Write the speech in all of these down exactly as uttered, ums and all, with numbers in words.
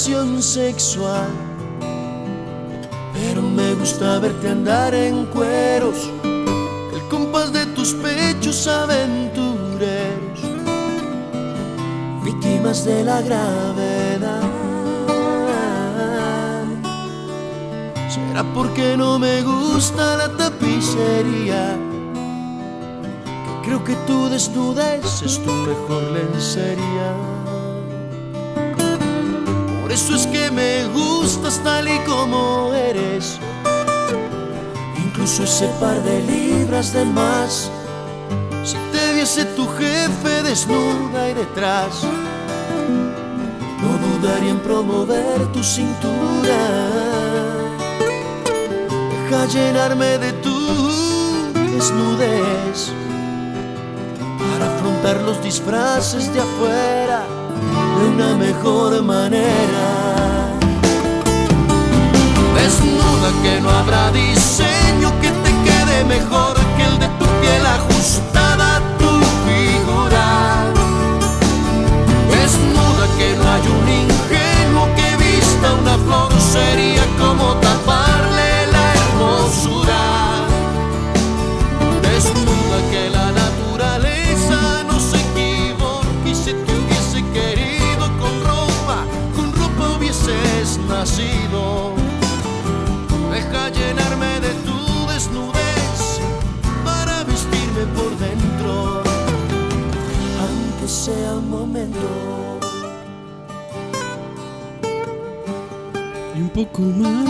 tentación sexual, pero me gusta verte andar en cueros, el compás de tus pechos aventureros, víctimas de la gravedad. ¿Será porque no me gusta la tapicería? Que creo que tu desnudez es tu mejor lencería. Por eso es que me gustas tal y como eres, incluso ese par de libras de más. Si te viese tu jefe desnuda y detrás, no dudaría en promover tu cintura. Deja llenarme de tu desnudez para afrontar los disfraces de afuera de una mejor manera. Desnuda que no habrá diseño que te quede mejor que el de tu piel ajustada a tu figura. Desnuda que no hay un ingenuo que vista una flor, sería como taparle la hermosura. Desnuda que la naturaleza no se equivoque y si te hubiese querido con ropa, con ropa hubieses nacido. Deja llenarme de tu desnudez para vestirme por dentro, aunque sea un momento. Y un poco más.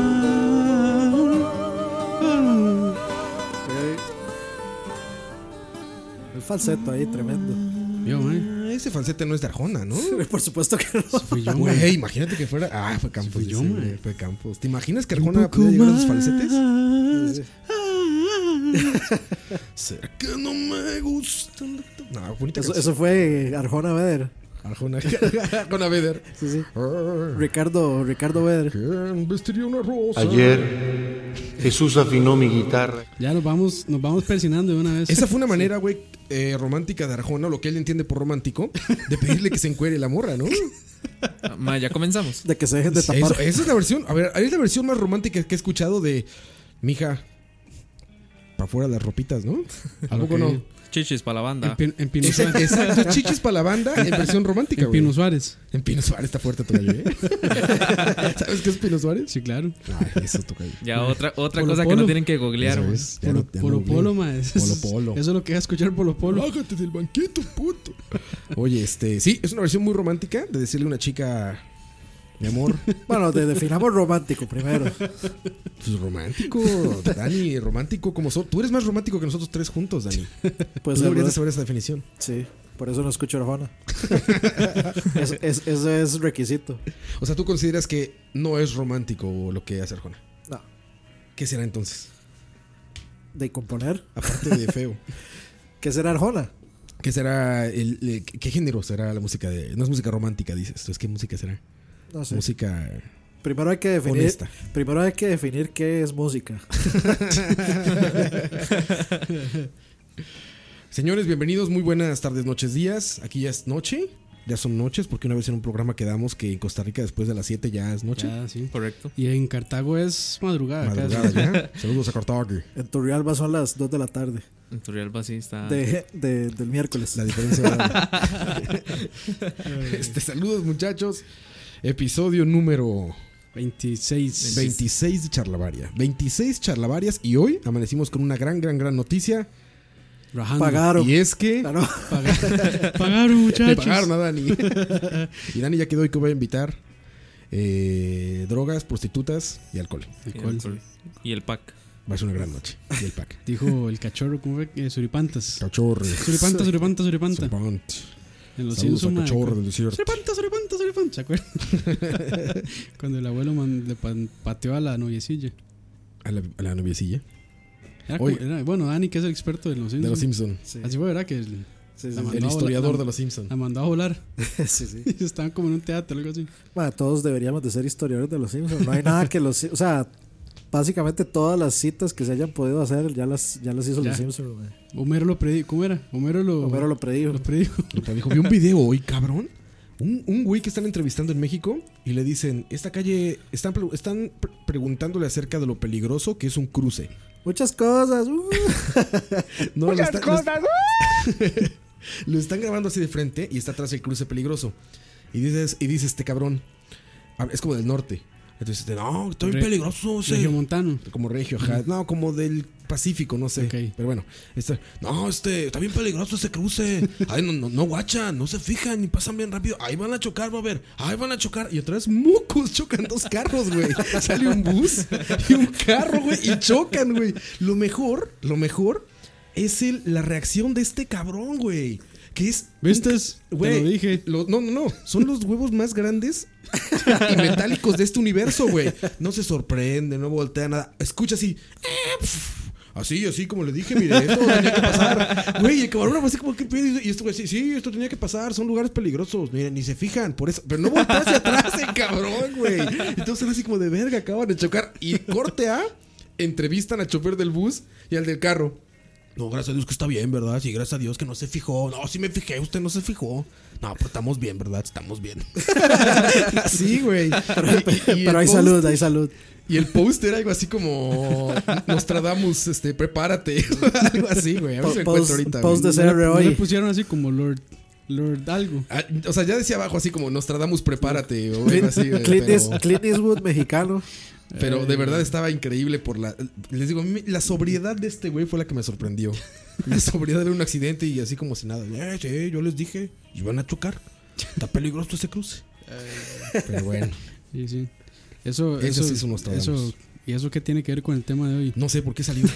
El falseto ahí, tremendo. Yo, man. Ese falsete no es de Arjona, ¿no? Por supuesto que no. Fui yo, man. Güey, imagínate que fuera. Ah, fue Campos. Fui yo, sí, man. Fue Campos. ¿Te imaginas que Un Arjona poco podía llegar a más. sus falsetes? Sí, sí. Será que no me gusta. No, bonita Eso, canción. eso fue Arjona Beder. Arjona. Arjona Beder. Sí, sí. Ah, Ricardo, Ricardo Beder. ¿quién vestiría una rosa? Ayer Jesús afinó mi guitarra. Ya nos vamos, nos vamos persinando de una vez. Esa fue una manera, güey, eh, romántica de Arjona, lo que él entiende por romántico, de pedirle que se encuere la morra, ¿no? Ah, ma, ya comenzamos. De que se dejen de Eso, tapar. esa es la versión, a ver, es la versión más romántica que he escuchado de mija, para afuera las ropitas, ¿no? ¿A poco Ok. no? Chichis para la En, banda. Pin- en Pino Esa- Suárez. Exacto, chichis para la banda en versión romántica, En güey. Pino Suárez. En Pino Suárez está fuerte tu gallo, ¿eh? ¿Sabes qué es Pino Suárez? Sí, claro. Ay, eso es tu gallo. Ya otra, otra Polo cosa que Polo. no tienen que googlear, Eso güey. es, ya Polo no- ya Polo, no Polo, vi. ma. Eso, Polo es- Polo. eso es lo que es escuchar Polo Polo. Bájate del banquito, puto. Oye, este, sí, es una versión muy romántica de decirle a una chica, mi amor, Bueno, de, definamos romántico primero. pues romántico, Dani, romántico como sos. Tú eres más romántico que nosotros tres juntos, Dani. Pues Tú deberías de ¿verdad? saber esa definición. Sí, por eso no escucho Arjona. es, es, eso es requisito. O sea, tú consideras que no es romántico lo que hace Arjona. No, ¿Qué será entonces? de componer. Aparte de feo. ¿Qué será Arjona? ¿Qué será el, el- qué género será la música de? No es música romántica, dices. Entonces, ¿qué música será? No sé. Música Primero hay que definir. honesta. Primero hay que definir qué es música. Señores, bienvenidos, muy buenas tardes, noches, días. Aquí ya es noche, ya son noches, porque una vez en un programa quedamos que en Costa Rica después de las siete ya es noche. Ya, sí. Correcto. Y en Cartago es madrugada. Madrugada casi. ya. Saludos a Cartago. En Turrialba son las dos de la tarde. En Turrialba sí está. De, de- del miércoles. La diferencia horaria. este, saludos, muchachos. Episodio número veintiséis. veintiséis de Charlavaria. veintiséis Charlavarias y hoy amanecimos con una gran, gran, gran noticia. Rajando. Pagaron. Y es que Ah, no. Paga- Pagaron, muchachos. le pagaron a Dani. Y Dani ya quedó y que voy a invitar eh, drogas, prostitutas y alcohol. ¿De Y cuál? el, y el pack. Va a ser una gran noche. Y el pack. Dijo el cachorro, ¿cómo fue? Eh, Suripantas. Cachorro. Suripanta, suripanta, suripanta. Serpant. En los Saludos Simpsons, a ma, Cachorro cu- del desierto. Suripanta, suripanta, suripanta. ¿Se acuerdan? Cuando el abuelo man- le pan- pateó a la noviecilla. A la, a la noviecilla. Era Oye. como- era- bueno, Dani, que es el experto de los De Simpsons. los Simpson. Sí, Así fue, ¿verdad? Que el- sí, sí, la sí. mandó El a historiador volar- de los Simpson. la mandó a volar. Sí, sí. Y estaban como en un teatro o algo así. Bueno, todos deberíamos de ser historiadores de los Simpsons. No hay nada que los... O sea, básicamente todas las citas que se hayan podido hacer ya las, ya las hizo Ya. los Simpsons. güey. Homero lo predijo. ¿Cómo era? Homero lo, Homero lo predijo. lo predijo. Otra dijo, vi un video hoy, cabrón. Un, un güey que están entrevistando en México y le dicen, esta calle, están, pre- están pre- preguntándole acerca de lo peligroso que es un cruce. Muchas cosas. Uh. No, Muchas lo está, cosas. Lo, lo están grabando así de frente y está atrás el cruce peligroso. Y dices, y dice este cabrón, es como del norte. Entonces, no, está bien Re- peligroso. Sí. Regiomontano. Como regio, ajá. Uh-huh. No, como del Pacífico, no sé. Okay. Pero bueno, está, no, este, está bien peligroso ese cruce. Ay, no, no, no guachan, no se fijan ni pasan bien rápido. Ahí van a chocar, va a ver. Ahí van a chocar. Y otra vez, mucos, chocan dos carros, güey. Sale un bus y un carro, güey, y chocan, güey. Lo mejor, lo mejor es el, la reacción de este cabrón, güey. Que es. ¿Viste? Güey, te lo dije. Lo, no, no, no. Son los huevos más grandes y metálicos de este universo, güey. No se sorprende, no voltea nada. Escucha así. Así, así como le dije, mire, esto tenía que pasar. Güey, el cabrón fue así como, ¿qué pedo? Y esto, güey, sí, sí, esto tenía que pasar. Son lugares peligrosos. Miren, ni se fijan por eso. Pero no voltea hacia atrás el cabrón, güey. Entonces era así como de verga, acaban de chocar. Y corte A, entrevistan al chofer del bus y al del carro. No, gracias a Dios que está bien, ¿verdad? Sí, gracias a Dios que no se fijó. No, sí me fijé, usted no se fijó. No, pero estamos bien, ¿verdad? Estamos bien. Así, güey. Pero, y, y pero hay post, salud, hay salud. Y el post era algo así como Nostradamus, este, prepárate. Algo así, güey. A ver si lo encuentro ahorita. Post de C R no, hoy. No le pusieron así como Lord... Lord algo. Ah, o sea, ya decía abajo así como Nostradamus, prepárate. O algo así, güey, Clint, pero... Clint Eastwood mexicano. Pero de verdad estaba increíble por la... Les digo, la sobriedad de este güey fue la que me sorprendió. La sobriedad era un accidente y así como si nada. Eh, sí, yo les dije, iban a chocar. Está peligroso ese cruce. Pero bueno. Sí, sí. Eso, eso, eso sí son eso, ¿Y eso qué tiene que ver con el tema de hoy? No sé por qué salió.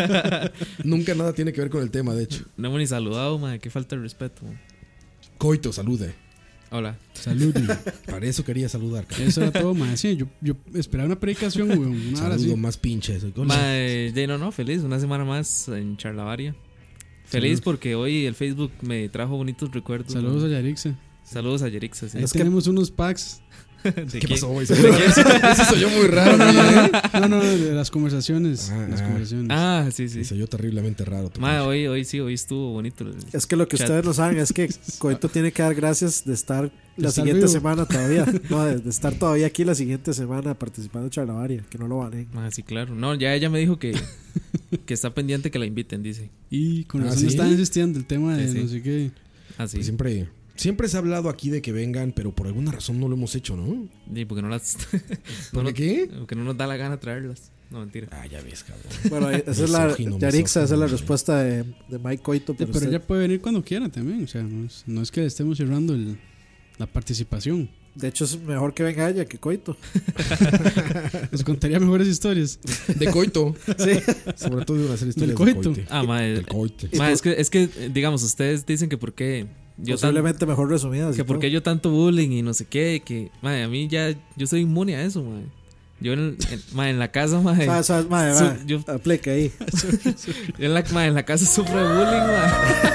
Nunca nada tiene que ver con el tema, de hecho. No hemos ni saludado, madre. Qué falta de respeto. Coito, salude. Hola. Salud. Para eso quería saludar. Cara. Eso era todo, más. Sí, yo, yo esperaba una predicación, güey. Una Saludo así. más pinche. Madre, de no, no, feliz. Una semana más en Charlavaria. Feliz Salud. Porque hoy el Facebook me trajo bonitos recuerdos. Saludos ¿no? a Yarixa. Saludos a Yarixa, sí. Es que tenemos unos packs. ¿Qué quién? pasó, güey? Eso soy yo muy raro, güey. ¿eh? No, no, de las conversaciones. Ah, las conversaciones. Ah, sí, sí. Soy yo terriblemente raro. Madre, hoy, hoy sí, hoy estuvo bonito. El es que lo que chat. Ustedes no saben es que Coito tiene que dar gracias de estar la de estar siguiente vivo. semana todavía. No, de, de estar todavía aquí la siguiente semana participando en Charlavaria. Que no lo valen. Ah, sí, claro. No, ya ella me dijo que, que está pendiente que la inviten, dice. Y con ¿Ah, razón sí? están insistiendo el tema de sí, sí. no sé qué. Ah, sí. Pues siempre... Siempre se ha hablado aquí de que vengan, pero por alguna razón no lo hemos hecho, ¿no? Sí, porque no las... ¿Por no qué? Porque no nos da la gana traerlas. No, mentira. Ah, ya ves, cabrón. Bueno, esa es la... Yarixa, esa es la respuesta de, de Mike Coito. Pero, sí, pero ella puede venir cuando quiera también. O sea, no es, no es que estemos cerrando el, la participación. De hecho, es mejor que venga ella que Coito. Nos contaría mejores historias. De Coito. Sí. Sobre todo de hacer historias Del coito. de coite. Ah, madre. Del coite. Madre, es que, es que, digamos, ustedes dicen que por qué... Yo Posiblemente tan, mejor resumidas. que por qué yo tanto bullying y no sé qué. Que, madre, a mí ya... Yo soy inmune a eso, madre. Yo en, en, madre, en la casa, madre... ¿Sabes, sabes, madre, su, madre yo, aplica ahí. en, la, madre, en la casa sufro de bullying, madre.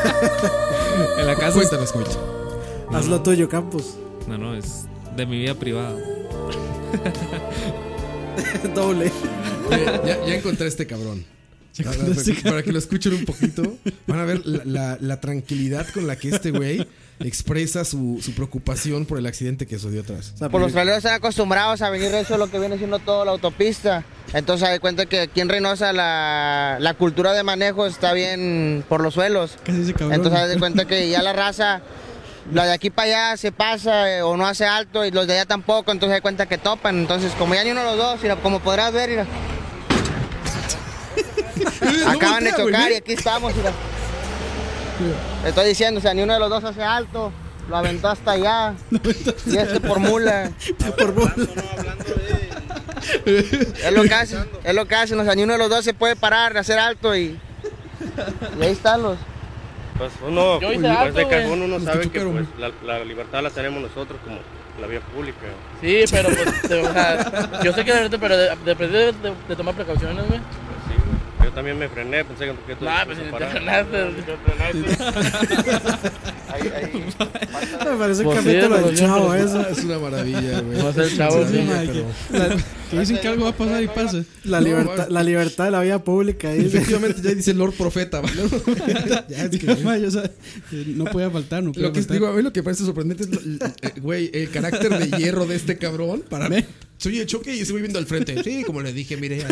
En la casa... Cuéntanos, Coito. No, Haz lo no. tuyo, Campos. No, no, es de mi vida privada. Doble. Oye, ya, ya encontré a este cabrón. Para, para, para que lo escuchen un poquito, van a ver la, la, la tranquilidad con la que este güey expresa su, su preocupación por el accidente que sucedió atrás. O sea, por los traileros están acostumbrados a venir eso, lo que viene siendo toda la autopista. Entonces, se da cuenta que aquí en Reynosa la, la cultura de manejo está bien por los suelos. Casi se cabrón. Entonces, se da cuenta que ya la raza, la de aquí para allá se pasa eh, o no hace alto y los de allá tampoco. Entonces, se da cuenta que topan. Entonces, como ya ni uno de los dos, mira, como podrás ver, mira. Acaban de chocar y aquí estamos, mira. Le estoy diciendo, o sea, ni uno de los dos hace alto, lo aventó hasta allá. Y este por mula. Por mula. Es lo que hace, es lo que hacen, o sea, ni uno de los dos se puede parar, hacer alto y, y ahí están los. Pues uno, Yo hice pues alto, de cajón güey. uno Los sabe que que chocaron. pues, la, la libertad la tenemos nosotros como la vía pública. Sí, pero pues, de, o sea, yo sé que de, pero de, de, de, de, de tomar precauciones, güey. Pues sí, güey. Yo también me frené, pensé que porque tú No, pues si te frenaste. Ahí, ahí. Me parece un Pues sí, capítulo pero del yo- Chavo eso. Es una maravilla, güey. Va a ser el Chavo, Es sí, una madre, maravilla, La, Que dicen que algo va a pasar y pasa. La, No, libertad, va- la libertad de la vida pública. Dice. Efectivamente, ya dice Lord Profeta, ¿vale? Ya, es que- Ma, yo, o sea, eh, no podía faltar, no podía Lo que faltar. digo, a mí lo que parece sorprendente es, lo- el- eh, güey, el carácter de hierro de este cabrón para... Ve. Soy el choque y se voy viendo al frente. Sí, como le dije, mire.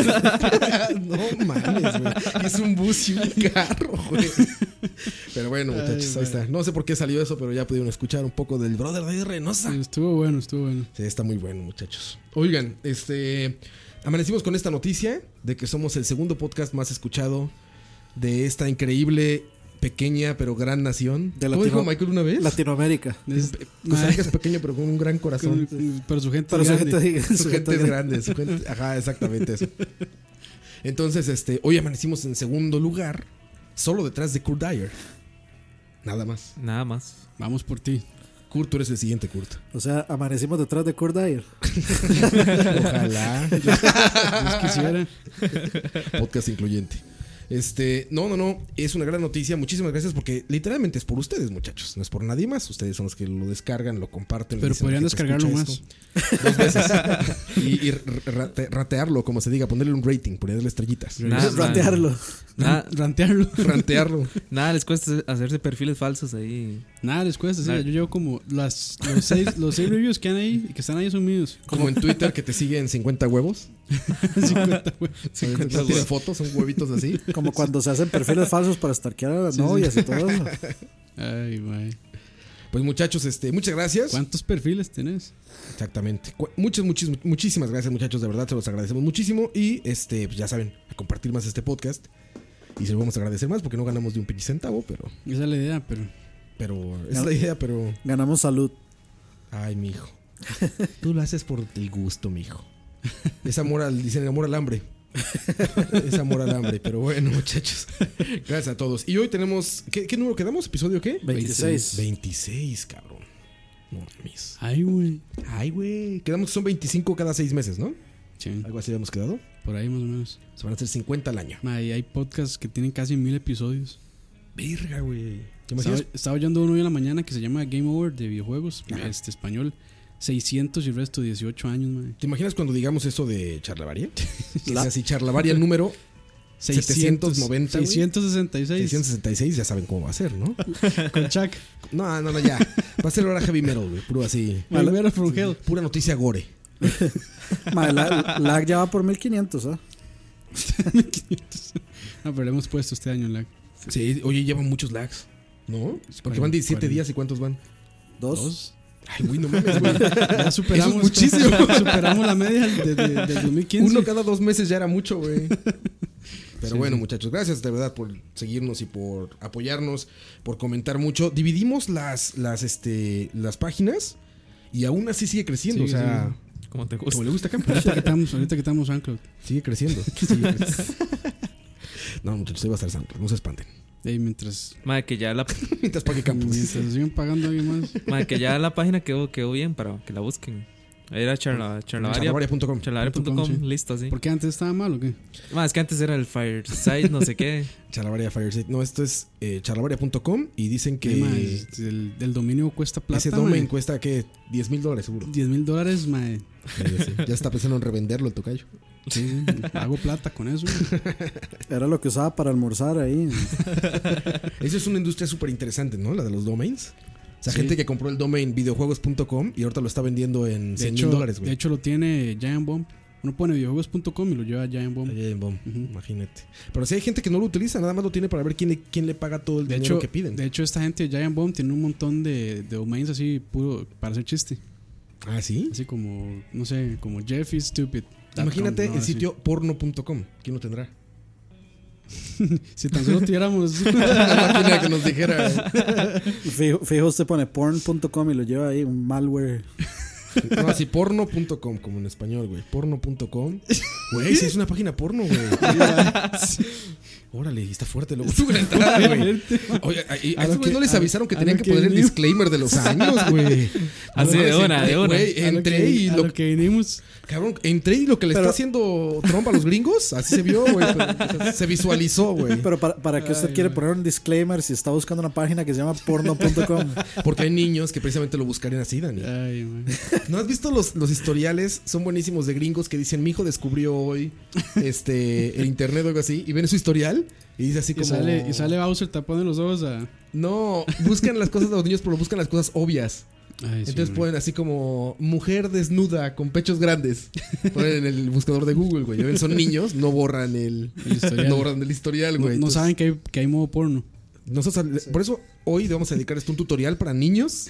No mames, güey. Es un bus y un carro, güey. Pero bueno, muchachos, ahí está. No sé por qué salió eso, pero ya pudieron escuchar un poco del brother de Reynosa. Estuvo bueno, estuvo bueno. Sí, está muy bueno, muchachos. Oigan, este... amanecimos con esta noticia de que somos el segundo podcast más escuchado de esta increíble, pequeña, pero gran nación. De ¿Cómo dijo Latino- Michael una vez? Latinoamérica. Es- Costa Rica es pequeño, pero con un gran corazón. con- pero su gente Pero es su grande. gente, Su, su gente gente es grande, su gente... Ajá, exactamente eso. Entonces, este... hoy amanecimos en segundo lugar, solo detrás de Kurt Dyer. Nada más. Nada más. Vamos por ti. Kurt, tú eres el siguiente, Kurt. O sea, amanecimos detrás de Kurt Dyer. Ojalá. Dios quisiera. Podcast incluyente. Este, no, no, no, es una gran noticia. Muchísimas gracias porque literalmente es por ustedes, muchachos. No es por nadie más. Ustedes son los que lo descargan, lo comparten. le Pero dicen podrían a la gente, descargarlo "Escucha más". esto". Dos veces. y y rate- ratearlo, como se diga, ponerle un rating, ponerle estrellitas. Nada, Ratearlo. Nada, Rantearlo. Rantearlo. nada les cuesta hacerse perfiles falsos ahí. Nada les cuesta, sí. Nada. Yo llevo como las, los, seis, los seis reviews que han ahí y que están ahí son míos. Como en Twitter que te siguen cincuenta huevos. cincuenta, güey. cincuenta de fotos, son huevitos así. Como cuando se hacen perfiles falsos para stalkear a las Sí, sí. novias y todo eso. Ay, güey. Pues muchachos, este, muchas gracias. ¿Cuántos perfiles tenés? Exactamente. Cu- Muchas, muchis- muchísimas gracias, muchachos. De verdad, se los agradecemos muchísimo. Y este, pues ya saben, a compartir más este podcast. Y se lo vamos a agradecer más porque no ganamos de un pinche centavo, pero. Esa es la idea, pero Pero. Esa es la idea, pero. Ganamos salud. Ay, mijo. Tú lo haces por el gusto, mijo. Es amor al. Dicen amor al hambre. Es amor al hambre. Pero bueno, muchachos. Gracias a todos. Y hoy tenemos. ¿Qué, qué número quedamos? ¿Episodio qué? veintiséis. veintiséis, cabrón. No mames. ay, güey. Ay, güey. Quedamos que son veinticinco cada seis meses, ¿no? Sí, Algo así habíamos quedado. por ahí más o menos. Se van a hacer cincuenta al año. Ma, y hay podcasts que tienen casi mil episodios. Verga, güey. ¿Te Estaba, imaginas? estaba oyendo uno hoy en la mañana que se llama Game Over de videojuegos, Ajá. este español. seiscientos y el resto dieciocho años, man. ¿Te imaginas cuando digamos eso de Charlavaria? Que La- sea así, Charlavaria número setecientos noventa, güey. seiscientos sesenta y seis. seiscientos sesenta y seis, ya saben cómo va a ser, ¿no? Con Chuck. No, no, no, ya. Va a ser ahora heavy metal, güey. Puro así. Primero from Hell. Pura noticia gore. Madre, la, la ya va por mil quinientos, ¿ah? No, pero le hemos puesto este año en la Sí, oye, llevan muchos lags, ¿no? Porque van diecisiete cuarenta. días y ¿cuántos van? Dos. dos. Ay, güey, no mames, güey. Ya superamos, Eso es muchísimo. superamos la media de, de- del dos mil quince. Uno cada dos meses ya era mucho, güey. Pero Sí, bueno, sí. muchachos, gracias de verdad por seguirnos y por apoyarnos, por comentar mucho. Dividimos las, las, este, las páginas y aún así sigue creciendo. Sí, o sea, Como te como gusta. le gusta acá, Ahorita quitamos, ahorita quitamos SoundCloud. sigue creciendo. Sigue creciendo. No, muchachos, ahí va a estar SoundCloud, no se espanten. Y mientras, Madre, que ya la, Mientras Paque Campos. mientras lo siguen pagando alguien más. madre, que ya la página quedó, quedó bien para que la busquen. Ahí era charla, charlavaria. Charlavaria punto com. Charlavaria punto com, Sí. listo, sí. ¿Por qué antes estaba mal o qué? Más es que antes era el Fireside, no sé qué. Charlavaria Fireside. No, esto es eh, charlavaria punto com y dicen que ¿Qué, mae? el, el dominio cuesta plata, ese domain mae. cuesta que diez mil dólares seguro. diez mil dólares, mae. Sí, ya sé. Ya está pensando en revenderlo el tocayo. Sí, sí, hago plata con eso. Era lo que usaba para almorzar ahí. Esa es una industria súper interesante, ¿no? La de los domains. O sea, Sí. gente que compró el domain videojuegos punto com y ahorita lo está vendiendo en De cien mil hecho, dólares, de güey. hecho, lo tiene Giant Bomb. Uno pone videojuegos punto com y lo lleva a Giant Bomb. Ahí en Bomb, Ujú. imagínate. Pero si hay gente que no lo utiliza, nada más lo tiene para ver quién le, quién le paga todo el De dinero hecho, que piden. de hecho, esta gente de Giant Bomb tiene un montón de, de domains así puro para hacer chiste. Ah, ¿sí? Así como, no sé, como Jeff is stupid. Imagínate ¿no? el Así. sitio porno punto com. ¿Quién lo tendrá? Si tan solo tuviéramos. Una máquina que nos dijera. Fijo, fijo usted pone porn punto com y lo lleva ahí, un malware. No, así porno punto com, como en español, güey. porno punto com. Güey, sí es una página porno, güey. Órale, y está fuerte luego sube la entrada, güey. Oye, y a A lo esos güey que- no les a- avisaron que a tenían lo que que poner el venimos. disclaimer de los años, güey. Así de mames, una, de una. güey, A lo entré que- y a lo, lo que vinimos. cabrón, entré y lo que le Pero- está haciendo Trump a los gringos, así se vio, güey. pero- Se visualizó, güey. Pero para, para que usted Ay, quiere güey. poner un disclaimer si está buscando una página que se llama porno punto com. Porque hay niños que precisamente lo buscarían así, Dani. Ay, man. ¿No has visto los, los historiales? Son buenísimos de gringos que dicen, mi hijo descubrió hoy este, el internet o algo así. Y ven su historial y dice así Y como... sale, y sale Bowser tapando los ojos a. No, buscan las cosas de los niños, pero buscan las cosas obvias. Ay, sí, Entonces man. ponen así como mujer desnuda con pechos grandes. Ponen en el buscador de Google, güey. Ya ven, son niños, no borran el, El historial. no borran el historial, No, güey. no Entonces, saben que hay, que hay modo porno. nosotros, por eso hoy vamos a dedicar esto a un tutorial para niños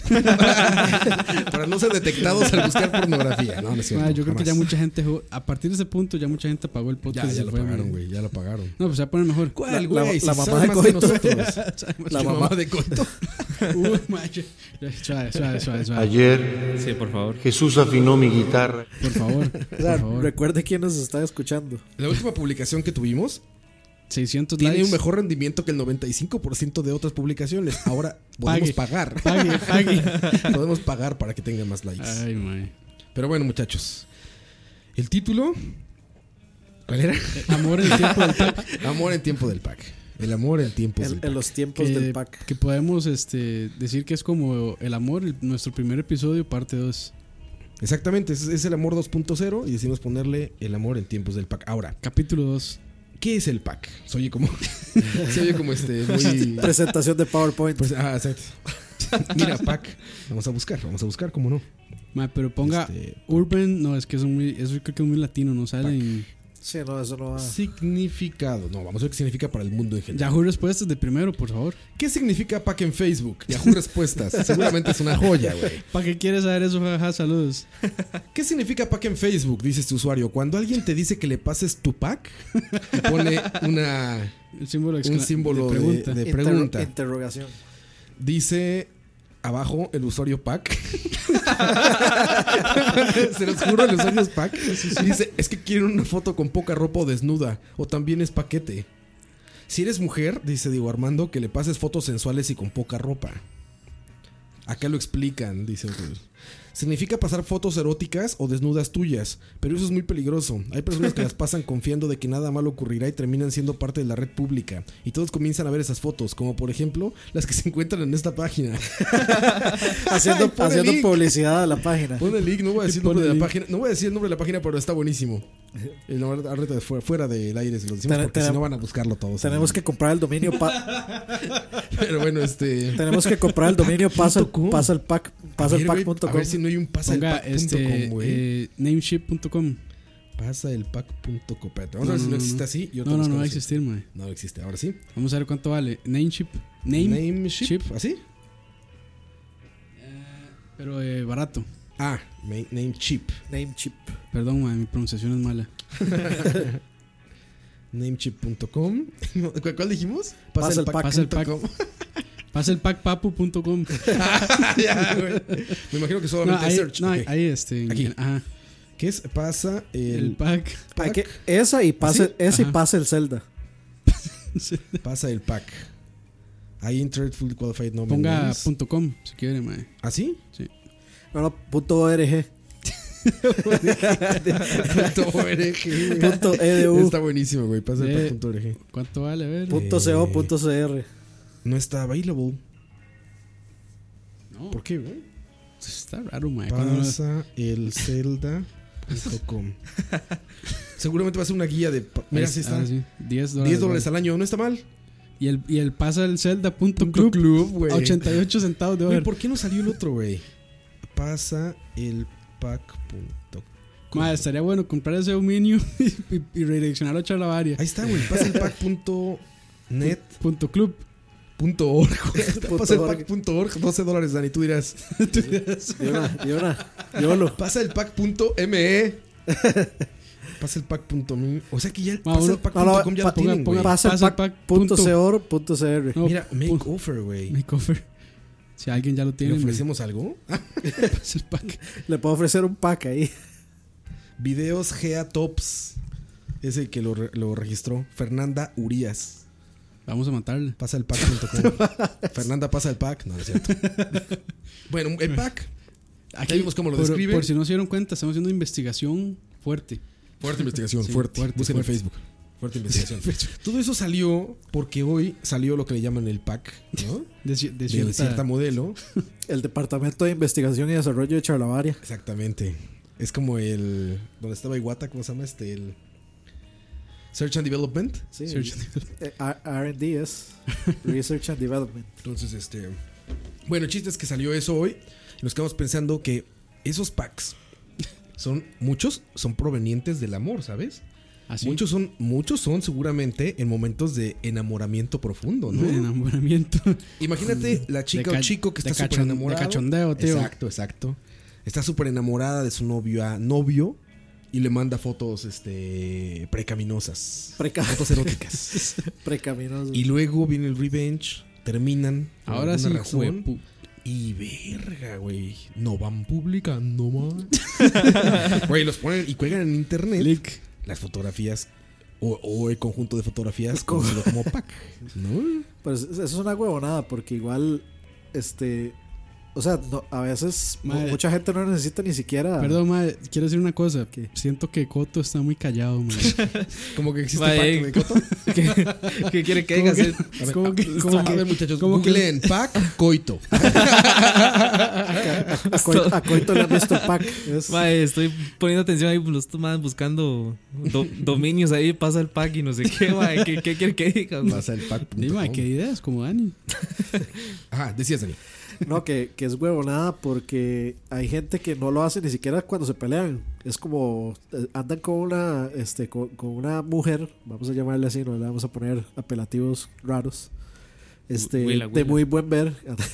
para no ser detectados al buscar pornografía. No, no es cierto. Ah, yo creo que ya jamás. mucha gente jugó- a partir de ese punto ya mucha gente apagó el podcast. Ya, y ya se lo fue, pagaron, man. güey. Ya lo pagaron. No, pues se va a poner mejor. ¿Cuál, La- güey? la Si mamá sabe de más que Coito. nosotros. La La mamá- mamá de Coito. Uy, macho. Ya, Suave, suave, suave, suave. Ayer Sí, por favor. Jesús afinó mi guitarra. Por favor, O sea, por favor. recuerde quién nos está escuchando. La última publicación que tuvimos seiscientos tiene likes. un mejor rendimiento que el noventa y cinco por ciento de otras publicaciones. Ahora podemos Pague. pagar. Pague, pague. Podemos pagar para que tengan más likes. Ay, man. Pero bueno, muchachos. El título. ¿Cuál era? Amor en el tiempo del pack. Amor en tiempo del pack. El amor en tiempos En, del en pack. los tiempos Que, del pack. que podemos este, decir que es como el amor, el- nuestro primer episodio, parte dos. Exactamente, es, es el amor dos punto cero y decidimos ponerle el amor en tiempos del pack. Ahora, Capítulo dos. ¿qué es el pack? Se oye como. Se oye como este. Muy. Presentación de PowerPoint. Pues, ah, exacto. Mira, pack. Vamos a buscar, vamos a buscar, ¿cómo no? Ma, pero ponga Este, Urban, no, es que es muy, eso creo que es muy latino, no sale en Sí, no, eso no va. Significado. No, vamos a ver qué significa para el mundo en general. Yahoo Respuestas de primero, por favor. ¿Qué significa pack en Facebook? Yahoo Respuestas. Seguramente es una joya, güey. ¿Para qué quieres saber eso? Jaja, saludos. ¿Qué significa pack en Facebook? Dice este usuario. Cuando alguien te dice que le pases tu pack y pone una, El símbolo un excla- símbolo de, pregunta. de Interro- pregunta. interrogación. Dice abajo el usuario pack. Se los juro, el usuario es pack. Dice, es que quieren una foto con poca ropa o desnuda. O también es paquete. Si eres mujer, dice Diego Armando, que le pases fotos sensuales y con poca ropa. Acá lo explican, dice otro. Significa pasar fotos eróticas o desnudas tuyas, pero eso es muy peligroso. Hay personas que las pasan confiando de que nada malo ocurrirá y terminan siendo parte de la red pública. Y todos comienzan a ver esas fotos, como por ejemplo las que se encuentran en esta página. Haciendo, Ay, pon el haciendo link. publicidad a la página. Pon el link, no voy a decir el Pon nombre de el la link. página. No voy a decir el nombre de la página, pero está buenísimo. El nombre- ahorita fuera, fuera del aire se lo decimos Ten- porque ten- si no van a buscarlo todos. Tenemos que comprar el dominio. pa- Pero bueno, este. tenemos que comprar el dominio pasa el, .com. pasa el pack. A Pasa el ver, güey, pack punto a com. ver si no hay un pasa el Ponga pack punto com, este, güey. eh, nameship punto com. Pasa el pack punto com. Espérate, vamos No, a ver si no, no no, existe no. así. y otro No, no, buscamos no va a así. existir, mae. No existe. Ahora sí. Vamos a ver cuánto vale. Nameship. Name. Name ship. Ship. ¿Así? Pero eh, barato. Ah, ma- name chip. Namecheap. Perdón, mae, mi pronunciación es mala. Namechip punto com. ¿Cuál, cuál dijimos? Pasa el pack. Pasa el punto pack. com. Pasa el pack papu punto com. Ya, güey. Me imagino que No, solamente ahí, search. no, Ok. ahí este. en- Aquí. Ajá. ¿Qué es? Pasa el, El pack. pack. Hay que- esa y pase, ¿Así? esa y Ajá. pasa el Zelda. Pasa el pack. Ahí entered fully qualified no Ponga names. punto .com si quiere, mae. ¿Así? No, no, punto org. Punto .org. Punto edu. Está buenísimo, güey. Pasa el Eh, pack punto org. ¿Cuánto vale? A ver. Punto Eh, co. Punto cr. No está available. No, ¿Por qué, güey? está raro, mae. Cuando no- Pasa el Zelda punto com. Seguramente va a ser una guía de. pa- Mira, ahí- sí está. ahora sí, diez dólares. diez dólares vale. al año, no está mal. Y el, y el pasa el Zelda punto Punto club, club, güey. a ochenta y ocho centavos de Güey, hora. ¿por qué no salió el otro, güey? Pasa el pack punto com. Mae, estaría bueno comprar ese dominio y, y, y redireccionarlo a Charlavaria. Ahí está, güey. Pasa el pack punto net Punto club. punto org, güey. Punto Pasa el org. pack punto org, doce dólares, Dani. Tú dirás. Y una, y una. Yolo. Pasa el pack punto me. Pasa el pack punto me. O sea que ya el Ah, pasa uno- el pack no, no, punto com ya pa- lo tienen, ponga- güey. ponga- Pasa el Pasa el pack. pack Punto punto- cor. Punto cr. No, Mira, make pu- offer, güey. Mi cover. Si alguien ya lo ¿Le tiene, me- ofrecemos algo? pasa el pack. Le puedo ofrecer un pack ahí. Videos Gea Tops. Ese que lo, re- lo registró. Fernanda Urias. Vamos a matarle. Pasa el pack punto com. Fernanda pasa el pack. No, no es cierto. Bueno, el pack. Aquí vimos cómo lo por, describe. Por si no se dieron cuenta, estamos haciendo una investigación fuerte. Fuerte investigación, Sí, fuerte. fuerte, Busquen fuerte. en Facebook. Fuerte investigación. Todo eso salió porque hoy salió lo que le llaman el pack, ¿no? De, ci- de De cierta, cierta modelo. El Departamento de Investigación y Desarrollo de Charlavaria. Exactamente. Es como el. Donde estaba Iwata, ¿cómo se llama este? El. Search and Development. Sí, Search- eh, R and D es Research and Development. Entonces, este. Bueno, el chiste es que salió eso hoy. Y nos quedamos pensando que esos packs son. Muchos son provenientes del amor, ¿sabes? así. Muchos son, muchos son seguramente en momentos de enamoramiento profundo, ¿no? De enamoramiento. Imagínate la chica De o ca- chico que de está súper cachon- de enamorado. cachondeo, tío. Exacto, exacto. Está súper enamorada de su novio a novio y le manda fotos este precaminosas. Preca- fotos eróticas. Precaminoso. Y luego viene el revenge, terminan por Ahora sí, alguna razón, juepu. y verga, güey, no van publicando más. Güey, los ponen y cuelgan en internet Click. las fotografías o, o el conjunto de fotografías conocido como pack, ¿no? Pues eso es una huevonada porque igual, este, o sea, no, a veces mu- Madre. mucha gente no necesita ni siquiera. Perdón, madre, quiero decir una cosa. Siento que Coto está muy callado, madre. Como que existe Vaya, pack de Coto. ¿Qué, qué quiere que diga? ¿Cómo que- Sí. A ver, ¿Cómo que- a- cómo a que- ver, muchachos, cómo que- googleen pack coito. A, coito, a coito le han visto pack. Es, Mae, estoy poniendo atención ahí, los más buscando do- dominios ahí, pasa el pack y no sé qué, mae, ¿qué, qué quiere que diga? mae? Pasa el pack. Dime, ¿qué ideas? Como Dani. Ajá, decías, Dani. no, que, que es huevonada porque hay gente que no lo hace ni siquiera cuando se pelean. Es como eh, andan con una, este, con, con una mujer, vamos a llamarle así, no le vamos a poner apelativos raros. Este, Huila, de huila. muy buen ver.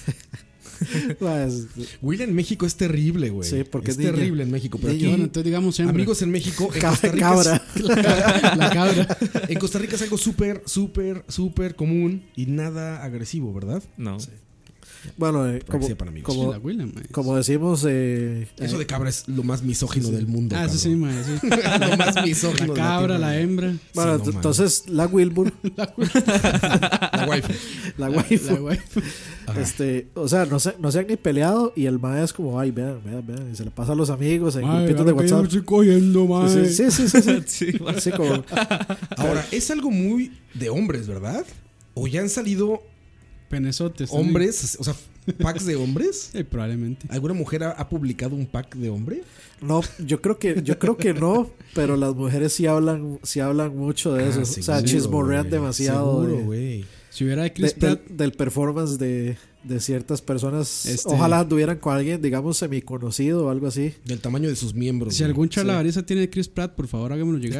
Pues, Will en México es terrible, güey. Sí, porque es es niña. terrible en México. Pero Niña. aquí, Bueno, entonces digamos hembra. amigos en México, en Ca- Costa Rica, cabra. es- La cabra. en Costa Rica es algo súper, súper, súper común y nada agresivo, ¿verdad? No. Bueno, eh, Para que como, sepan, amigos. como, La huila, madre. como decimos, eh, Eso eh, de cabra es lo más misógino Sí, sí. del mundo. Ah, eso sí, cabrón. madre. Sí. Lo más misógino La de cabra, tierra, la güey. hembra. bueno, Sí, no, t- man. entonces la Wilbur, La waifu. la waifu, La waifu. Ajá. este, o sea, no se, no se han ni peleado y el mae es como, ay, vean, vean, vean, y se le pasa a los amigos en Madre, grupitos de ahora que yo me WhatsApp. estoy cogiendo, madre. Sí, sí, sí, sí, sí. Sí, mae. Sí, como, Ahora, es algo muy de hombres, ¿verdad? ¿O ya han salido Penesotes. también. hombres, o sea, packs de hombres? Sí, probablemente. ¿Alguna mujer ha, ha publicado un pack de hombre? no, yo creo que, yo creo que no, pero las mujeres sí hablan, sí hablan mucho de eso, Ah, o sea, seguro, chismorrean güey. demasiado Seguro, de- güey. Si hubiera de de- Chris del, Pratt, del performance de, de ciertas personas. Este- Ojalá anduvieran con alguien, digamos, semiconocido o algo así. Del tamaño de sus miembros. si güey. algún charlavariza tiene de Chris Pratt, por favor hágamelo llegar.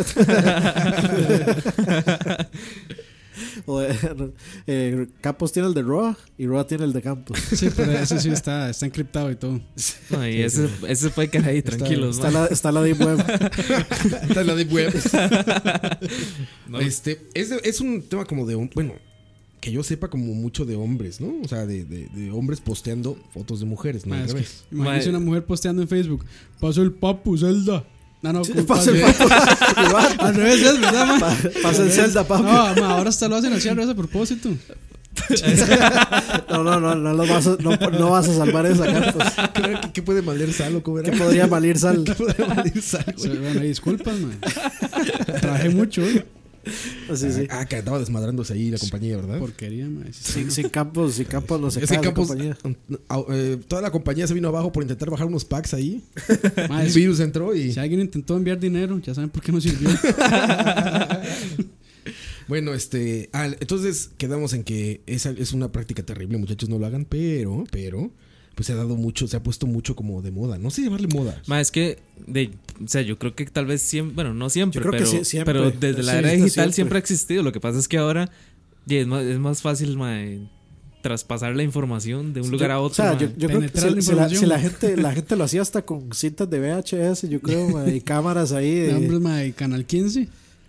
O de- eh, Campos tiene el de Roa y Roa tiene el de Campos. Sí, pero ese sí está, está encriptado y todo. No, y ese, ese puede quedar ahí, tranquilos, Está mae. la, está la Deep Web. Está en la deep web. No. Este, es, de- es un tema como de un, bueno, que yo sepa como mucho de hombres, ¿no? O sea, de, de, de hombres posteando fotos de mujeres, ¿no? Ma, Al es que, revés. imagínese Ma, una mujer posteando en Facebook. Paso el papu, Zelda. No, no, Sí, con- pasa el paso- papu. Igual, Al revés es, ¿verdad, ma? pa- pasa el Zelda, papu. No, ma, ahora hasta lo hacen así al revés a propósito. No, no, no, no, lo vas a, no, no vas a salvar esa Campos. ¿Qué, qué puede valer sal o cómo era? Que podría valer sal. ¿Qué puede valer sal, Sí, güey? bueno, y disculpas, ma. Trabajé mucho hoy. Así, sí. Ah, que andaba desmadrándose ahí la compañía, ¿verdad? Porquería, ma. Sin, sin Campos, sin Campos no se Es que cae la Campos, compañía. ah, eh, toda la compañía se vino abajo por intentar bajar unos packs ahí. Ma, Un es- virus entró y... si alguien intentó enviar dinero, ya saben por qué no sirvió. Bueno, este... ah, entonces quedamos en que esa es una práctica terrible, muchachos, no lo hagan, pero, pero... Pues se ha dado mucho, se ha puesto mucho como de moda. No sé llamarle moda. Ma, es que, de, o sea, yo creo que tal vez siempre, bueno, no siempre, Yo creo que pero, sí, siempre. pero desde la Sí, era está digital siempre. siempre. ha existido. Lo que pasa es que ahora y es, más, es más fácil, ma, de traspasar la información de un lugar Yo- a O otro. sea, ma. yo, yo creo que Penetrar la si, si la, información. si la gente, la gente lo hacía hasta con cintas de V H S, yo creo, ma, y cámaras ahí. de- De hombres, ma, de Canal quince.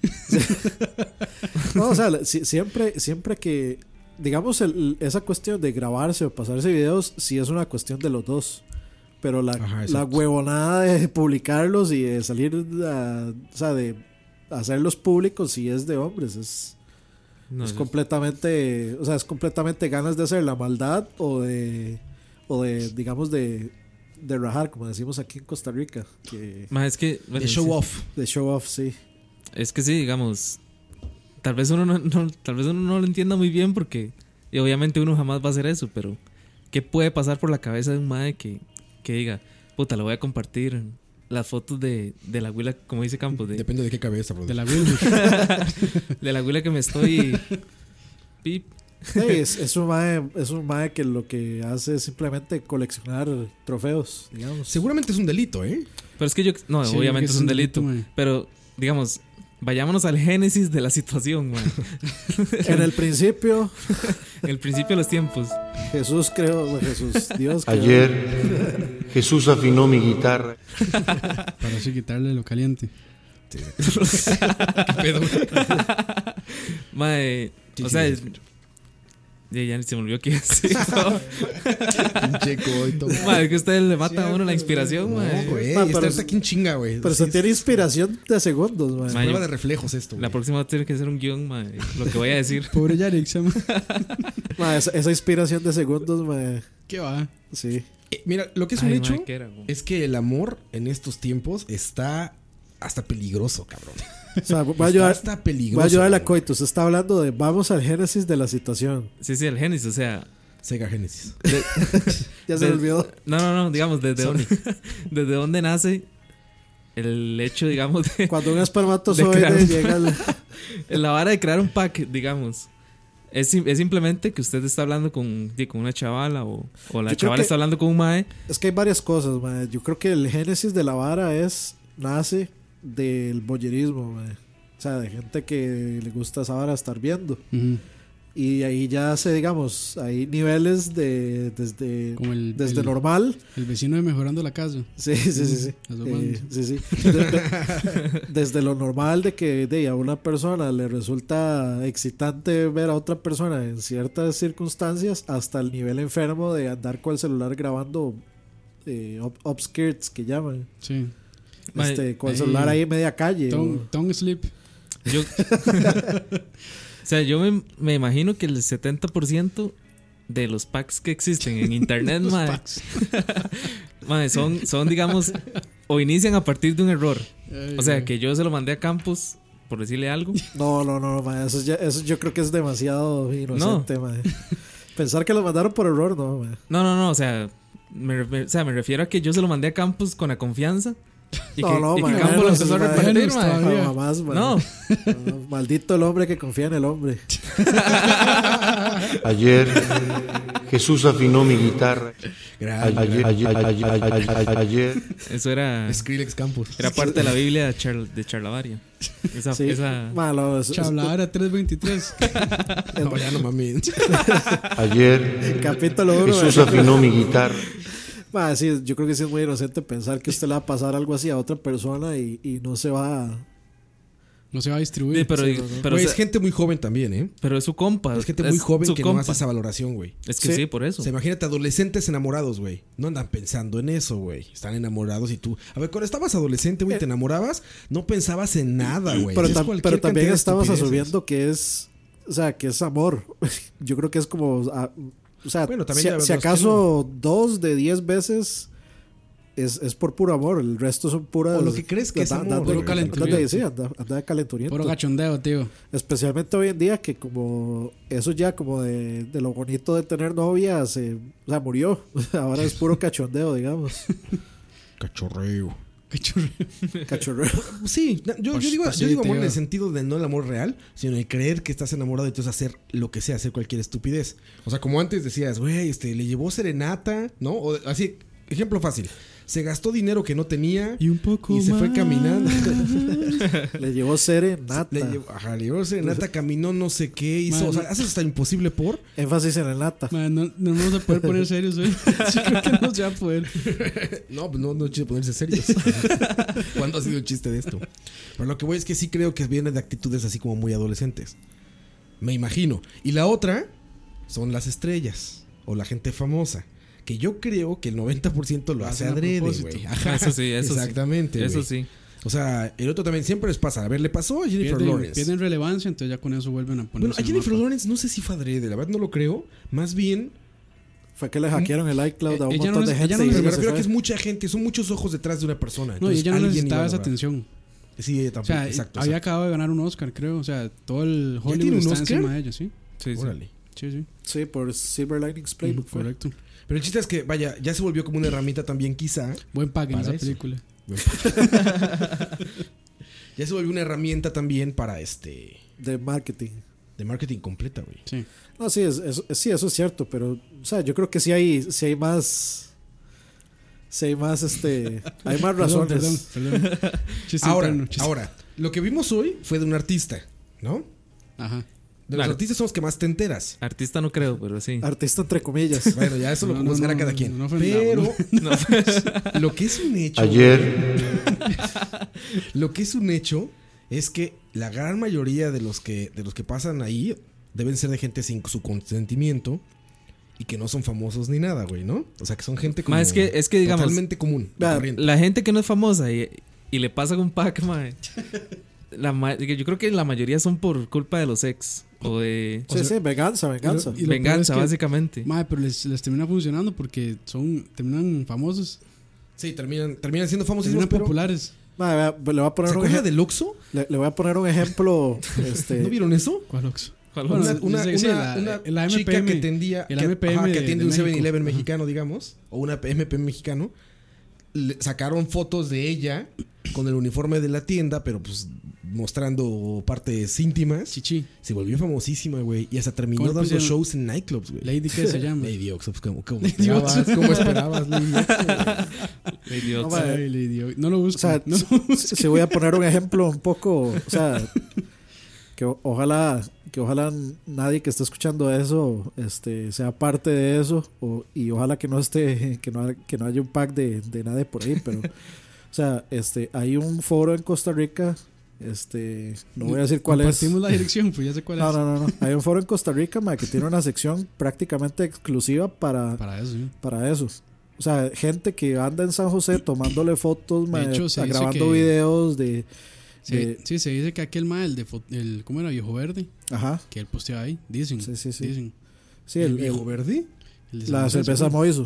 No, o sea, la- si- siempre, siempre que, digamos, el- esa cuestión de grabarse o pasarse videos, sí es una cuestión de los dos. Pero la, Ajá, la exacto. huevonada de publicarlos y de salir, a- o sea, de hacerlos públicos, sí es de hombres. Es, No, es eso- completamente, o sea, es completamente ganas de hacer la maldad o de, o de, digamos, de, de rajar, como decimos aquí en Costa Rica, que Ma, es que. bueno, De show sí. off. de show off, sí. Es que sí, digamos. Tal vez uno no, no- tal vez uno no lo entienda muy bien porque. Y obviamente uno jamás va a hacer eso, pero. ¿Qué puede pasar por la cabeza de un mae que, que diga, puta, lo voy a compartir las fotos de, de la huila, como dice Campos, de, Depende de qué cabeza, bro. De la Wilbur. de la huila que me estoy. Pip. Sí, es, es un mae, es un mae que lo que hace es simplemente coleccionar trofeos, digamos. Seguramente es un delito, ¿eh? Pero es que yo. No, Sí, obviamente que es un delito. mae. Pero, digamos, vayámonos al génesis de la situación, man. En el principio, En el principio de los tiempos. Jesús creó, bueno, Jesús, Dios creó. Ayer Jesús afinó mi guitarra. Para así quitarle lo caliente. ¿Qué pedo? Mae, Sí, o sí, sea, sí, es- escucho. ya, ya se me olvidó qué decir. No. Pinche coito. Mae, es que ustedes le matan a uno la inspiración, mae. No, güey. Ah, pero- Estás aquí en chinga, güey. Pero Sí, se tiene es- inspiración de segundos, mae. Ma, Prueba yo- de reflejos esto, güey. La próxima va a tener que hacer un guión, mae. Lo que voy a decir. Pobre Yarix, se llama. Ma, esa, esa inspiración de segundos, mae. ¿Qué va? Sí. Eh, Mira, lo que es un Ay, hecho mae, ¿qué era, güey? es que el amor en estos tiempos está hasta peligroso, cabrón. O sea, voy a Está ayudar, hasta peligroso. voy a ayudarle a güey. Coito. Usted está hablando de vamos al génesis de la situación. Sí, sí, el génesis, o sea. Sega Genesis. Ya se de- me olvidó. No, no, no, digamos, desde dónde, desde dónde nace el hecho, digamos, de, Cuando un De espermatozoide crear un- llega al... la vara de crear un pack, digamos. Es, sim- es simplemente que usted está hablando con, di, con una chavala o, o la Yo creo chavala que- está hablando con un mae. Es que hay varias cosas, mae. Yo creo que el génesis de la vara es nace del boyerismo, mae. O sea, de gente que le gusta esa vara estar viendo. Ujú. Y ahí ya se, digamos, hay niveles de desde, Como el, desde el, normal. el vecino de Mejorando la Casa. Sí, sí, sí, sí. Asomándose. Eh, sí, sí. De- de- desde lo normal de que de, a una persona le resulta excitante ver a otra persona en ciertas circunstancias, hasta el nivel enfermo de andar con el celular grabando eh, up- upskirts que llaman. Sí. Mae, Este, con el ahí- celular ahí en media calle. Tongue, o- tongue slip. Yo, o sea, yo me, me imagino que el setenta por ciento de los packs que existen en internet, Los mae, packs. mae, son, son, digamos, o inician a partir de un error. Ay, O sea, ay. que yo se lo mandé a Campos por decirle algo. No, no, no, ma, eso, ya- eso yo creo que es demasiado inocente, ma. Pensar que lo mandaron por error, no, ma. No, no, no, o sea, me, me- o sea, me refiero a que yo se lo mandé a Campos con la confianza. Y No, que, no, y que mae, Campos lo menos, empezó a mae. repartir, Menos mae. todavía. Jamás, ma. No, No, maldito el hombre que confía en el hombre. Ayer Jesús afinó mi guitarra. Gracias. Ayer, ayer, ayer, ayer, ayer eso era, Skrillex Campos. era parte de la Biblia de, Char- de Charlavaria. Esa, Sí, esa, malo, es- es- Chabladora tres veintitrés. No, ya no mames. ayer capítulo uno. Jesús ma. afinó mi guitarra. Ma, sí, yo creo que sí es muy inocente pensar que usted le va a pasar algo así a otra persona y, y no se va a... No se va a distribuir. sí, pero, Sí, no, no. pero, Güey, o es sea, gente muy joven también, ¿eh? pero es su compa. Es gente muy joven su que compa. no hace esa valoración, güey. Es que Sí. sí, por eso. O sea, imagínate adolescentes enamorados, güey. No andan pensando en eso, güey. Están enamorados y tú... A ver, cuando estabas adolescente, güey, te enamorabas, no pensabas en nada, güey. Pero, Hacías tam- cualquier pero también cantidad de estamos estupideces. asumiendo que es... O sea, que es amor. Yo creo que es como... ah, o sea, Bueno, también si, debe haber si los que acaso dos de diez veces... Es, es por puro amor, el resto son puras. O lo que crees que es anda- amor, anda- puro anda- calenturiento. sí, anda, anda de calenturiento. Puro gachondeo, tío. Especialmente hoy en día que como eso ya como de, de lo bonito de tener novia se, o sea, murió. Ahora es puro cachondeo, digamos. Cachorreo. Cachorreo. Sí, no, yo, yo Pues, digo, pues yo sí, digo amor tío. en el sentido de no el amor real, sino el creer que estás enamorado y entonces hacer lo que sea, hacer cualquier estupidez. O sea, como antes decías, güey, este, le llevó serenata, ¿no? O así, ejemplo fácil. Se gastó dinero que no tenía Y un poco y se fue más. caminando. Le llevó serenata. Le llevó, ajá, le llevó serenata, caminó no sé qué, hizo, Man. o sea, haces hasta imposible por. Énfasis en el nata. Man, no, no vamos a poder poner serios hoy. Sí, creo que no se va a poder. No, pues no, no es chiste ponerse serios. ¿Cuándo ha sido el chiste de esto? Pero lo que voy es que sí creo que viene de actitudes así como muy adolescentes. Me imagino. Y la otra son las estrellas o la gente famosa. Que yo creo que el noventa por ciento lo Lo hace hacen a adrede, propósito. güey. Ajá, Eso sí, eso sí. exactamente. Eso güey. sí. O sea, el otro también siempre les pasa. A ver, le pasó a Jennifer Pierden, Lawrence. pierden relevancia, entonces ya con eso vuelven a ponerse Bueno, a en el Jennifer mapa. Lawrence no sé si fue adrede, la verdad no lo creo. Más bien, Fue que le hackearon el iCloud a un Ella no montón de neces- gente. ella no y pero ella me se refiero a que fue. es mucha gente, son muchos ojos detrás de una persona. No, y Entonces, ella no alguien necesitaba iba a esa lograr. atención. Sí, ella O tampoco. sea, exacto. había exacto. acabado de ganar un Oscar, creo. O sea, todo el tiene Hollywood un está Oscar? encima de ella, sí. Sí, sí. Órale. Sí, sí. Sí, por Silver Linings Playbook. fue. Correcto. Pero el chiste es que, vaya, ya se volvió como una herramienta también, quizá. Buen pack en Para esa eso. película. Ya se volvió una herramienta también para este. De marketing. De marketing completa, güey. Sí. No, sí, es, es- sí, eso es cierto, pero, o sea, yo creo que sí hay, sí hay más. Sí hay más, este. Hay más Perdón, razones. perdón, perdón. Chiste Ahora, interno, chiste- ahora, lo que vimos hoy fue de un artista, ¿no? Ajá. De los Claro. artistas son los que más te enteras. Artista no creo, pero sí. Artista entre comillas. Bueno, ya eso lo No, no, juzgará no, cada no, quien. no ofendamos, Pero No. lo que es un hecho. Ayer, Lo que es un hecho es que la gran mayoría de los que, de los que pasan ahí deben ser de gente sin su consentimiento y que no son famosos ni nada, güey, ¿no? O sea, que son gente como Ma, es que- es que, digamos, totalmente común. Vea, corriente. La gente que no es famosa y, y le pasa con pack, mae, la ma- yo creo que la mayoría son por culpa de los ex o de Sí, sí, venganza, venganza. Y lo venganza, peor es que- básicamente. Madre, pero les, les termina funcionando porque son terminan famosos, Sí, terminan, terminan siendo famosos, terminan pero... populares. Ma, vea, le voy a poner ¿Se un acuerdan ejemplo. del Oxxo? Le, le voy a poner un ejemplo. Este, ¿No vieron eso? ¿Cuál Oxxo? ¿Cuál Bueno, otro? Una, sí, una, sí, una- la- una el A M P chica M, que tendía el que, A M P M ajá, que de- atiende de un siete eleven México. mexicano, digamos, o una M P M mexicano, le sacaron fotos de ella con el uniforme de la tienda, pero pues mostrando partes íntimas. Chichi. Se volvió famosísima, güey, y hasta terminó ¿Cómo le dando pusieron? shows en nightclubs, güey. Lady, ¿qué se llama? Lady Oxxo, pues, como, como Lady esperabas, Oxxo. como esperabas, Lady Oxxo, güey. Idiota. No, ma, Ay, Lady Oxxo. No lo busco. O sea, no. si si voy a poner un ejemplo un poco, o sea, que o- ojalá que ojalá nadie que esté escuchando eso este sea parte de eso o, y ojalá que no esté que no, que no haya un pack de, de nadie por ahí, pero o sea, este hay un foro en Costa Rica, este no voy a decir cuál es. Compartimos la dirección, pues ya sé cuál No, es. no, no, no. Hay un foro en Costa Rica, ma, que tiene una sección prácticamente exclusiva para, Para eso, sí. para eso. O sea, gente que anda en San José tomándole fotos, ma, hecho, se dice grabando que- videos de, Sí, de- sí, se dice que aquel mal, el de fo- el, ¿cómo era? Viejo Verde, Ajá. que él posteaba ahí. Dicen. Sí, sí, sí. Dicen. Sí, ¿El el, viejo el- verde? El de San la José, cerveza supongo. Moiso.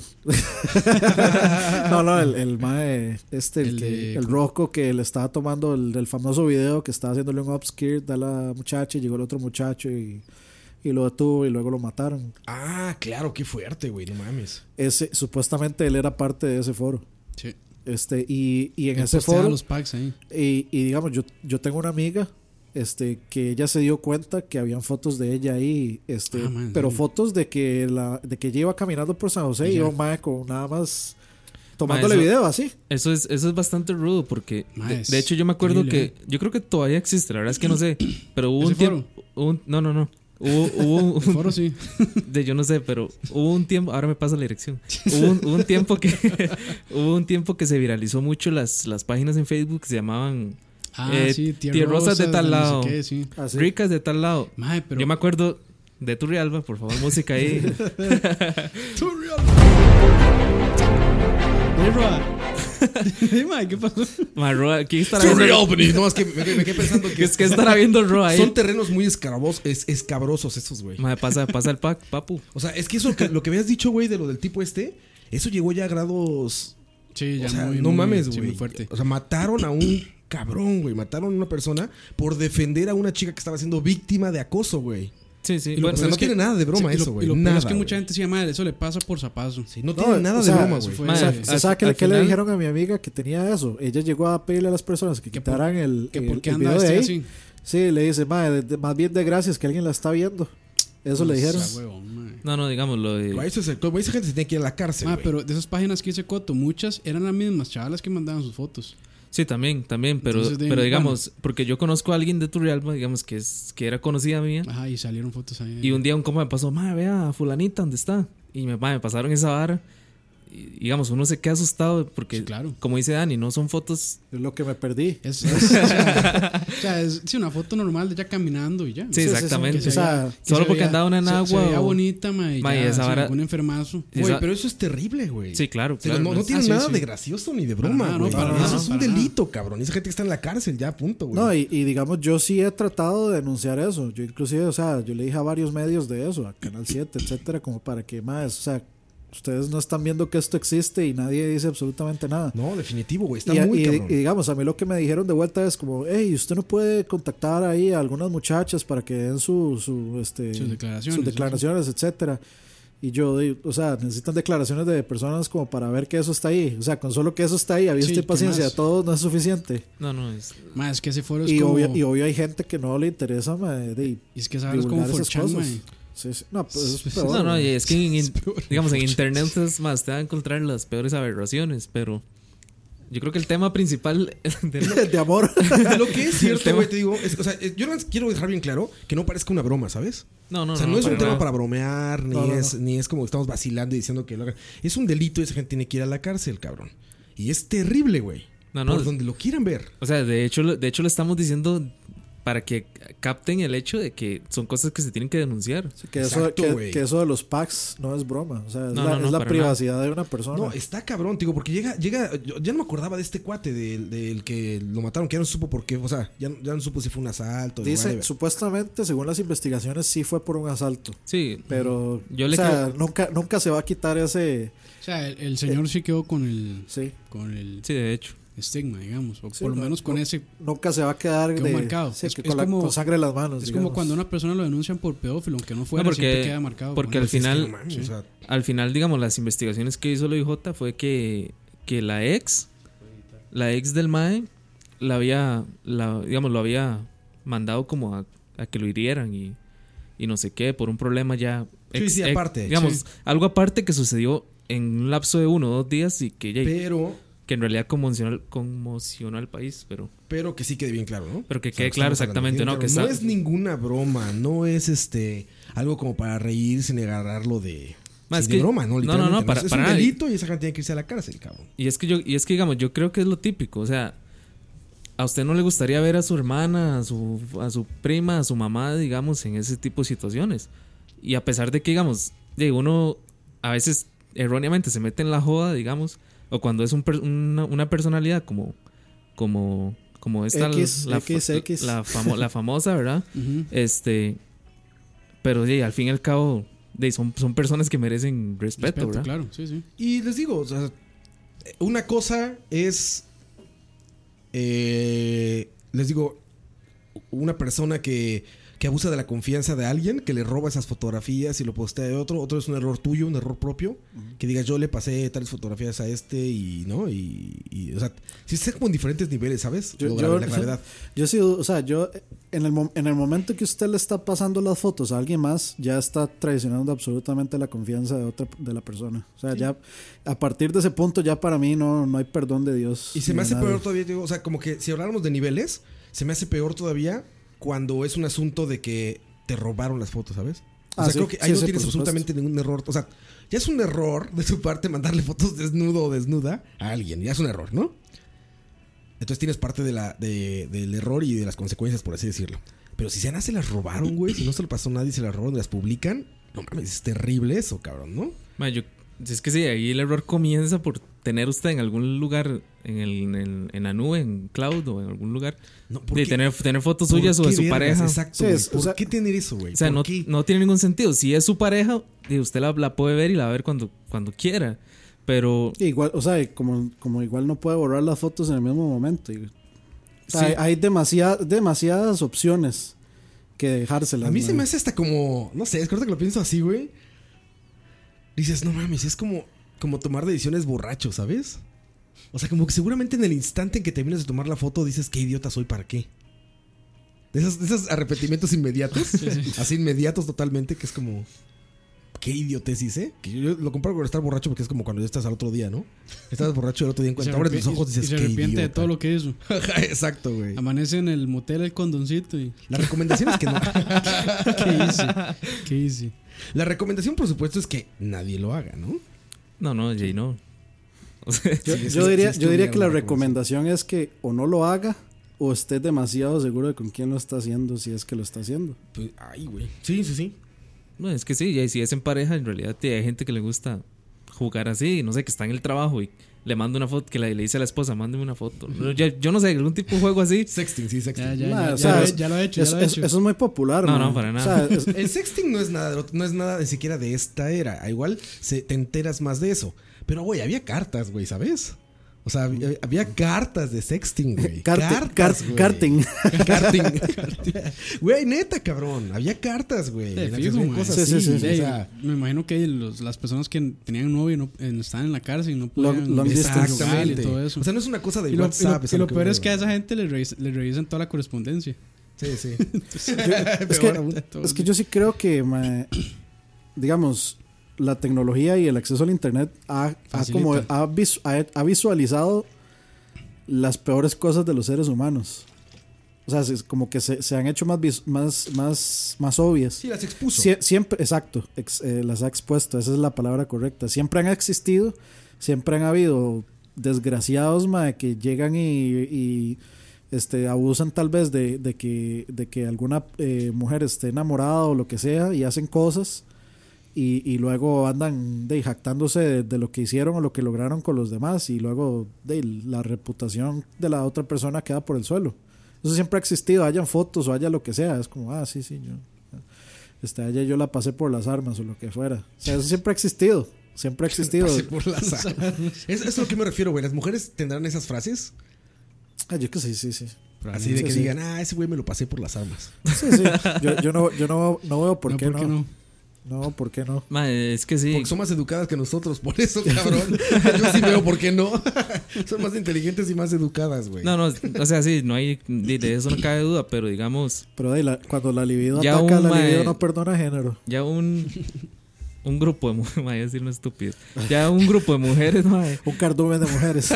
no, no, el, el mae, este, el, El que, de- el roco que le estaba tomando el del famoso video que estaba haciéndole un upskirt a la muchacha y llegó el otro muchacho y, y lo detuvo y luego lo mataron. Ah, claro, qué fuerte, güey, no mames. Ese, supuestamente él era parte de ese foro. Sí. Este, y, y en Él ese posteaba foro, los packs ahí. y, y digamos, yo, yo tengo una amiga este que ella se dio cuenta que habían fotos de ella ahí, este, Ah, man, pero sí. fotos de que la de que ella iba caminando por San José Y y ya. iba un mae con nada más tomándole eso- video así. Eso es, eso es bastante rudo porque Ma, de, es de hecho yo me acuerdo horrible, que yo creo que todavía existe, la verdad es que no sé, pero hubo ¿Ese un tiempo, hubo un- no, no, no. Hubo, hubo El un, foro sí. de yo no sé, pero hubo un tiempo, ahora me pasa la dirección. Hubo un, hubo un tiempo que hubo un tiempo que se viralizó mucho las, las páginas en Facebook que se llamaban Ah, Eh, sí, tierrosas de tal no sé lado. qué, sí. Así. ricas de tal lado. Mae, pero Yo me acuerdo de Turrialba, por favor, música ahí. Ey, Roa. Ey, mae, ¿qué pasó? Ma, Roa, ¿qué estará Surrey viendo? Albany. No, es que me, me quedé pensando que ¿Qué, es- qué estará viendo Roa ahí? son terrenos muy escarabos, es, escabrosos esos, güey. Ma, pasa, pasa el pack, papu. O sea, es que eso que, lo que habías dicho, güey, de lo del tipo este, eso llegó ya a grados. Sí, ya O sea, muy, no muy- mames, sí, güey. muy fuerte. O sea, mataron a un cabrón, güey. Mataron a una persona por defender a una chica que estaba siendo víctima de acoso, güey. Sí, sí. Y lo Bueno, O sea, peor no es que- tiene nada de broma Sí, y lo- eso, güey. Y lo peor Nada, es que mucha güey. gente se llama, eso le pasa por zapazo. Sí, no No, tiene nada o de sea, broma, eso güey. fue- Ma, O sea, al- ¿usted sabe qué, al qué le final- dijeron a mi amiga que tenía eso? Ella llegó a pedirle a las personas que Que por- quitaran el, Que el, por qué el anda video de vestida ahí. así. Sí, le dice, "Mae, de- de- más bien de gracias que alguien la está viendo." Eso le dijeron. Sea huevón, mae. no, no, digamos lo de. Güey, eso es el- güey, esa gente se tiene que ir a la cárcel, Ah, güey. pero de esas páginas que hice Coto, muchas eran las mismas chavalas que mandaban sus fotos. Sí, también, también, pero, Entonces, de- pero digamos, porque yo conozco a alguien de Turrialba, digamos, que es que era conocida mía, Ajá, y salieron fotos ahí. y un día un compa me pasó, ma, vea a fulanita, ¿dónde está? Y me, ma, me pasaron esa vara, y, digamos, uno se queda asustado porque, Sí, claro. como dice Dani, no son fotos. Es lo que me perdí. Es, es- o sea, o sea, es sí, una foto normal de ella caminando y ya. Sí, sí, sí, exactamente. Que se O sea, veía- que solo se porque veía- andaba una en se- agua Se veía o- bonita, ma, y Ma, y ya, esa sí, vara- algún enfermazo. Güey, Esa- pero eso es terrible, güey. Sí, claro, O sea, claro. no, no es- tiene Ah, sí, nada sí. de gracioso ni de Para broma, nada, no, güey. para Eso nada, es un para nada. delito, cabrón. Esa gente que está en la cárcel, ya, punto, güey. No, y, y digamos, yo sí he tratado de denunciar eso. Yo inclusive, o sea, yo le dije a varios medios de eso, a Canal siete, etcétera, como para que más, o sea, ustedes no están viendo que esto existe y nadie dice absolutamente nada. No, definitivo, güey. Está Y, muy y- cabrón. y digamos, a mí lo que me dijeron de vuelta es como, hey, usted no puede contactar ahí a algunas muchachas para que den su, su, este, Sus declaraciones, sus declaraciones, etcétera. Y yo, di- o sea, necesitan declaraciones de personas como para ver que eso está ahí. O sea, con solo que eso está ahí, había Sí, usted ¿qué paciencia, más? todo no es suficiente. No, no, es. Ma, es que ese foro es Y como. obvio, y obvio hay gente que no le interesa, ma, de, y es que esa vara es como divulgar esas forchan, cosas. ma. Sí, sí. No, pues eso es Sí, sí. peor, No, no, ma. y es que, en, in- digamos, en internet es más, te va a encontrar las peores aberraciones, pero yo creo que el tema principal de lo- de amor. De lo que es El cierto, tema- güey, te digo, es- o sea, eh, yo no quiero dejar bien claro que no parezca una broma, ¿sabes? No, no, O sea, no, es un para tema nada. para bromear, ni, No, no, es, no. ni es como que estamos vacilando y diciendo que lo hagan. Es un delito y esa gente tiene que ir a la cárcel, cabrón. Y es terrible, güey. No, no, Por es- donde lo quieran ver. O sea, de hecho, lo- de hecho le estamos diciendo para que capten el hecho de que son cosas que se tienen que denunciar. Que eso, Exacto, que, güey. que eso de los packs no es broma. O sea, es No, la, no, no, es la para privacidad de una persona. No, está cabrón, digo, porque llega, llega, yo ya no me acordaba de este cuate, del, del que lo mataron, que ya no supo por qué, o sea, ya, no- ya no supo si fue un asalto. Dice, whatever. supuestamente, según las investigaciones, sí fue por un asalto. Sí, Pero, Yo o le sea, creo- nunca, nunca se va a quitar ese. O sea, el, el señor sí quedó con el, Sí, con el sí, de hecho. estigma, digamos. O Sí, por lo no, menos con no. ese. nunca se va a quedar Quedó de, marcado. sí, Es- que es con, la- como- con sangre en las manos. Es como digamos. cuando a una persona lo denuncian por pedófilo, aunque no fuera, No, porque- siempre queda marcado. porque con al eso. Es que final- no mames, Sí. o sea, Al final, digamos, las investigaciones que hizo la I J fue que, que la ex, la ex del Mae, la había, la, digamos, lo había mandado como a, a que lo hirieran y, y no sé qué, por un problema ya. Sí, sí, aparte, digamos, sí. algo aparte que sucedió en un lapso de uno o dos días y que, ya- pero, que en realidad conmocionó, conmocionó al país, pero, pero que sí quede bien claro, ¿no? pero que O sea, quede lo claro estamos hablando. exactamente, ¿no? Que no está- es ninguna broma, no es este algo como para reírse ni agarrarlo de, Ma, es sí, de que- broma, ¿no? no, no, Literalmente, no, para- es para un nada. delito y esa gente tiene que irse a la cárcel, cabrón. Y es que yo, y es que digamos, yo creo que es lo típico, o sea, a usted no le gustaría ver a su hermana, a su, a su prima, a su mamá, digamos, en ese tipo de situaciones. Y a pesar de que, digamos, de uno a veces erróneamente se mete en la joda, digamos, o cuando es un per- una, una personalidad como, como, como esta, X, la, X, la- X. la famo- la famosa, ¿verdad? Ujú. Este, pero sí, al fin y al cabo, de, son, son personas que merecen respeto, Respeto, ¿verdad? claro, sí, sí. Y les digo, o sea, una cosa es, eh, les digo, una persona que, que abusa de la confianza de alguien, que le roba esas fotografías y lo postea de otro. Otro es un error tuyo, un error propio. Que digas, yo le pasé tales fotografías a este y, ¿no? Y, y, o sea, sí está como en diferentes niveles, ¿sabes? Yo- Lo yo- gra- la gravedad. Yo sí, o sea, yo en el, mo- en el momento que usted le está pasando las fotos a alguien más, ya está traicionando absolutamente la confianza de otra de la persona. O sea, ya a partir de ese punto ya para mí no, no hay perdón de Dios. Y se ni me de hace nadie. peor todavía, digo, o sea, como que si habláramos de niveles, se me hace peor todavía cuando es un asunto de que te robaron las fotos, ¿sabes? O Ah, sea, sí, creo que ahí sí, no sí, tienes por absolutamente ningún error. O sea, ya es un error de su parte mandarle fotos desnudo o desnuda a alguien. Ya es un error, ¿no? Entonces tienes parte de la, de- del error y de las consecuencias, por así decirlo. Pero si se se las robaron, güey, si no se lo pasó a nadie, se las robaron y las publican, no mames, es terrible eso, cabrón, ¿no? Ma, yo, es que sí, ahí el error comienza por tener usted en algún lugar, en, el, en, el- en la nube, en cloud o en algún lugar, No, ¿por de qué- tener, tener fotos por suyas o qué de su vergas? pareja. Exacto, Sí, güey. es- o ¿Por sea- qué tener eso, güey? O sea, ¿Por no, qué? no tiene ningún sentido. Si es su pareja, di, usted la, la puede ver y la va a ver cuando, cuando quiera. Pero Igual, o sea, como, como igual no puede borrar las fotos en el mismo momento. y- o sea, Sí. hay, hay demasiada- demasiadas opciones que dejárselas. A mí se man. me hace hasta como, no sé, es que ahorita que lo pienso así, güey. Dices, no mames, es como, como tomar decisiones borracho, ¿sabes? O sea, como que seguramente en el instante en que terminas de tomar la foto dices, qué idiota soy, ¿para qué? De esos, de esos arrepentimientos inmediatos, así inmediatos totalmente, que es como, qué idiotez hice. Que yo, yo lo comparo con estar borracho porque es como cuando ya estás al otro día, ¿no? Estás borracho el otro día en Y se cuanto abres los arrepi- ojos y- dices, y se qué arrepiente de idiota. todo lo que hizo. Exacto, güey. Amanece en el motel el condoncito y. La recomendación es que no. ¿Qué hice? ¿Qué hice? La recomendación, por supuesto, es que nadie lo haga, ¿no? no, no, Jay, no. O sea, Yo, Sí, yo sí, diría, sí yo diría que la estudiaron la recomendación es que o no lo haga o esté demasiado seguro de con quién lo está haciendo, si es que lo está haciendo. Pues, ay, güey. Sí, sí, sí. no, es que sí, y si es en pareja, en realidad sí, hay gente que le gusta jugar así, no sé, que está en el trabajo y le manda una foto, que le, le dice a la esposa, mándeme una foto. No, ya- yo no sé, algún tipo de juego así. Sexting, sí, sexting. Ya, ya, Ma, ya, o ya sea, lo he- es- ya lo he hecho, ya Es- lo he es- hecho. eso es muy popular, No, ma. no, para O nada. sea, es- El sexting no es nada, no es nada ni siquiera de esta era. Ah, igual se, te enteras más de eso. Pero, güey, había cartas, güey, ¿sabes? O sea, había, había cartas de sexting, güey. Carte- Cartas, car- güey. karting. Karting. Güey, neta, cabrón. Había cartas, güey. De en las que fijo, hacían man. cosas Sí, sí, así. sí, o Sí, sea, me imagino que los, las personas que tenían novio no, eh, estaban en la cárcel y no Long- podían long estar distance. jugar y exactamente. todo eso. O sea, no es una cosa de y lo, y lo- WhatsApp. y es a lo que peor voy, es que a güey. esa gente le, revis- le revisan toda la correspondencia. Sí, sí. es, que, es que yo sí creo que, ma, digamos, la tecnología y el acceso al internet ha, ha Facilita. como, ha, vis- ha- ha visualizado las peores cosas de los seres humanos. O sea, es como que se, se han hecho más, vis- más, más, más obvias. Sí, las expuso. Sie- siempre, exacto, ex- eh, las ha expuesto, esa es la palabra correcta. Siempre han existido, siempre han habido desgraciados, ma, que llegan y, y, este, abusan tal vez de, de que, de que alguna eh, mujer esté enamorada o lo que sea y hacen cosas y, y luego andan de, jactándose de, de lo que hicieron o lo que lograron con los demás y luego de, la reputación de la otra persona queda por el suelo. Eso siempre ha existido, hayan fotos o haya lo que sea, es como, ah, sí, sí, yo, este, ayer yo la pasé por las armas o lo que fuera. O sea, eso siempre ha existido, siempre ha existido. Pasé por las armas. Es, es a lo que me refiero, güey. Las mujeres tendrán esas frases. Ah, yo que sí, sí, sí. Así de Sí, que sí. digan, ah, ese güey me lo pasé por las armas. Sí, sí. Yo, yo, no, yo no, no veo por, No, qué, ¿por qué no. no? No, ¿por qué no? Ma, es que sí. Porque son más educadas que nosotros, por eso, cabrón. Yo sí veo por qué no. Son más inteligentes y más educadas, güey. No, no, o sea, sí, no hay, de de eso no cabe duda, pero digamos, Pero de la- cuando la libido Ya ataca, un la mae- libido no perdona género. ya un, un grupo de mujeres, voy a decir una estúpido, ya un grupo de mujeres, ma, Un cardumen de mujeres.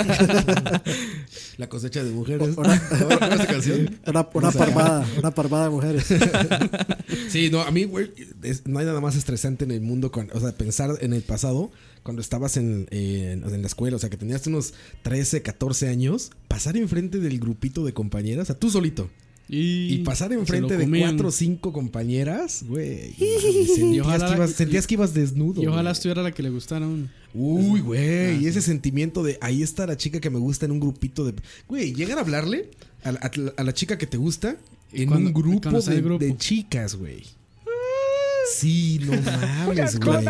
La cosecha de mujeres. Una- ¿No recuerdas esta canción? Una, una parvada, una parvada de mujeres. Sí, no, a mí, güey, es- no hay nada más estresante en el mundo, cuando, o sea, pensar en el pasado, cuando estabas en, en, en la escuela, o sea, que tenías unos trece, catorce años, pasar enfrente del grupito de compañeras, o sea, tú solito, Y, y pasar se enfrente lo de comían. cuatro o cinco compañeras, güey, mames, sentías, ojalá- que ibas, sentías que ibas desnudo. Y ojalá güey. estuviera la que le gustara a uno. Uy, güey, y ese sentimiento de ahí está la chica que me gusta en un grupito de... Güey, llegar a hablarle a la, a la- a la chica que te gusta Y en cuando- un grupo cuando está de, el grupo. de chicas, güey. Sí, no mames, güey.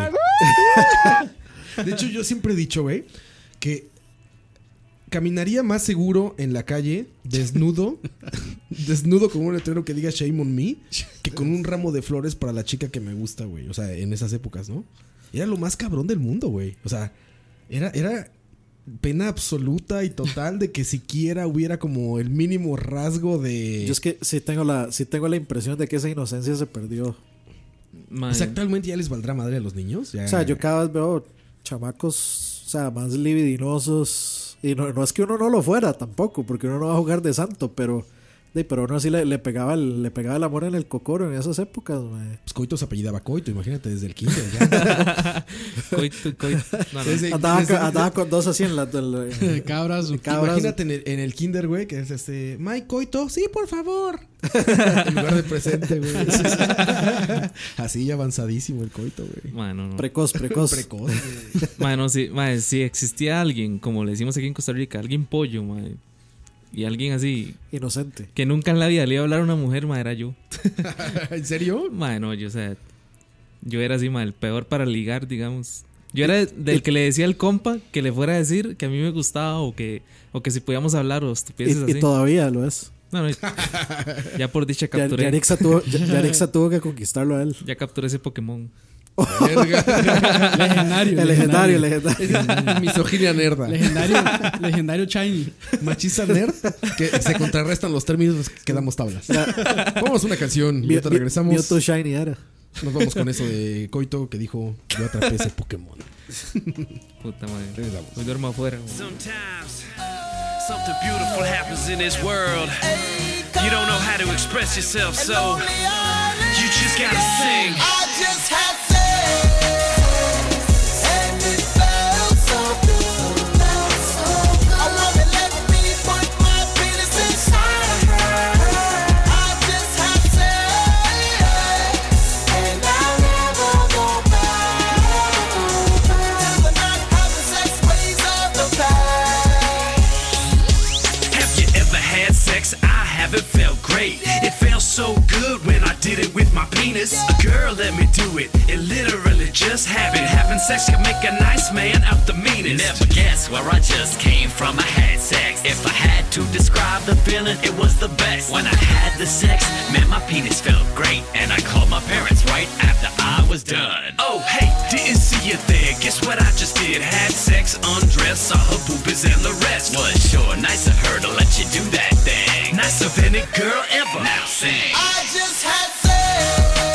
De hecho, yo siempre he dicho, güey, que caminaría más seguro en la calle, desnudo, desnudo con un letrero que diga shame on me, que con un ramo de flores para la chica que me gusta, güey. O sea, en esas épocas, ¿no? Era lo más cabrón del mundo, güey. O sea, era, era pena absoluta y total de que siquiera hubiera como el mínimo rasgo de... Yo es que sí tengo la, sí tengo la impresión de que esa inocencia se perdió. ma, O sea, actualmente ya les valdrá madre a los niños. Ya... O sea, yo cada vez veo chamacos, o sea, más libidinosos. Y no, no es que uno no lo fuera tampoco, porque uno no va a jugar de santo, pero, de, pero uno así le, le pegaba el, le pegaba el amor en el cocoro en esas épocas, mae. Pues Coito se apellidaba Coito, imagínate, desde el kinder ya. coito, coito, no, no. Desde- Andaba, desde- con- andaba con dos así en la... del- De cabras. cabras. Imagínate en el, en el kinder, güey, que es este... Mike Coito, sí, por favor. En lugar de presente, güey. Así ya avanzadísimo el Coito, güey. Ma, no, no. Precoz, precoz. Precoz, güey. Ma, no, sí, ma, si existía alguien, como le decimos aquí en Costa Rica, alguien pollo, ma, y alguien así, Inocente. que nunca en la vida le iba a hablar a una mujer, ma, era yo. ¿En serio? Ma, no, yo, o sea, yo era así, ma, el peor para ligar, digamos. Yo era del que le decía al compa que le fuera a decir que a mí me gustaba o que, o que si podíamos hablar o estupideces Y, así. y todavía lo es. No, no, ya por dicha Ya- capturé. Yarixa tuvo, Ya- Yarixa tuvo que conquistarlo a él. Ya capturé ese Pokémon. Verga. Legendario. El legendario, el legendario. Misoginia nerda. Legendario, legendario Shiny. Machista nerd. Que se contrarrestan los términos que damos tablas. Vamos a una canción y Mi- ahorita mi- regresamos. Mewtwo Shiny era. Nos vamos con eso de Coito que dijo: yo atrapé ese Pokémon. Puta madre. Regresamos. Hoy duermo afuera. güey. Sometimes something beautiful happens in this world. You don't know how to express yourself, so you just gotta sing. I just had sex, and it felt so good. this. Girl, let me do it. It literally just happened. Having sex can make a nice man out the meanest. Never guess where I just came from. I had sex. If I had to describe the feeling, it was the best. When I had the sex, man, my penis felt great. And I called my parents right after I was done. Oh, hey, didn't see you there. Guess what I just did? Had sex, undressed, saw her boobies and the rest. Was sure nice of her to let you do that thing. Nicer than any girl ever. Now sing. I just had sex,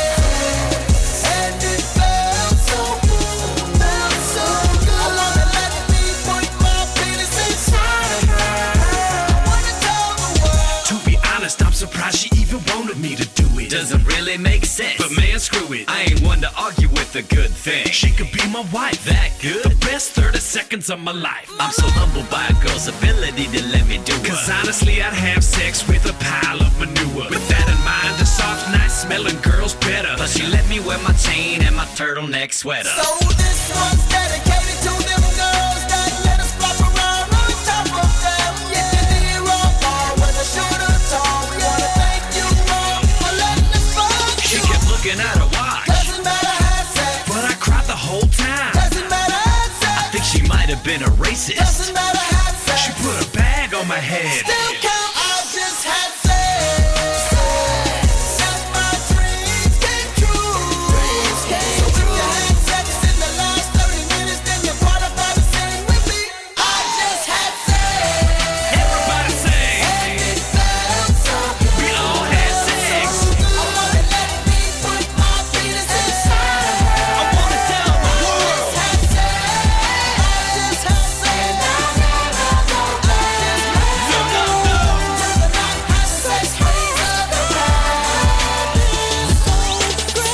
and it felt so good, felt so good. I wanna let me put my penis inside of her. I wanna tell the world. To be honest, I'm surprised she even wanted me to do it. Doesn't really make sense. But man, screw it. I ain't one to argue with a good thing. She could be my wife. That good? The best thirty seconds of my life. I'm so humbled by a girl's ability to let me do it. Cause honestly, I'd have sex with a pile of manure. With that in mind, a soft, nice smelling girl's better. Plus she let me wear my chain and my turtleneck sweater. So this one's dedicated to them girls that let us flop around on top of them. Yeah, the hero bar, whether short or tall. We wanna thank you all for letting us fuck She you. kept looking at her watch, Doesn't matter how sex. but I cried the whole time. Doesn't matter how sex. I think she might have been a racist. Doesn't matter how sex. She put a bag on my head. Still count. I just had sex. And my dreams came true. Dreams came so true. If you had sex in the last thirty minutes, then you're qualified to sing with me. I just had sex. Everybody sing. And it felt so good. We all had sex. I wanna let me put my penis inside of her. I wanna tell the world. I just had sex. I just had sex. And I never go back. No, no, no. Never not have sex with other guys. So great.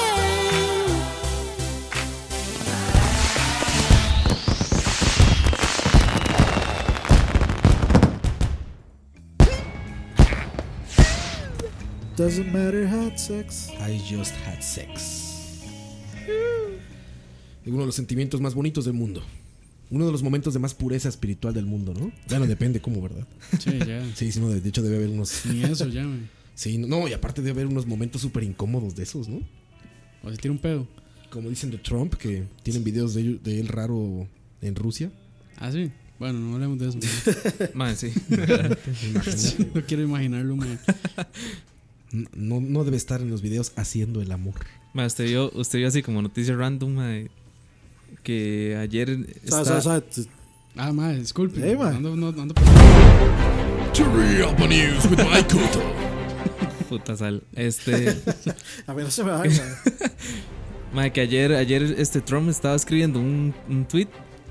Doesn't matter had sex. I just had sex. Es uno de los sentimientos más bonitos del mundo. Uno de los momentos de más pureza espiritual del mundo, ¿no? Bueno, depende cómo, ¿verdad? Sí, ya. Sí, sí, no, de hecho debe haber unos... Ni eso ya, güey. Sí, no, y aparte debe haber unos momentos súper incómodos de esos, ¿no? O se tira un pedo. Como dicen de Trump, que tienen videos de, ello- de él raro en Rusia. Ah, sí. Bueno, no hablemos de eso. Mae, sí. Imagínate. No quiero imaginarlo, man. No, no debe estar en los videos haciendo el amor. Mae, usted vio, usted vio así como noticia random, mae, que ayer Sabe, está... sabe, sabe. Ah, madre, disculpe. Hey, man. Ando, no, ando Turrialba News with Mike Cotto. Puta sal. Este... A ver, no se me va, man. Mae, que ayer, ayer este Trump estaba escribiendo un, un tweet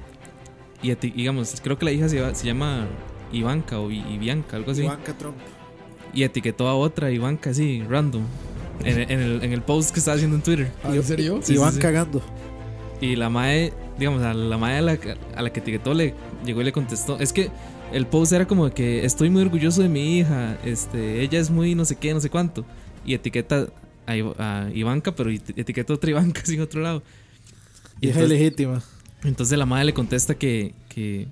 y eti- digamos, creo que la hija se, va- se llama Ivanka o I- Ivanka, algo así. Ivanka Trump. Y etiquetó a otra Ivanka así, random. En, en el, en el post que estaba haciendo en Twitter. ¿En serio? Sí, y van sí, sí. cagando. Y la mae, digamos, a la mae a la, a la que etiquetó le llegó y le contestó. Es que el post era como de que estoy muy orgulloso de mi hija. Este, ella es muy no sé qué, no sé cuánto. Y etiqueta a, Iv- a Ivanka, pero et- etiqueta a otra Ivanka así en otro lado. Y Hija entonces, ilegítima. entonces la madre le contesta que, que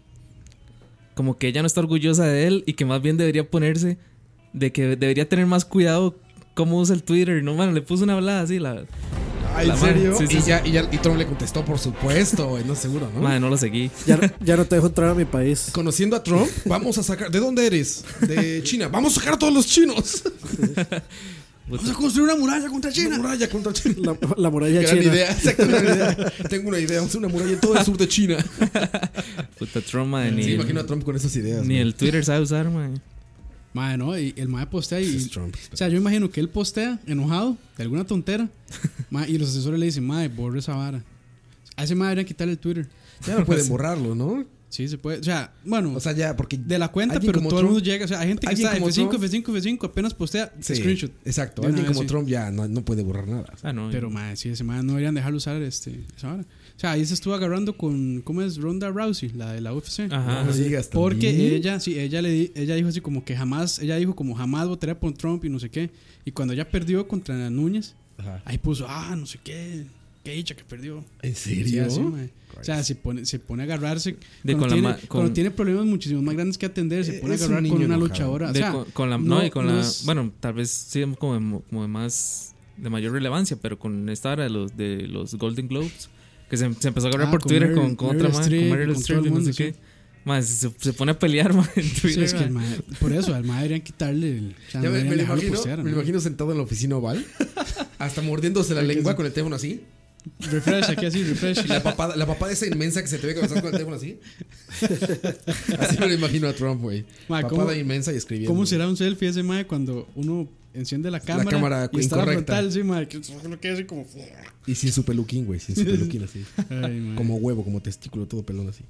como que ella no está orgullosa de él y que más bien debería ponerse de que debería tener más cuidado cómo usa el Twitter. No, mano, le puso una hablada así. La, Ah, la ¿en madre. serio? Sí, sí, y, sí. ya, y, ya, y Trump le contestó, por supuesto, güey, no seguro, ¿no? Madre, no lo seguí. Ya, no- ya no te dejo entrar a mi país. Conociendo a Trump, vamos a sacar. ¿De dónde eres? De China. Vamos a sacar a todos los chinos. Vamos a construir una muralla contra China. Una muralla contra China. La, la muralla Gran china. idea, exacto, gran idea. Tengo una idea, vamos a hacer una muralla en todo el sur de China. Puta Trump, madre, ni, Sí, imagino a Trump con esas ideas. ni güey. el Twitter sabe usar, madre. Madre, no, y el madre postea y. Es Trump. O sea, yo imagino que él postea enojado de alguna tontera. Madre, y los asesores le dicen, madre, borre esa vara. A ese madre deberían quitarle el Twitter. Ya no pueden borrarlo, ¿no? Sí, se puede. O sea, bueno, O sea, ya, porque. de la cuenta, alguien pero como todo el Trump- mundo llega. O sea, hay gente que alguien está como F cinco, Trump- F cinco, F cinco, apenas postea Sí, screenshot. exacto. De una Alguien vez, como sí. Trump ya no, no puede borrar nada. Ah, no. Pero, madre, sí, ese madre no deberían dejarlo usar este, esa vara. O sea, ahí se estuvo agarrando con, ¿cómo es? Ronda Rousey, la de la U F C. Ajá. No digas Porque también. ella, sí, ella le di- ella dijo así como que jamás, ella dijo como jamás votaría por Trump y no sé qué. Y cuando ella perdió contra Núñez, Ajá. ahí puso, ah, no sé qué, qué dicha que perdió. ¿En Sí, serio? así, mae. O sea, se pone, se pone a agarrarse. De cuando, con la tiene, ma- con- cuando tiene problemas muchísimo más grandes que atender, se Eh, pone a es un agarrar con niño una enojado. luchadora. O De sea, con, con la, no, no- y con no la. es- Bueno, tal vez sí, como de, como de más. de mayor relevancia, pero con esta hora de los, de los Golden Globes, que se, se empezó a hablar Ah, por con Twitter Meryl- con, con otra Meryl man, Streep, con Meryl con Streep todo y el no sé mundo, qué. sí. Man, se, se pone a pelear, man, en Sí, Twitter. es que el man. mae- por eso al mae deberían quitarle el. O sea, Ya no me, me deberían lo dejarlo imagino, postear, me ¿no? lo imagino sentado en la oficina oval, hasta mordiéndose la Ay, que lengua sí. con el teléfono así. Refresh, aquí así, refresh. Y la papada, la papada esa inmensa que se te ve cuando estás con el teléfono así. Así me lo imagino a Trump, güey. Ma, Papada ¿cómo- inmensa y escribiendo. ¿Cómo será un selfie ese mae cuando uno enciende la cámara? cámara y está la incorrecta. frontal, sí, mae, que uno queda así como. Y sin su peluquín, güey. Sin su peluquín así. Ay, mae. Como huevo, como testículo, todo pelón así.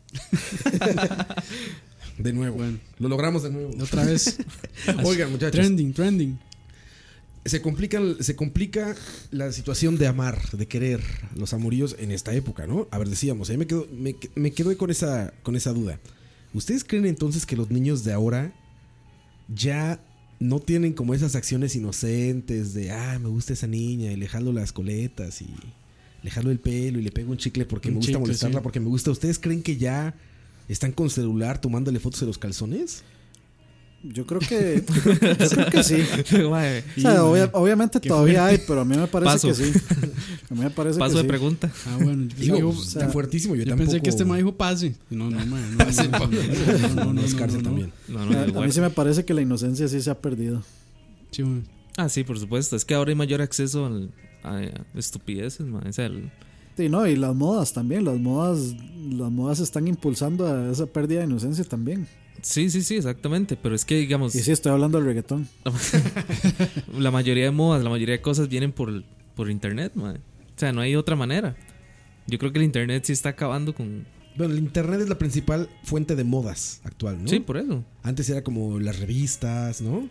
De nuevo. Bueno. Lo logramos de nuevo. Otra vez. Oigan, muchachos. Trending, trending. Se complica, se complica la situación de amar, de querer los amoríos en esta época, ¿no? A ver, decíamos, ahí me quedo, me, me quedo con esa, con esa duda. ¿Ustedes creen entonces que los niños de ahora ya no tienen como esas acciones inocentes de, ah, me gusta esa niña y le jalo las coletas y le jalo el pelo y le pego un chicle porque Un me gusta chicle, molestarla, sí. porque me gusta? ¿Ustedes creen que ya están con celular tomándole fotos de los calzones? Yo creo que, yo creo, yo creo que sí. Mae, O sea, obvia- obviamente Qué todavía fuerte. hay, pero a mí me parece Paso. que sí. A mí me parece paso que de sí. pregunta. Ah, bueno. Yo, Digo, yo- pues, está fuertísimo. Yo, yo tampoco... pensé que este mae dijo pase. No, no, mae. No, Pase, no, no, Pablo. no, no, no, No, es no, cárcel no, no. también. No, no, A, el a mí sí me parece que la inocencia sí se ha perdido. Sí, mae. Ah, sí, por supuesto. Es que ahora hay mayor acceso al- a, a estupideces, man. O sea, el- Sí, no, y las modas también. Las modas, las modas están impulsando a esa pérdida de inocencia también. sí, sí, sí, exactamente. Pero es que, digamos, Y sí, estoy hablando del reggaetón. la mayoría de modas, la mayoría de cosas vienen por, por internet, man. O sea, no hay otra manera. Yo creo que el internet sí está acabando con... Bueno, el internet es la principal fuente de modas actual, ¿no? Sí, por eso. Antes era como las revistas, ¿no?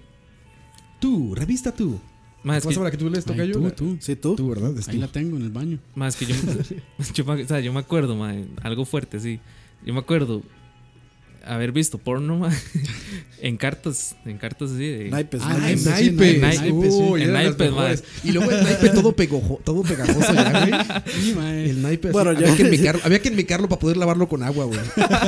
Tú, revista tú. Más es ¿Cómo se que, llama la que tú lees, Ay, tocayo? tú, La- tú. Sí, tú. Tú, ¿verdad? Es Ahí tú. la tengo en el baño. más que yo, yo, me- o sea, yo me acuerdo, man, algo fuerte, sí. Yo me acuerdo haber visto porno, man, en cartas, en cartas así de... Naipes, Ah, Ah, en naipes, sí, naipes. naipes, sí. Uy, En eran las naipes, mejores. Y luego el naipe todo, pegojo, todo pegajoso ya, güey. Sí, mae. El naipe así. Bueno, había, ya- que enmecarlo, había que enmecarlo para poder lavarlo con agua, güey.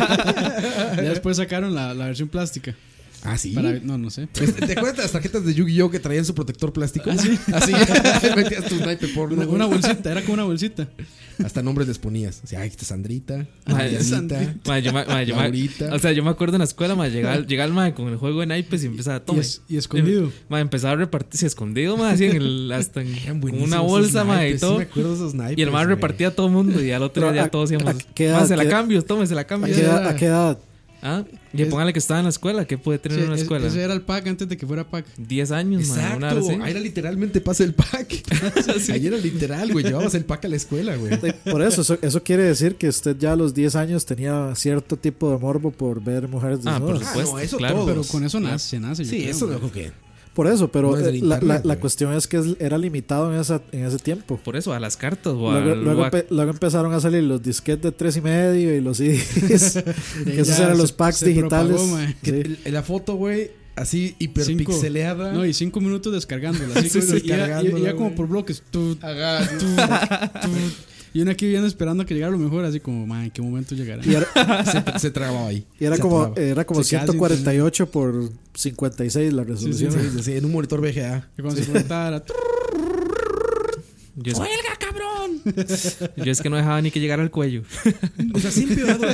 Ya después sacaron la, la versión plástica. Ah, sí. Para, no, no sé. Pues, ¿te acuerdas de las tarjetas de Yu-Gi-Oh que traían su protector plástico? Ah, sí. Así, metías tu naipe porno. Una, güey. una bolsita, era como una bolsita. Hasta nombres les ponías. O sea, ahí está Sandrita, Ay, Marianita, Sandrita. Ma, yo, me- ma, yo me- Laurita. o sea, yo me acuerdo en la escuela, ma, llegaba, llegaba el ma con el juego de naipes y empezaba a Y, tomar. es- y escondido. Ma, empezaba a repartirse escondido, ma, así en el, hasta en, Eran con buenísimos una esos bolsa, ma, y naipes, todo. Sí me acuerdo de esos naipes. Y el ma güey. repartía a todo el mundo y al otro Pero día a- ya todos a- íbamos. ¿a qué Ma, edad- se la qué- cambio, tome, se la ¿A cambio. qué edad? ¿A qué edad? Ah, y póngale que estaba en la escuela. ¿Qué puede tener Sí, en una es- escuela? ese era el pack antes de que fuera pack. diez años, ma, una hora Exacto. así. Ahí era literalmente pasa el pack. Ahí era literal, güey. Llevabas el pack a la escuela, güey. Sí, por eso, eso, eso quiere decir que usted ya a los diez años tenía cierto tipo de morbo por ver mujeres Ah, por desnudas. supuesto. no, eso claro. todos. Pero con eso nace, se nace. yo Sí, creo, eso mae. no creo que. Por eso, pero No es del eh, la, internet, la- la güey. cuestión es que es- era limitado en, esa, en ese tiempo. Por eso, a las cartas o Luego, al luego, WhaC. empe- luego empezaron a salir los disquetes de tres y medio y los C Ds. que esos Ya eran los se- packs se digitales. propagó, mae. Sí. El- La foto, güey, así Cinco- hiperpixeleada. No, y cinco minutos descargándola. Así Sí, como- sí, y ya- y- y ya descargándola, como güey. por bloques. Tú, Ajá. tú, tú. Y uno aquí viendo esperando a que llegara lo mejor. Así como, man, ¿en qué momento llegará? Y era, se, se trababa ahí. y era Se como, trababa. era como Sí, casi, ciento cuarenta y ocho por cincuenta y seis la Sí, resolución. sí, sí, sí, en un monitor V G A. Que cuando se conectara. Yo es, yo es que no dejaba ni que llegara al cuello. O sea, sí empeorado.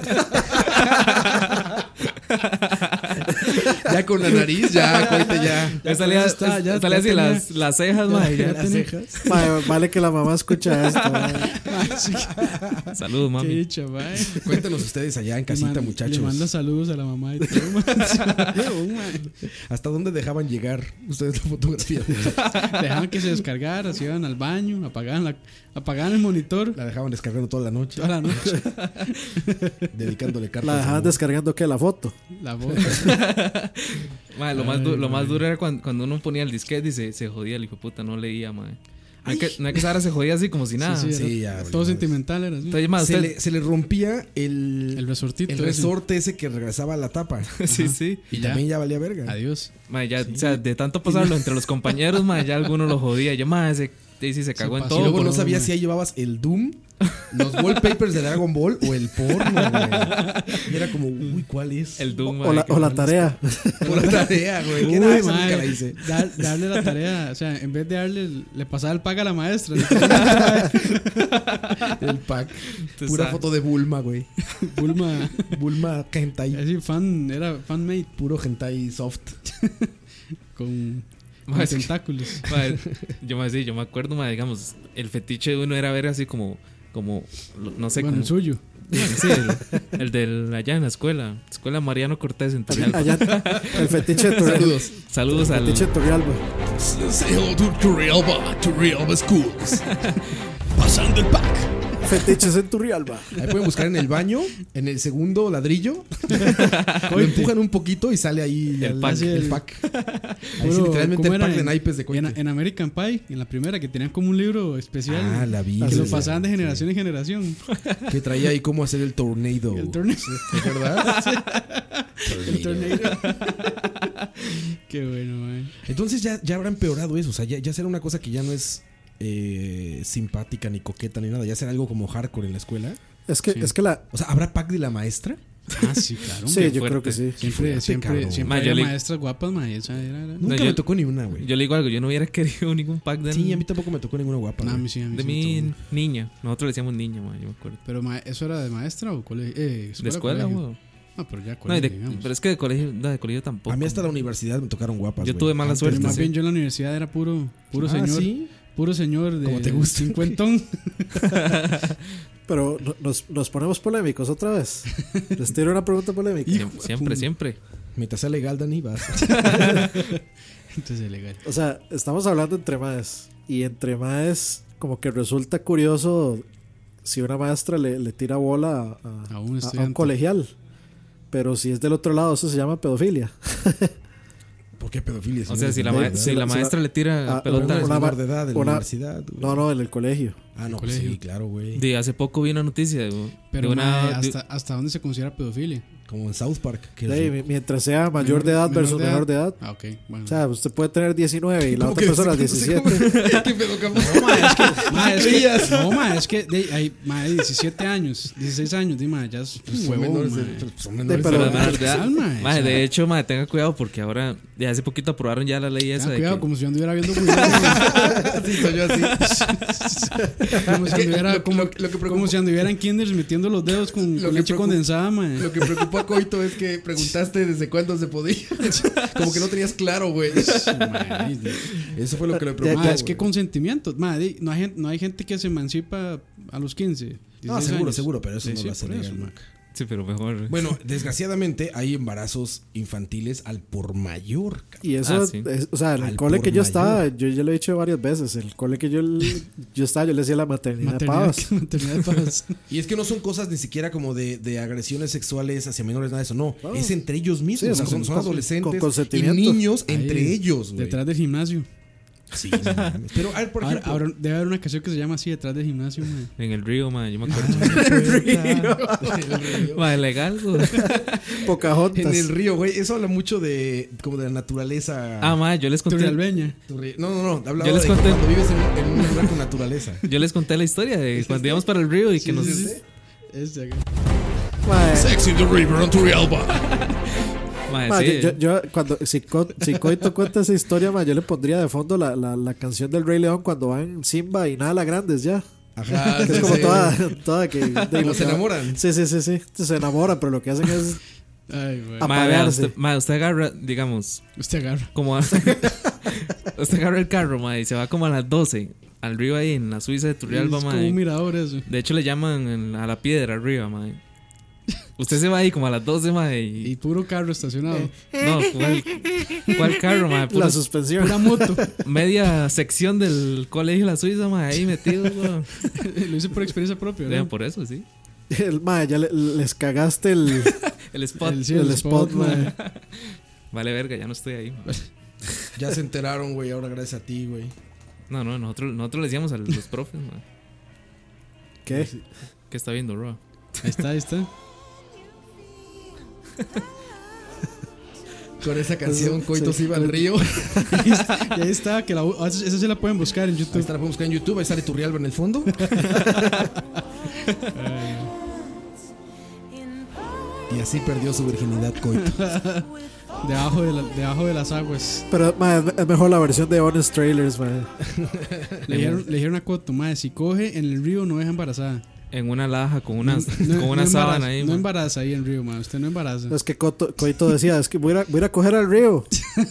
Ya con la nariz, ya, coite, ya. Ya salía, con eso está, ya- salía ya así tenía- las, las cejas, ma, y ya Las tenía- cejas. Mae, vale que la mamá escucha esto. mae. Sí, Saludos, qué mami. dicha, mae. Cuéntanos ustedes allá en Le casita, man- muchachos. Le manda saludos a la mamá y todo, mae. ¿Hasta dónde dejaban llegar ustedes la fotografía? Dejaban que se descargara, se iban al baño, apagaban, la, apagaban el monitor La dejaban descargando toda la noche, toda la noche. dedicándole cartas. La dejaban amor. descargando que la foto. La voz. Ma, lo, más du- Ay, lo más mae. duro era cuando, cuando uno ponía el disquete y se, se jodía el hijo de puta, no leía, ma. No es que, no es que Sara se jodía así como si nada. Sí, sí, Sí, era ya, güey, todo ya. sentimental era así. Entonces, ma, se, usted- le, se le rompía el, El resortito. el ese. resorte ese que regresaba a la tapa. sí, sí. Y Y ya. también ya valía verga. Adiós. Ma, ya, o sea, de tanto pasarlo entre los compañeros, ma, ya alguno lo jodía. Yo, ma, ese sí, sí se cagó en pasó. Y todo. luego por- no sabías si ahí llevabas el Doom, los wallpapers de Dragon Ball o el porno, güey. Y era como, uy, ¿cuál es? El Doom, O la, o la tarea. O la tarea, güey. ¿Qué Uy, nada, esa mae, nunca la hice. dar- darle la tarea, o sea, en vez de darle, le pasaba el paga a la maestra. El pack. Tú Pura sabes. foto de Bulma, güey. Bulma, Bulma hentai. así fan, era fanmade Puro hentai soft. con, con Mae, es que- tentáculos. Mae, yo me sí, yo me acuerdo, mae, digamos, el fetiche de uno era ver así como, como, lo- no sé, Bueno, como, el suyo. sí, el, el del allá en la escuela, escuela Mariano Cortés en Turrialba. Allá, el fetiche de Turrialba. Saludos. Saludos El al, fetiche de Turrialba. Say hello to Turrialba, Turrialba Schools. Pasando el pack. Fetiches en Turrialba. Ahí pueden buscar en el baño, en el segundo ladrillo. Lo empujan un poquito y sale ahí El el, pack. el pack. Ahí sí, Puro- literalmente ¿cómo el era pack de en- naipes de coite. En, en American Pie, en la primera, que tenían como un libro especial. Ah, la vi. que sí, lo sí, pasaban de sí. generación en generación. Que traía ahí cómo hacer el tornado. El torneo. ¿Verdad? El torneo. Qué bueno, man. Entonces ya, ya habrá empeorado eso. O sea, ya, ya será una cosa que ya no es eh, simpática ni coqueta ni nada. Ya será algo como hardcore en la escuela. Es que, Sí. es que la. O sea, ¿habrá pack de la maestra? Ah, sí, claro. Sí, yo fuerte. creo que sí. Siempre, fuerte, siempre, cabrón. siempre Ma, yo había le- maestras guapas, ma, esa era, era- Nunca yo- me tocó ni una, güey. yo le digo algo, yo no hubiera querido ningún pack de, Sí, a mí tampoco me tocó ninguna guapa. No, a güey. mí sí, a mí de sí mi me tocó. niña. Nosotros le decíamos niña, ma, yo me acuerdo. Pero ma, ¿eso era de maestra o colegio? Eh, De escuela, colegio? güey. Ah, pero ya No, y colegio, de- digamos. pero es que de colegio, no, de colegio tampoco. A mí hasta la universidad me tocaron guapas. Yo güey. tuve mala Antes suerte, Pero de- más sí. bien yo en la universidad era puro, puro Ah, señor. ¿sí? Puro señor de Como te gusta. cincuentón. Pero no- nos, nos ponemos polémicos otra vez. Les tiro una pregunta polémica. Siempre, siempre, siempre. Mientras sea legal, Dani, vas. Entonces es legal. O sea, estamos hablando entre maes. Y entre maes, como que resulta curioso si una maestra le, le tira bola a, a- A un a- a un estudiante. colegial. Pero si es del otro lado, eso se llama pedofilia. ¿Por qué pedofilia? O sea, si la, Sí, ma- sí, si la sí, maestra sí. le tira Ah, pelota. una- Una una- menor de edad en la una- universidad. güey. No, no, en el colegio. Ah, no, pues colegio. sí, claro, güey. De hace poco vi una noticia de, de Pero una. ma, de- hasta, ¿hasta dónde se considera pedofilia? Como en South Park. que Sí, es- mi- mientras sea mayor Menor- de edad menor versus de edad. menor de edad. Ah, ok. Bueno. O sea, usted puede tener diecinueve y la ¿Cómo otra que persona sí? diecisiete. ¿Qué pedo, cabrón? No, ma, es que, ma, es que, no, ma, es que de, hay, ma, de diecisiete años, dieciséis años, di, ma, ya es Pues un son huevón, menores de- ma. pues son menores pero- pero de de edad. menor de edad. Sal, ma, Ma, o sea, de hecho, ma, tenga cuidado porque ahora, de hace poquito aprobaron ya la ley esa. tenga de cuidado, que- como si yo anduviera viendo cuidado. Sí, soy yo así. Como si que anduviera, lo- como, lo- lo que preocupa- como si anduviera en kinders metiendo los dedos con, Lo con que leche preocupa- condensada, ma. Lo que preocupó a Coito es que preguntaste desde cuándo se podía. Como que no tenías claro, güey. Ma, di- Eso fue lo que le Ya- preocupó. ma, es que güey. consentimiento. Ma, di, no, hay, gente- no hay gente que se emancipa a los quince. No, dieciséis seguro, años. seguro, pero eso Sí, no sí, lo hace por eso, legal, ma. Mac. Sí, pero mejor. Bueno, desgraciadamente hay embarazos infantiles al por mayor. cabrón. Y eso, Ah, sí. es- o sea, en el Al cole por que yo mayor. estaba, yo ya lo he dicho varias veces, el cole que yo, yo estaba, yo le decía la maternidad, de Maternidad, pavas. maternidad de pavas. Y es que no son cosas ni siquiera como de, de agresiones sexuales hacia menores, nada de eso. No, No. es entre ellos mismos. Sí, o sea, con- son, son con- adolescentes con y consentimiento. niños entre Ahí, ellos, güey. Detrás del gimnasio. Sí, no mames. Pero, a ver, por Ahora, ejemplo. ahora debe haber una canción que se llama así, detrás del gimnasio, ma. En el río, ma, yo me Ah, acuerdo. Ma, legal, güey. Pocahontas. En el río, güey. Eso habla mucho de como de la naturaleza. Ah, ma, yo les conté. Turrialbeña. Tu río. No, no, no. Hablaba Yo les de conté- cuando vives en, en un lugar con naturaleza. Yo les conté la historia de cuando íbamos para el río y que nos. sí, sí. Ese acá. Mae, Sex in the river on Turrialba. Ma, mae, sí. yo, yo- yo cuando si, Co- si Coito cuenta esa historia, mae, yo le pondría de fondo la, la, la canción del Rey León cuando van Simba y Nala Grandes ya. Ajá. Que es sí, como sí. toda, toda que de Como lo se que- enamoran. Sí, sí, sí, sí. Se enamoran, pero lo que hacen es Ay, güey. Ah, Ma, vea, apagarse. usted, ma, usted agarra, digamos, Usted agarra. como a- usted agarra el carro, ma, y se va como a las doce al río ahí en la Suiza de Turrialba, Es ma. como un mirador eso. De hecho le llaman en- a la piedra arriba, ma. Usted se va ahí como a las doce, ma, Y y puro carro estacionado. no, ¿cuál, cuál carro, ma? Puro- la suspensión. Pura moto. media sección del colegio de la Suiza, ma, ahí metido, weón. Lo hice por experiencia propia, Vean, ¿verdad? por eso, sí. El, mae, ya le- les cagaste el, El spot. El, sí, el el spot, spot, mae. eh. Vale, verga, ya no estoy ahí. ma. Ya se enteraron, güey. Ahora gracias a ti, güey. No, no, nosotros, nosotros le decíamos a los profes, ma, ¿qué? que está viendo Raw. Ahí está, ahí está. Con esa canción, Coito Sí. se iba al río. Y ahí está, que la, ah, esa esa sí la pueden buscar en Ahí YouTube. está, la podemos buscar en YouTube. Ahí sale Turrialba en el fondo. Y así perdió su virginidad Coito. Debajo de, la- debajo de las aguas. Pero ma, es, es mejor la versión de Honest Trailers, ma. Le dijeron, le dijeron a Coto, madre, si coge en el río no deja embarazada. En una laja con una, No- con una no sábana embaraza- ahí. No man. embaraza ahí en río, madre. Usted no embaraza. Es que Coto- Coito decía, es que voy a, ir a- voy a ir a coger al río.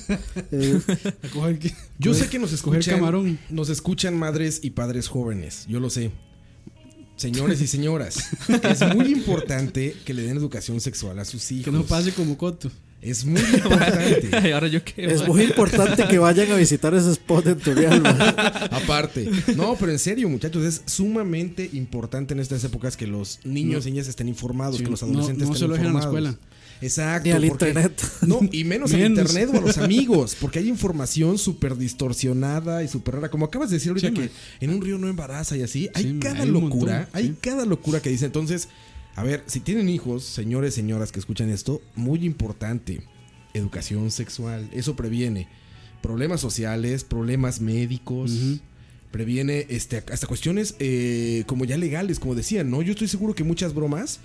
Eh, A coger que- Yo sé que nos coger escuchan, camarón. nos escuchan madres y padres jóvenes. Yo lo sé. Señores y señoras, es muy importante que le den educación sexual a sus hijos. Que no pase como Coto. Es muy importante. Ay, ahora yo qué. es man. muy importante que vayan a visitar ese spot en Turrialba. Aparte. No, pero en serio, muchachos, es sumamente importante en estas épocas que los niños y niñas estén informados, Sí, que los no- adolescentes no se estén lo dejen a la informados. escuela. Exacto. Ni al porque- internet. No, y menos al Menos. internet o a los amigos, porque hay información súper distorsionada y súper rara. Como acabas de decir ahorita Sí, que man. en un río no embaraza y así. Hay Sí, man, cada hay un locura, montón, hay sí. cada locura que dice. Entonces, a ver, si tienen hijos, señores, señoras que escuchan esto, muy importante. Educación sexual, eso previene problemas sociales, problemas médicos, Ujú. previene este, hasta cuestiones eh, como ya legales, como decían, ¿no? Yo estoy seguro que muchas bromas,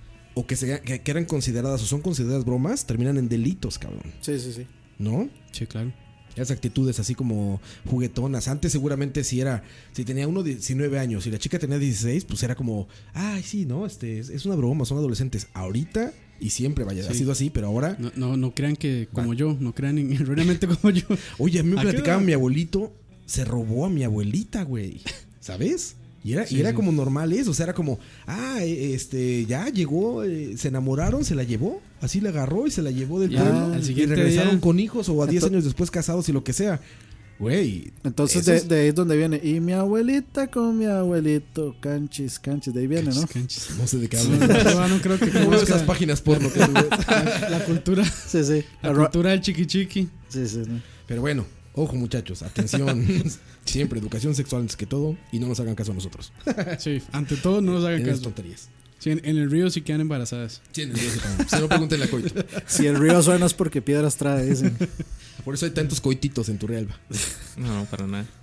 o que, se, que, que eran consideradas o son consideradas bromas, terminan en delitos, cabrón, Sí, sí, sí. ¿no? Sí, claro. Esas actitudes así como juguetonas. Antes seguramente si era, si tenía uno diecinueve años y la chica tenía dieciséis, pues era como, ay, sí, no, este es, es una broma, son adolescentes. Ahorita y siempre, vaya, ha Sí. sido así, pero ahora, No, no, no crean que como yo, no crean en- erróneamente como yo. oye, a mí me ¿A qué platicaba edad? mi abuelito, se robó a mi abuelita, güey, ¿sabes? Y era, Sí, y era sí. como normal eso, o sea, era como, ah, eh, este, ya llegó, eh, se enamoraron, se la llevó, así la agarró y se la llevó del Ya, pueblo, al y siguiente regresaron día- con hijos o a diez Ento- años después casados y lo que sea. Güey. Entonces eso de, es- de ahí es donde viene. Y mi abuelita con mi abuelito. Canchis, canchis. De ahí viene, ¿no? Canchis. No sé de qué No, hablan. no, no creo que No veo conozca esas páginas porno que tú ves. la, la cultura, Sí, sí. la Arro- cultura del chiqui chiqui. Sí, sí. ¿no? Pero bueno, ojo muchachos, atención. Siempre educación sexual antes que todo y no nos hagan caso a nosotros. Sí, ante todo no nos hagan En esas caso. tonterías. Sí, en, en el río sí quedan embarazadas. Sí, en el río se pagan. Se lo pregunten a Coito. Si el río suena es porque piedras trae, dicen. Por eso hay tantos coititos en Turrialba. No, no, para nada.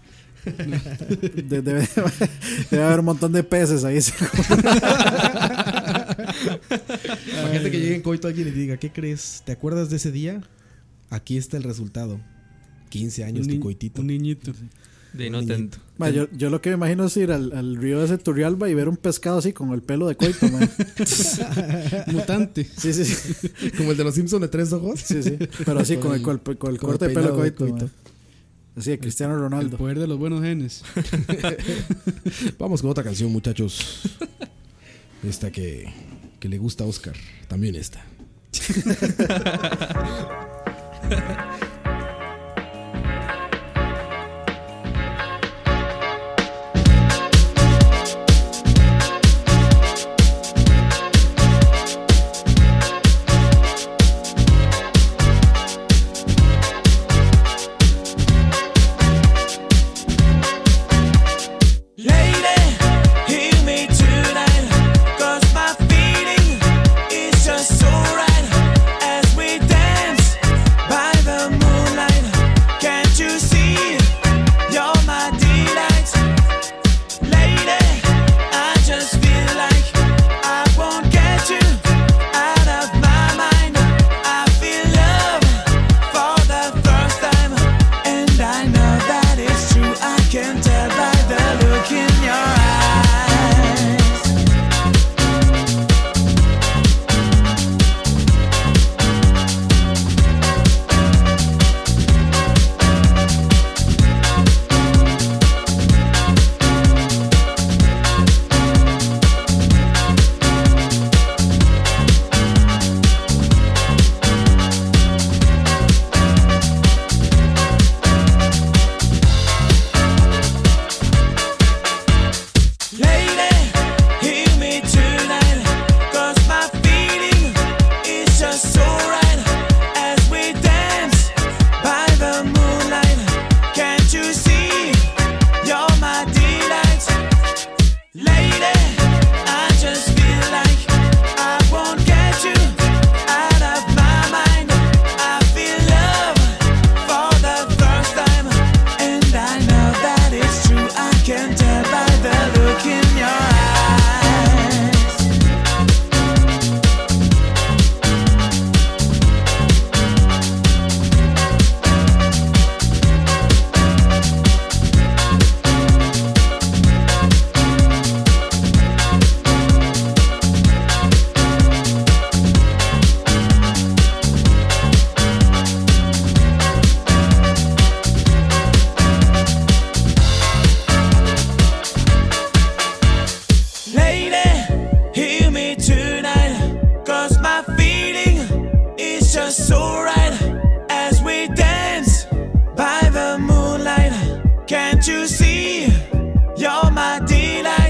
De- debe, debe haber un montón de peces ahí. Imagínate que llegue en Coito alguien y diga, ¿qué crees? ¿Te acuerdas de ese día? Aquí está el resultado. quince años Un tu ni- coitito. Un niñito. De no tanto. Ma, yo, yo lo que me imagino es ir al, al río ese Turrialba y ver un pescado así con el pelo de coito, man. Mutante. Sí, sí, sí. Como el de los Simpsons de tres ojos. Sí, sí. Pero así con el, con el, con el con el corte de pelo de peinado de coito, coito. man. Así de Cristiano El Ronaldo. poder de los buenos genes. Vamos con otra canción, muchachos. Esta que, que le gusta a Oscar. También esta. Lady, hear me tonight, 'cause my feeling is just so right as we dance by the moon.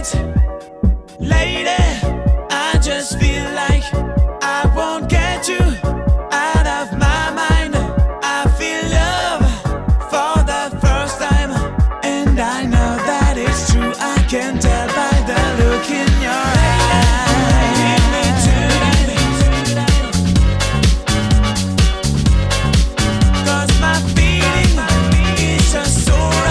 Lady, I just feel like I won't get you out of my mind. I feel love for the first time, and I know that it's true. I can tell by the look in your eye. Give me tonight, 'cause my feeling is just so right.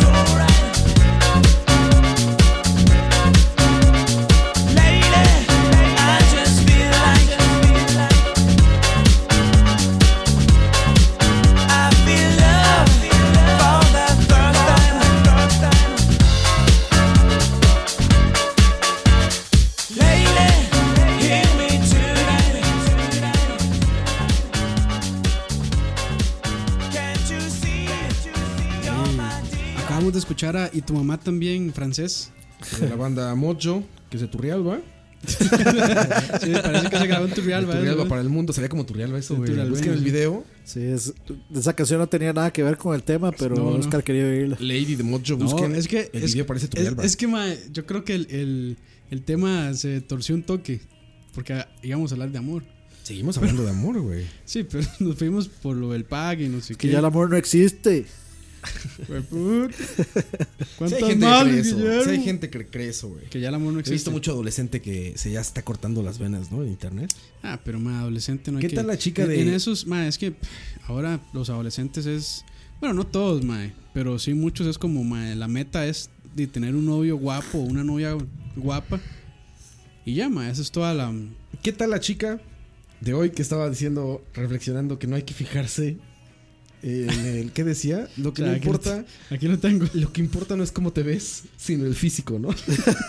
Acabamos de escuchar a Y tu mamá también, francés. De la banda Mojo, que es de Turrialba. Sí, parece que se grabó en Turrialba. De Turrialba ¿eh? para el mundo, sería como Turrialba eso, güey. Turrialbeño, Busquen el sí. video. Sí, es, esa canción no tenía nada que ver con el tema, pero No, no. Oscar quería oírla. Lady de Mojo, No, busquen. es que el es, video parece es, Turrialba. es que mae, yo creo que el, el, el tema se torció un toque. Porque íbamos a hablar de amor. Seguimos hablando de amor, güey. Sí, pero nos fuimos por lo del pague y no sé Que qué. ya el amor no existe. Güey, put. Sí ¿Cuántas hay gente que mal, cree eso. Guillermo? Sí hay gente que cree eso, güey. Que ya el amor no He existe. visto mucho adolescente que se ya está cortando las venas, ¿no? En internet. Ah, pero mae, adolescente no hay ¿Qué que... tal la chica en, de- En esos, mae, es que pff, ahora los adolescentes es... Bueno, no todos, mae, pero sí muchos es como, mae, la meta es de tener un novio guapo o una novia guapa. Y ya, mae, esa es toda la... ¿Qué tal la chica de hoy que estaba diciendo, reflexionando que no hay que fijarse en el que decía? Lo que O sea, no aquí importa, lo- aquí lo tengo. Lo que importa no es cómo te ves, sino el físico, ¿no?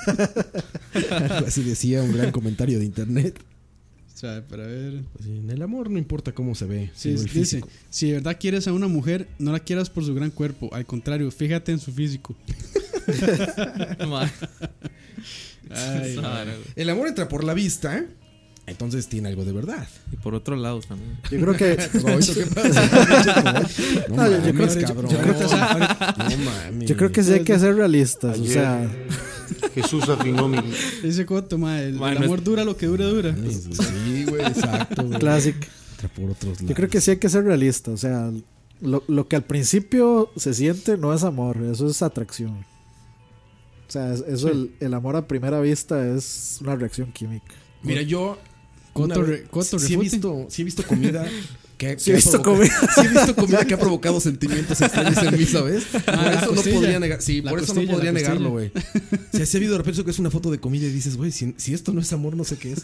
Algo así decía un gran comentario de internet. O sea, para ver... Pues sí, en el amor no importa cómo se ve, Sí, sino el dice, físico. si de verdad quieres a una mujer, no la quieras por su gran cuerpo. Al contrario, fíjate en su físico. Ma. Ay, Esa mae. vara, güey. El amor entra por la vista, entonces tiene algo de verdad. Y por otro lado también. Yo creo que. Roberto, ¿qué pasa? No, No, yo- yo mames, creo- cabrón. yo creo que- No mames. Yo creo que sí hay que ser realistas. O sea, Jesús afinó mi... Dice Coto, mae, el, Mae, el no amor es- dura lo que dura, dura. Sí, güey, exacto. güey. classic. Entra por otros Yo lados. creo que sí hay que ser realistas. O sea, lo, lo que al principio se siente no es amor, eso es atracción. O sea, es- eso, el, el amor a primera vista es una reacción química. Mira, yo Coto una re- vez- Coto sí he refute. visto, sí he visto comida que, Sí que he ha visto provocado- comida. sí he visto comida que ha provocado sentimientos extraños en mí, ¿sabes? Por Ah, la eso no costilla. podría negar, sí, La por eso no costilla, podría la negarlo, costilla. güey. Si has habido de repente que es una foto de comida y dices, güey, si, si esto no es amor, no sé qué es.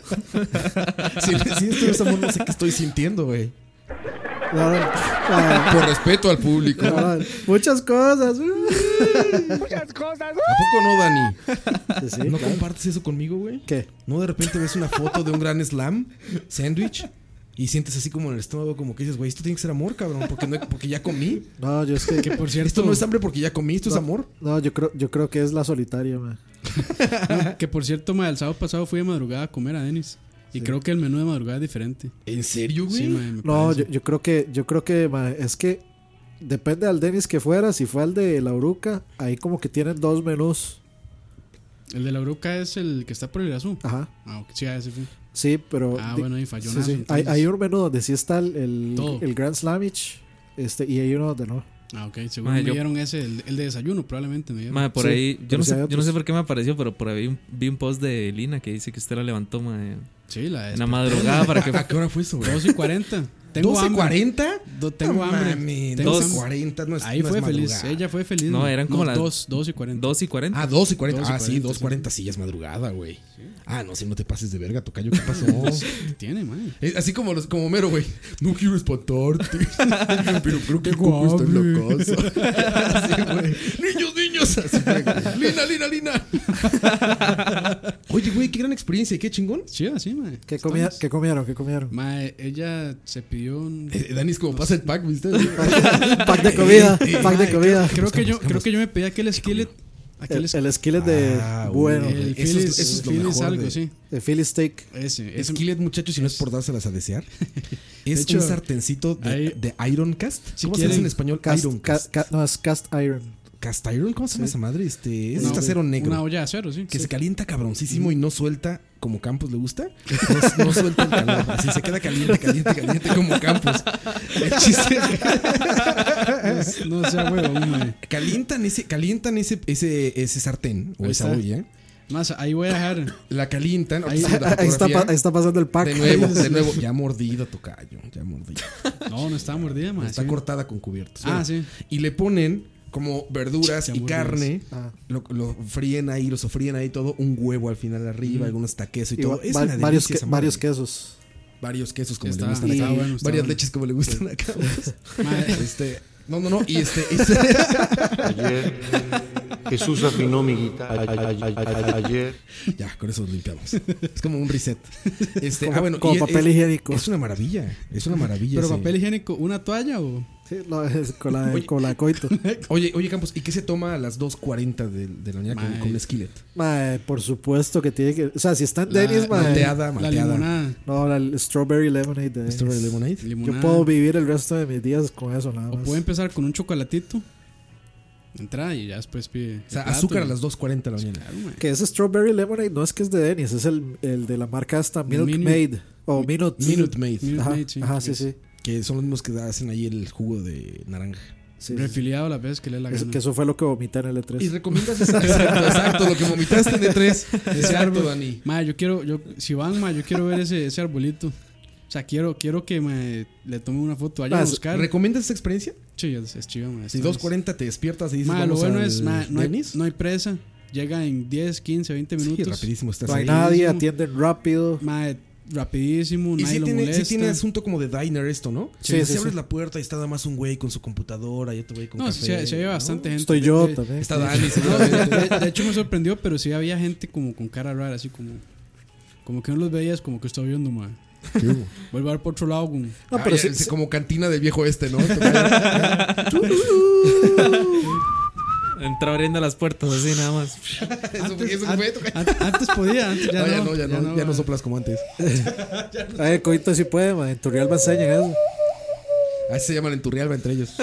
si, si esto no es amor, no sé qué estoy sintiendo, güey. No, no, no, Por respeto al público. no, muchas cosas. Muchas cosas. ¿A poco no, Dani? Sí, sí, ¿No claro. compartes eso conmigo, güey? ¿Qué? ¿No de repente ves una foto de un gran slam sándwich y sientes así como en el estómago como que dices, güey, esto tiene que ser amor, cabrón, porque, no, porque ya comí? No, yo es que. Que por cierto, Esto no es hambre porque ya comí, esto es No. amor. No, yo creo, yo creo que es la solitaria, man. que por cierto, mae, el sábado pasado fui de madrugada a comer a Denis. Y creo que el menú de madrugada es diferente. ¿En serio, güey? Sí, mae, me No, parece. yo, yo creo que, yo creo que ma, es que depende al Denis que fuera. Si fue al de la Uruca, ahí como que tienen dos menús. El de la Bruca es el que está por el azul. Ajá. Ah, ok, sí, a ese fue. Sí, pero. Ah, di- bueno, ahí falló sí, nada, sí. Hay, entonces. hay un menú donde sí está el, el, Todo. el Grand Slamich. Este, y hay uno donde no. Ah, ok. Seguro Mae, me yo- dieron ese, el, el de desayuno, probablemente me dieron. Mae, por Sí, ahí, yo pero no, sí sé, hay yo no otros. sé por qué me apareció, pero por ahí vi un, vi un post de Lina que dice que usted la levantó, mae, Sí, la en la madrugada para que... ¿A qué hora fue eso, güey? dos y cuarenta. Tengo ¿doce hambre. cuarenta? Do- tengo No hambre. mames, Tengo doce hambre. cuarenta no es Ahí no fue es feliz. madrugada. Ella fue feliz. No, eran como las- dos, dos y cuarenta. dos y cuarenta. Ah, dos y cuarenta. dos y Ah, sí, cuarenta, dos cuarenta sí ya es madrugada, güey. Ah, no, si no te pases de verga, tocayo, ¿qué pasó? ¿Qué tiene, mae? Es así como los, como Mero, güey. No quiero espantarte. Pero creo que el Tengo coco está en hambre. la casa. Así, güey. Niños, niños. Así, güey. Lina, Lina, Lina. Oye, güey, qué gran experiencia. Qué chingón. Chida, sí, mae. ¿Qué, comía, ¿Qué comieron? ¿Qué comieron? Mae, ella se pidió un... Eh, Dani es como pasa el pack, ¿viste? Pack de comida. Pack de comida. Creo que yo, creo que yo me pedí aquel skillet. Aquel El, el skillet de. Ah, bueno. güey. el eso es- Phillies, eso es lo Phillies mejor algo, de- sí. El Philly Steak. Ese, ese. Skillet, muchachos, si no es por dárselas a desear. Es hecho, un sartencito de, ahí- de Iron Cast. Si ¿Cómo se dice quieren, en español? Cast, Iron ca- Cast. ca- no, es cast iron. cast iron, ¿cómo se llama Sí. esa madre? Este, es Una- este acero negro. Una olla de acero, sí. Que Sí. se calienta cabroncísimo y no suelta como Campos le gusta. No, no suelta el calor. Así se queda caliente, caliente, caliente como Campos. El chiste. No, no sea huevón, mae. Calientan ese, calientan ese, ese, ese sartén o Ahí esa está. olla. Más, ahí voy a dejar. La calientan. Ahí- ahorita la Ahí está, fotografía. pa- ahí está pasando el pack. De nuevo, de nuevo. Ya mordido, tocayo. Ya mordido. No, no estaba mordida, mae. Está sí. cortada con cubiertos. Ah, Bueno, sí. Y le ponen como verduras Ya y mordidas. carne. Ah. Lo, lo fríen ahí, lo sofríen ahí todo. Un huevo al final arriba, Mm. algunos hasta queso y, Y todo. va- Es va- una varios, delicia que- esa madre. varios quesos. Varios quesos como Está- le gustan está acá. bueno, está Varias bueno. leches como le gustan acá. Mae, Este, no, no, no. Y este, este- Ayer Jesús afinó mi guitarra. A- a- a- a- Ayer. ya, con eso nos limpiamos. Es como un reset. Este, Como- ah, bueno, como y es- papel es- higiénico. Es una maravilla. Es una maravilla. Pero ese- papel higiénico, ¿una toalla o...? Sí, no, es con la, de- Oye. con la de coito. Oye, oye, Campos, ¿y qué se toma a las dos cuarenta de, de la mañana con, Mae. con un skillet? Mae, por supuesto que tiene que. O sea, si está en La- Denny's, mae. Malteada, La malteada. limonada. No, la el strawberry lemonade de Denny's. Strawberry lemonade. limonada. Yo puedo vivir el resto de mis días con eso, nada O más. puede empezar con un chocolatito. Entrada y ya después pide. O sea, el plato, azúcar a y- las dos cuarenta de la mañana. Claro, mae. Que ese strawberry lemonade no es que es de Denny's, es el, el de la marca esta Milk Minute- Maid. O Minute. Minute Maid. Minute Ajá, Maid, sí. ajá, sí, sí. Que son los mismos que hacen ahí el jugo de naranja. sí, sí. Refiliado las veces que le dé la Es- gana. que eso fue lo que vomité en el E ¿Y tres. recomiendas esa? Exacto, exacto, lo que vomitaste en E tres. Exacto, Dani. Mae, yo quiero, yo, si van, mae, yo quiero ver ese, ese arbolito. O sea, quiero, quiero que me le tome una foto. Vayan Ah, a es- buscar. ¿Recomiendas esa experiencia? Sí, es, es chiva, mae. Si Está- dos cuarenta te despiertas y dices, Mae, lo vamos bueno al es, mae, no, hay, Denny's. no hay presa. Llega en diez, quince, veinte Sí, minutos. rapidísimo estás No hay ahí. nadie, rapidísimo. atienden rápido. Mae, rapidísimo, Y nadie sí lo tiene, molesta. sí tiene asunto como de diner esto, ¿no? Sí, Si sí, abres sí. la puerta y está nada más un güey con su computadora y otro güey con No, café. sí, se, se ve ¿no? bastante gente. Estoy yo De- también. Está Dani, No, seguramente. de, de hecho me sorprendió, pero sí había gente como con cara rara, así como como que no los veías como que estaba viendo, mae. ¿Qué hubo? Vuelvo a ver por otro lado. Como, No, Ah, pero ya, sí- es sí- como cantina del viejo este, ¿no? Entra abriendo las puertas así nada más. Eso fue, eso an- fue, toca- an- antes podía, antes ya, No, ya no, no, ya no, ya no mae. soplas como antes. Ay, coito sí puede, man. En Turrialba enseñan eso. Así se llaman en Turrialba entre ellos.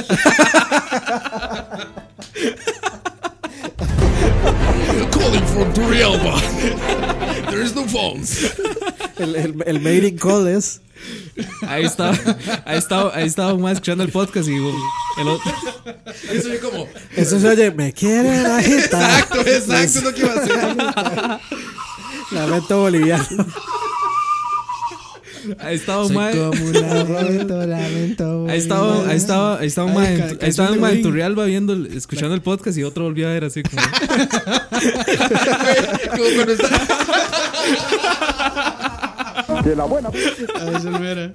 Calling from Turrialba. There is no phones. El, el, el mating call es. Ahí estaba, ahí estaba, ahí estaba un más escuchando el podcast y um, el otro. Eso es como. Eso se oye, me quieren agitar. Exacto, exacto, es lo que iba a hacer. Lamento boliviano. Ahí estaba un Soy mae. como un lamento, lamento. Ahí estaba, ahí estaba, ahí estaba un Ay, mae en- ca- ahí canción estaba un de mae en Wing. Turrialba viendo, el- escuchando el podcast y otro volvió a ver así como. Como cuando está. Ah, eso no era.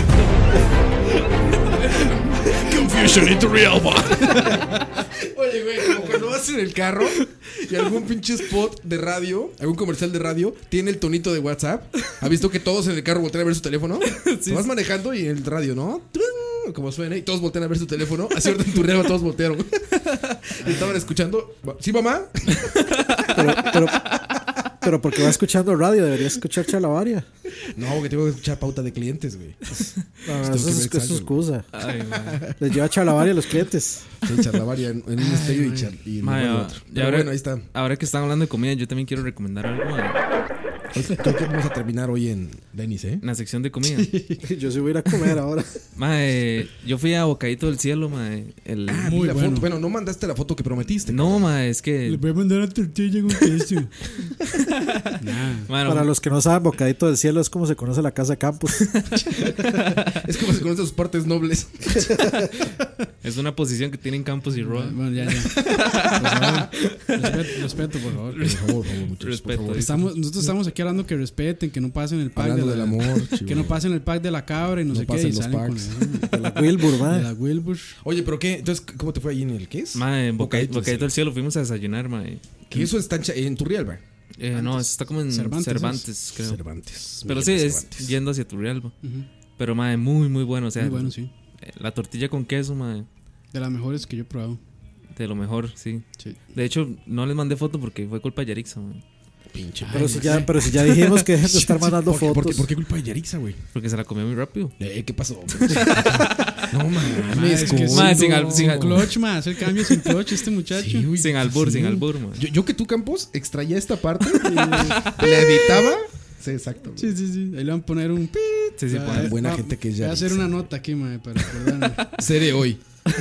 Confusion in Turrialba. Oye, güey, como cuando vas en el carro y algún pinche spot de radio, algún comercial de radio, tiene el tonito de WhatsApp. ¿Ha visto que todos en el carro voltean a ver su teléfono? Te vas manejando y en el radio, ¿no? ¡Trum! Como suena y todos voltean a ver su teléfono. Así ahorita en Turrialba todos voltearon. Y estaban escuchando. ¿Sí, mamá? Pero, pero, pero porque va escuchando radio, debería escuchar Chalabaria. No, porque tengo que escuchar pauta de clientes, güey. No, Tengo eso que es, ver eso es examen. excusa. Ay, mae. Les lleva Chalabaria a los clientes. Sí, charlavaria en, en un estéreo y, char, y en Mae, el ah, otro. y Pero ahora- bueno, ahí está. Ahora que están hablando de comida, yo también quiero recomendar algo, mae. Hoy- Creo que vamos a terminar hoy en Dennis, ¿eh? En la sección de comida. Yo sí voy a ir a comer ahora. Mae, yo fui a Bocadito del Cielo, mae. El... Ah, Muy vi la bueno. foto. Bueno, no mandaste la foto que prometiste. No, mae, es Le que. voy a mandar una tortilla con queso. Nah. Mano, Para los que no saben, Bocadito del Cielo es como se conoce la casa de Campos. Es como se conocen sus partes nobles. es una posición que tienen Campos y Roa. Bueno, ya, ya. Por favor. Respeto, respeto, por favor. Por favor, por favor, muchachos, Respeto. por favor. Estamos, nosotros estamos aquí hablando que respeten, que no pasen el pack Hablando de la, del amor, que no pasen el pack de la cabra y no, No sé qué. pasen Y los salen con packs. el- De la Wilbur, de man. la Wilbur. Oye, pero ¿qué? Entonces, ¿cómo te fue ahí en el qué es? Mae, en Boca- Bocadito, Bocadito sí. del Cielo fuimos a desayunar, mae. Que eso está en, Cha- en Turrialba. Eh, no, eso está como en Cervantes, Cervantes, creo. Cervantes. Pero sí, Miguel es Cervantes. yendo hacia Turrialba. Ujú. Pero, mae, muy, muy bueno. O sea, Muy bueno, sí. eh, la tortilla con queso, mae, De las mejores que yo he probado. de lo mejor, sí. Sí. De hecho, no les mandé foto porque fue culpa de Yarixa, mae. Pinche. Pero si ya, pero si ya dijimos que dejen de estar mandando ¿Por qué, fotos. por qué- por qué culpa de Yarixa, güey? Porque se la comió muy rápido. Eh, ¿Qué pasó? No Ma, mames, es que ¿cómo? Ma, sin, sin al- sin al- clutch, ma, hacer cambio sin clutch este muchacho. Sí, güey, Sin albur, sí. sin albur, man. Yo, yo que tú, Campos, extraía esta parte y le editaba. Sí, exacto. güey. Sí, sí, sí. Ahí le van a poner un pi. Sí, sí, Ah, pon- buena va- gente que es Voy a hacer Yarixa. una nota aquí, ma, para acordarme. Seré hoy.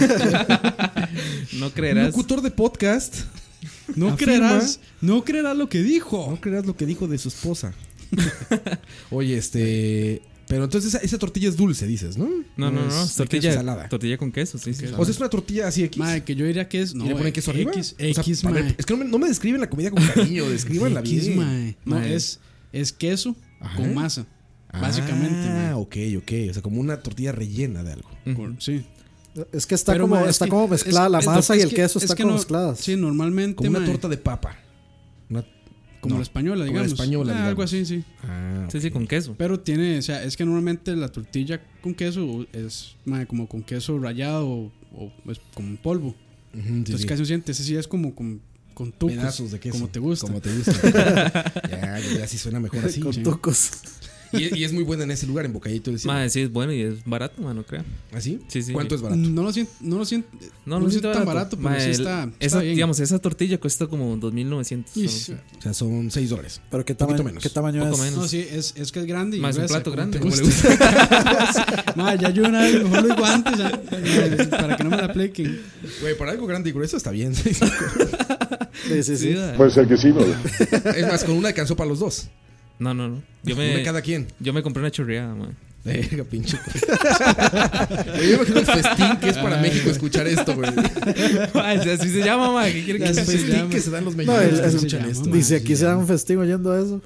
No creerás. Locutor de podcast. No Afirma- creerás, no creerás lo que dijo. No creerás lo que dijo de su esposa. Oye, este. Pero entonces esa, esa tortilla es dulce, dices, ¿no? No, no, no. es Es tortilla, salada. tortilla con queso, sí, sí. O sea, es una tortilla así X. Ma, que yo diría que es. No, ¿Y le ponen queso arriba? X, O sea, X, a ver, ma. es que no me, no me describen la comida con cariño, descríbanla X, bien. ma. No, Ma. es, es queso Ajá. con masa. Básicamente, Ah, ma. ok, ok. O sea, como una tortilla rellena de algo. Con- sí. Es que está Pero, como ma, es está que- como mezclada es- la es- masa y es el que- queso es están que como no- mezcladas. Sí, normalmente. Como una ma, torta de papa. Una- Como no, la española, como la digamos. española, Ah, algo digamos. así, sí. Ah, Sí, sí, con queso. Pero tiene, o sea, es que normalmente la tortilla con queso es ma, como con queso rallado o, o es como en polvo. ujú, sí, Entonces sí. casi no sientes, ese sí es como con, con tucos. Pedazos de queso. Como te gusta. Como te gusta. ya, ya, ya sí suena mejor así. Con sí. tucos. Y, y es muy buena en ese lugar, en Bocadito del Cielo. Ma, sí, es bueno y es barato, ma, no creo. ¿Así? Sí, sí. ¿Cuánto es barato? No lo siento, no lo siento, No, no, no, lo siento siento tan barato, pero Ma, sí el- está, está esa, bien. digamos, esa tortilla cuesta como dos mil novecientos. Y- solo. O sea, son seis dólares. Pero qué Poquito tamaño, menos. ¿qué tamaño Poco es? menos. No, sí, es, es que es grande y Ma, es un gruesa, plato como grande. te Como le gusta. Ma, ya yo una vez mejor los guantes ya, ma, para que no me la apliquen. Güey, para algo grande y grueso está bien. Sí, sí, sí. Sí, da. Puede ser que sí, ¿no? Es más, con una alcanzó para los dos. No, no, no. Yo Una me, cada quien. yo me compré una chorreada, man. Verga, pinche. Yo me imagino el festín que es para Ay, México güey. escuchar esto, güey. Así se llama, man. ¿Qué quiere que Así El se festín llama. que se dan los No, mexicanos el- que el- escuchan se esto. llama, Dice Sí, aquí se da un festín oyendo eso.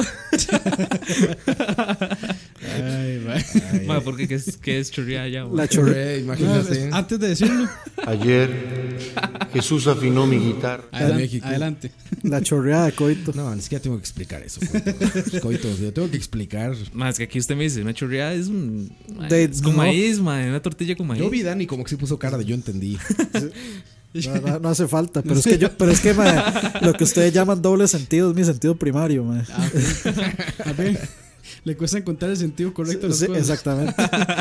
Ay, va. Ay, Ma, porque ¿qué es, qué es chorreada ya, man? La chorre. güey, No, imagínate. antes de decirlo, Ayer Jesús afinó mi guitarra. adelante. México. adelante. La chorreada de coito. No, ni siquiera tengo que explicar eso. Coito. Coito, yo tengo que explicar. Más que aquí usted me dice, una chorreada es un. ma, De- es con no. maíz, man. Una tortilla con maíz. Yo vi Dani como que sí puso cara de yo entendí. No, no, no hace falta. Pero es que yo, pero es que ma, lo que ustedes llaman doble sentido es mi sentido primario, ma. Ah, ok. A ver, le cuesta encontrar el sentido correcto de las Sí, cosas. exactamente.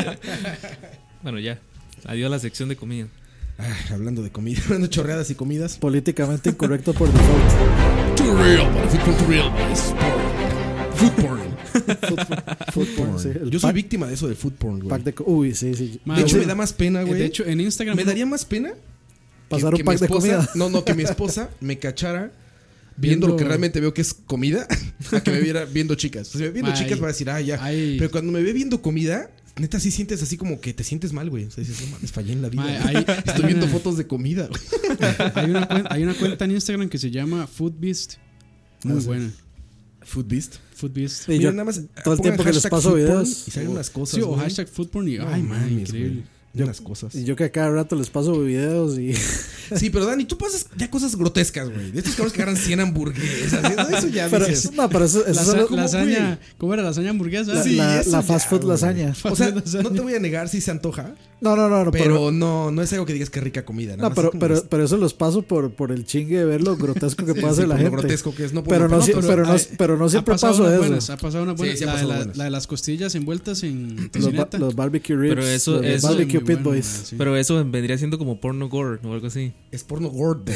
Bueno, ya. Adiós a la sección de comida. Ah, hablando de comida, hablando de chorreadas y comidas. Políticamente incorrecto por default. Too real, but food too real, but it's porn. Food porn. Food porn, sí. El Yo soy pack- víctima de eso del food porn, güey. pack de co- Uy, sí, sí. Ma, De hecho, bueno, me da más pena, güey. De hecho, en Instagram. Me daría más pena Pasar un mi pack de esposa- comida. No, no, que mi esposa me cachara viendo, Viendo- lo que realmente veo que es comida a que me viera viendo chicas. O sea, si me ve viendo Ay. chicas va a decir, ah, ya. Ay. Pero cuando me ve viendo comida, neta sí sientes así como que te sientes mal, güey. O sea, dices, no mames, fallé en la vida. Ma, hay- Estoy viendo fotos de comida, güey. hay, una cuenta, hay una cuenta en Instagram que se llama Foodbeast. Muy Ah, sí. buena. Food Beast. Foodbeast. Y Mira, yo nada más todo el pongan tiempo que les hashtag paso food porn videos. y salen unas cosas. Sí, o güey. hashtag foodporn y. No Ay, man, mames, increíble. güey. Unas cosas. Y yo que a cada rato les paso videos y Sí, pero Dani, tú pasas ya cosas grotescas, güey. De estos cabros que agarran cien hamburguesas. Eso, eso ya pero, dices. no, pero eso, eso La, solo- sa- lasaña. ¿Cómo era? Lasaña hamburguesa. la, Sí, la- eso la ya, fast food güey. lasaña. O sea, Lasaña. no te voy a negar si se antoja, No, no, no, no, pero, pero, no, no es algo que digas que rica comida. nada no, más pero, es como pero, este- pero eso los paso por, por el chingue de ver lo grotesco que Sí, puede sí, hacer la por lo gente. grotesco que es, no por pero, lo no, si- penoso. pero, no, Ay, pero no ha siempre pasado paso unas eso. buenas, ha pasado una buena. Sí, sí ha la, de pasado la- buenas. la de las costillas envueltas en Los, ba- tocineta. los barbecue ribs. Pero eso- los eso- barbecue Muy pit bueno, boys. man, sí. Pero eso vendría siendo como porno gore o algo así. Es porno gordo.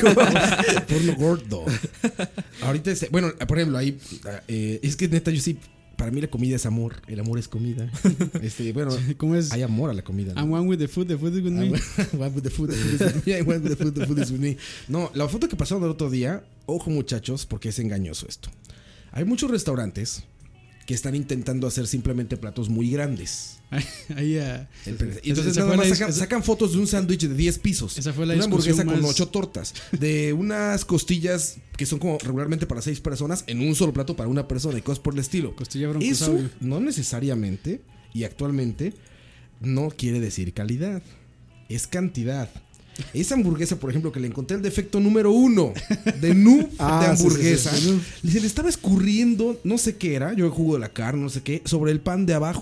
Porno gordo. Ahorita, es- bueno, por ejemplo, ahí, eh, es que neta, yo sí, para mí la comida es amor. El amor es comida. Este, bueno, ¿Cómo es? hay amor a la comida. ¿no? I'm one with the food, the food is with me. I'm one with the food, the food is with me. I'm one with the food, the food is with me. No, la foto que pasaron el otro día, ojo muchachos, porque es engañoso esto. Hay muchos restaurantes que están intentando hacer simplemente platos muy grandes. Ahí, ah, Entonces esa nada fue más la- sacan, esa- sacan fotos de un sándwich de diez pisos. Esa fue la una hamburguesa discusión con más- ocho tortas. De unas costillas que son como regularmente para seis personas en un solo plato para una persona y cosas por el estilo. Costilla Eso broncosaurio. no necesariamente y actualmente no quiere decir calidad. Es cantidad. Esa hamburguesa, por ejemplo, que le encontré el defecto número uno de noob Ah, de sí, sí, hamburguesa, sí, se le estaba escurriendo, no sé qué era, yo el jugo de la carne, no sé qué, sobre el pan de abajo.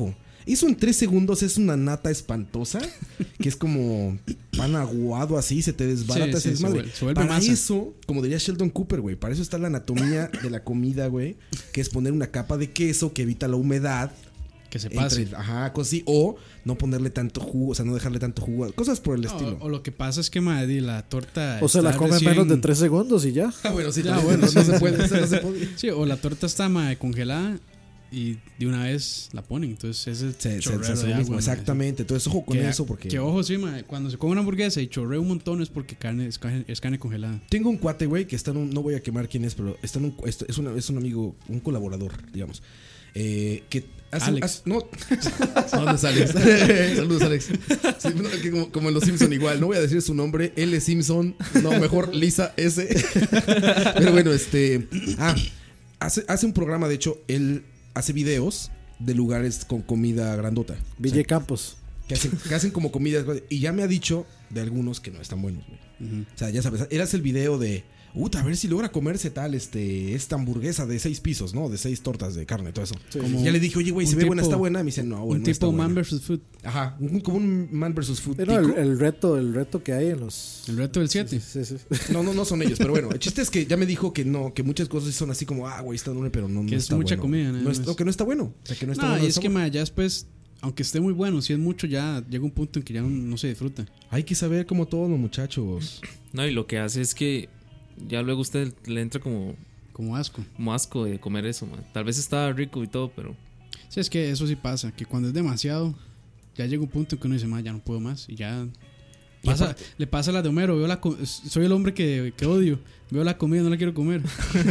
Eso en tres segundos es una nata espantosa, que es como pan aguado así, se te desbarata Sí, ese sí, desmadre. se vuelve- se vuelve Para masa. eso, como diría Sheldon Cooper, güey, para eso está la anatomía de la comida, güey, que es poner una capa de queso que evita la humedad. Que se pase. Entre- ajá, cosas así. O no ponerle tanto jugo, o sea, no dejarle tanto jugo. Cosas por el No, estilo. o, o lo que pasa es que, madre, la torta. O se la está come en recién- menos de tres segundos y ya. Ah, bueno, sí, Ya, también, bueno, no, no sí. se puede, eso no se puede. Sí, o la torta está, madre, congelada y de una vez la ponen. Entonces, ese Se, se- chorrero se hace de lo mismo, agua, madre. exactamente. Entonces, ojo con Que- eso porque... Que ojo, sí, madre, cuando se come una hamburguesa y chorrea un montón es porque carne, es, carne, es carne congelada. Tengo un cuate, güey, que está en un... No voy a quemar quién es, pero está en un... Es, es una- es un amigo, un colaborador, digamos. Eh, que hace... Alex. hace- no. ¿Dónde es Alex? Saludos, Alex. Sí, no, que como, como en Los Simpson igual. No voy a decir su nombre. L. Simpson. No, mejor Lisa S. Pero bueno, este... Ah, hace, hace un programa, de hecho, él hace videos de lugares con comida grandota. V J Campos. Que hacen, que hacen como comidas. Y ya me ha dicho de algunos que no están buenos, güey. Ujú. O sea, ya sabes, él hace el video de... Uta, a ver si logra comerse tal, este, esta hamburguesa de seis pisos, ¿no? De seis tortas de carne, todo eso. Como Y ya le dije, oye, güey, un se ve buena, tipo- está buena. Me dice, no, güey, un no está tipo buena. Man versus Food. Ajá, un- como un Man versus Food. Pero el, tico. el reto, el reto que hay en los. El reto del siete. Sí, sí. No, no, no son ellos, pero bueno, el chiste es que ya me dijo que no, que muchas cosas son así como, ah, güey, está bueno, pero no, Que no es está mucha bueno. comida, nada No es, más. no, que no está bueno. O sea, que no está No, bueno. y el es que, sabor. madre, ya después, aunque esté muy bueno, si es mucho, ya llega un punto en que ya no, no se disfruta. Hay que saber como todos los muchachos. No, y lo que hace es que ya luego usted le entra como, Como asco. como asco de comer eso, man. Tal vez está rico y todo, pero Sí, es que eso sí pasa, que cuando es demasiado, ya llega un punto en que uno dice, "Ma, ya no puedo más", y ya pasa, le pasa la de Homero, veo la co- soy el hombre que, que odio, veo la comida, no la quiero comer.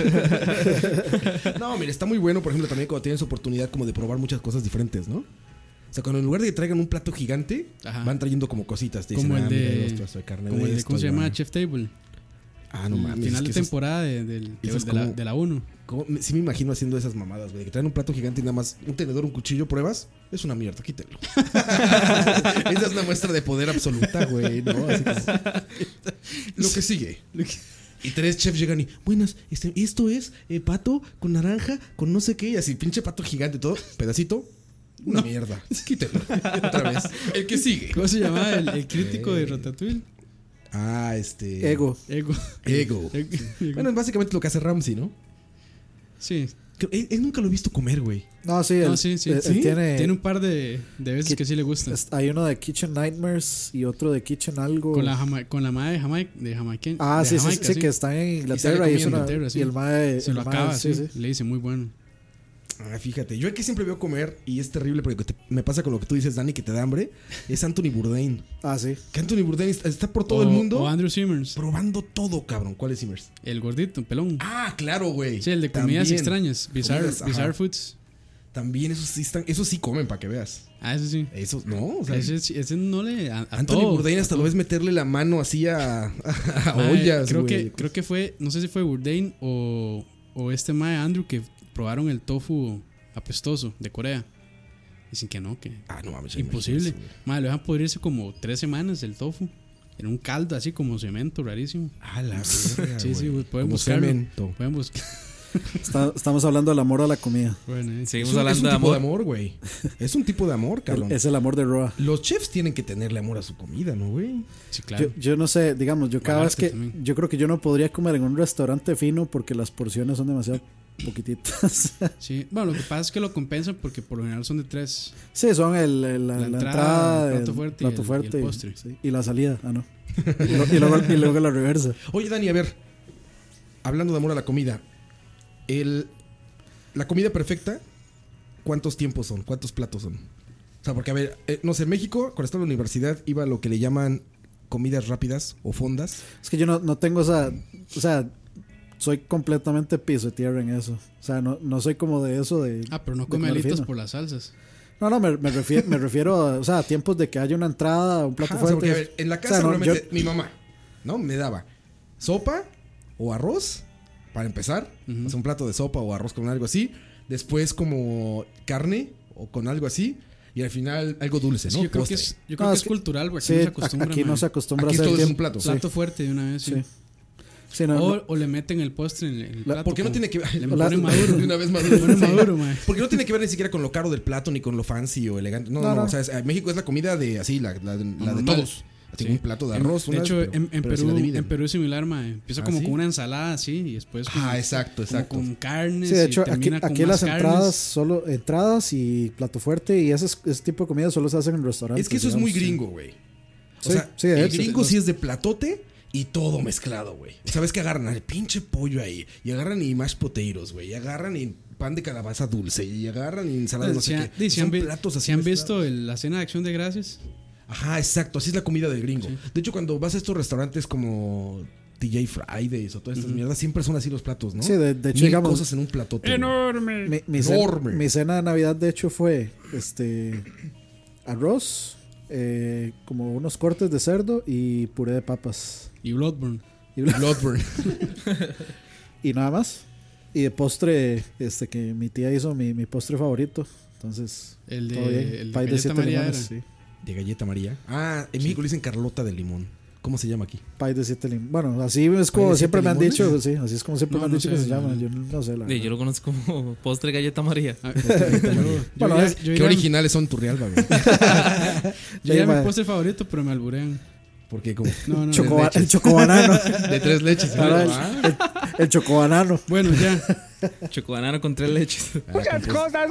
No, mira, está muy bueno, por ejemplo, también cuando tienes oportunidad como de probar muchas cosas diferentes, ¿no? O sea, cuando en lugar de que traigan un plato gigante, Ajá. van trayendo como cositas. Te Como dicen, el ah, mira, de, hay dos trozos de carne como de el de esto, ¿cómo se ahí llama? va. Chef Table. Ah, no El mames. final es de que eso es- temporada de, del- de- eso es de la, como- de la uno. como- me- sí me imagino haciendo esas mamadas, güey. Que traen un plato gigante y nada más un tenedor, un cuchillo, pruebas. Es una mierda, quítelo. Esa es una muestra de poder absoluta, güey, ¿no? Así como- Lo que sigue. Y tres chefs llegan y, buenas, este, esto es eh, pato con naranja, con no sé qué, y así, pinche pato gigante, todo, pedacito, una mierda. Quítelo. Otra vez. El que sigue. ¿Cómo se llama el, el crítico de Ratatouille? Ah, este. Ego. Ego. Ego. Ego. Bueno, es básicamente lo que hace Ramsey, ¿no? Sí. Que- Él, él nunca lo he visto comer, güey. No, sí, No, él- sí, sí. él- él ¿Sí? tiene, Tiene un par de, de veces que- que sí le gusta. es- hay uno de Kitchen Nightmares y otro de Kitchen algo. Con la, jama, con la madre de Jamaica. De Jamaica Ah, de sí, sí, Jamaica, sí, que está en sale Inglaterra y, es comiendo. una- Inglaterra, sí. y el mae Se el lo mae, acaba, sí, sí, sí. y le dice muy bueno. Ah, fíjate, yo el que siempre veo comer, y es terrible porque te- me pasa con lo que tú dices, Dani, que te da hambre, es Anthony Bourdain. Ah, sí. Que Anthony Bourdain está, está por todo O- el mundo O Andrew Simmers. probando todo, cabrón. ¿Cuál es Simmers? El gordito, pelón. Ah, claro, güey. Sí, el de comidas También. extrañas. Bizarre, Comidas, ajá. bizarre Foods. También esos sí están, esos sí comen para que veas. Ah, ese sí. Esos, no, o sea, Ese, sí- ese no le. A, a Anthony todo, Bourdain a hasta todo. lo ves meterle la mano así a, a Mae, ollas, creo güey. que Creo que fue. No sé si fue Bourdain o, o este mae Andrew que probaron el tofu apestoso de Corea. Dicen que no, que. Ah, no mames. ya Imposible. imagínate, güey. Madre, lo dejan podrirse como tres semanas el tofu. En un caldo así como cemento, rarísimo. Ah, la verga, Sí, sí, güey. pueden Como buscarlo. cemento. Pueden buscar. Está- estamos hablando del amor a la comida. Bueno, eh. Es seguimos un, es hablando un de tipo de amor. amor, güey. Es un tipo de amor, cabrón. Es el amor de Roa. Los chefs tienen que tenerle amor a su comida, ¿no, güey? Sí, claro. Yo, yo no sé, digamos, yo cada vez Valarte que. también. Yo creo que yo no podría comer en un restaurante fino porque las porciones son demasiado poquititas. Sí, bueno, lo que pasa es que lo compensan porque por lo general son de tres. Sí, son el, el- la, La la entrada, entrada, el plato el fuerte y plato el- fuerte y el postre. sí, y la salida. Ah, no. Y, lo- y luego, y luego la reversa. Oye, Dani, a ver. Hablando de amor a la comida. El, la comida perfecta, ¿cuántos tiempos son? ¿Cuántos platos son? O sea, porque, a ver, eh, no sé, en México, cuando estaba en la universidad, iba a lo que le llaman comidas rápidas o fondas. Es que yo no, no tengo esa. O sea, soy completamente piso de tierra en eso. O sea, no, no soy como de eso de. Ah, pero no de come comer alitas fino. por las salsas. No, no, me, me refiero, me refiero a, o sea, a tiempos de que haya una entrada, un plato Ajá, o sea, fuerte. porque, a ver, en la casa O sea, no, normalmente yo- mi mamá, ¿no? Me daba sopa o arroz, para empezar. Ujú. O sea, un plato de sopa o arroz con algo así. Después como carne o con algo así. Y al final algo dulce, Sí, ¿no? yo creo que Postre. es, yo creo No, que es es que- cultural, güey. Aquí sí, no se acostumbra. aquí no man. se acostumbra Aquí a hacer todo es un tiempo- plato. sí. Plato fuerte de una vez, sí. Sí. Sí, no, o, no. o le meten el postre en el, el plato. ¿Por qué no como- tiene que ver? Le ponen maduro. De una vez Le maduro. ponen maduro, mae. Porque no tiene que ver ni siquiera con lo caro del plato ni con lo fancy o elegante. No, no, No, no. no. O sea, es- eh, México es la comida de así, la, la, la de Normal. todos. Sí. Así un plato de En- arroz. De una hecho, vez, pero- en, en pero sí Perú, la dividen. en Perú es similar, mae. Empieza ¿Ah, como sí? con una ensalada así y después con, Ah, exacto, exacto. como con carnes. Sí, de y hecho, aquí, termina con aquí más las carnes. entradas, solo entradas y plato fuerte y ese, ese tipo de comida solo se hacen en restaurantes. Es que eso es muy digamos. gringo, güey. O Sí, sea, sí, de el hecho. gringo sí es de platote y todo mezclado, güey. ¿Sabes qué agarran? El pinche pollo ahí. Y agarran y mashed potatoes, güey. Y agarran y pan de calabaza dulce. Y agarran y ensalada no Si sé han- qué. di, si Son han vi- platos así si han mezclados. visto el- la cena de Acción de Gracias. Ajá, exacto. Así es la comida del gringo. De hecho, cuando vas a estos restaurantes como T J Fridays o todas estas mierdas, siempre son así los platos, ¿no? Sí, de, de hecho, Mil digamos. cosas en un platote. Enorme. Mi, mi cena, Enorme. mi cena de Navidad, de hecho, fue este arroz, eh, como unos cortes de cerdo y puré de papas. Y Bloodborne. Y, Bloodburn. y nada más. Y de postre, este que mi tía hizo mi, mi postre favorito. Entonces, El de- todo bien. el de Pie de galleta siete María limones, era. sí. De galleta María. Ah, en México le dicen Carlota de limón. ¿Cómo se llama aquí? Pie de siete limones. Bueno, así es como ¿Pie de siempre siete me han limones? dicho. Sí, así es como siempre No, me han no dicho sé, que se no, llama. no. Yo no sé la Sí, yo verdad. lo conozco como postre galleta María. Ah, yo- yo Bueno, iría- es- yo Qué iría- originales son Turrialba, güey. Yo era Sí, mi mae. postre favorito, pero me alburean. Porque como No, no, Chocoba- no. leches. el chocobanano. de tres leches. Ahora el, ¿verdad? el, el chocobanano. Bueno, ya. Chocobanano con tres leches. Muchas cosas.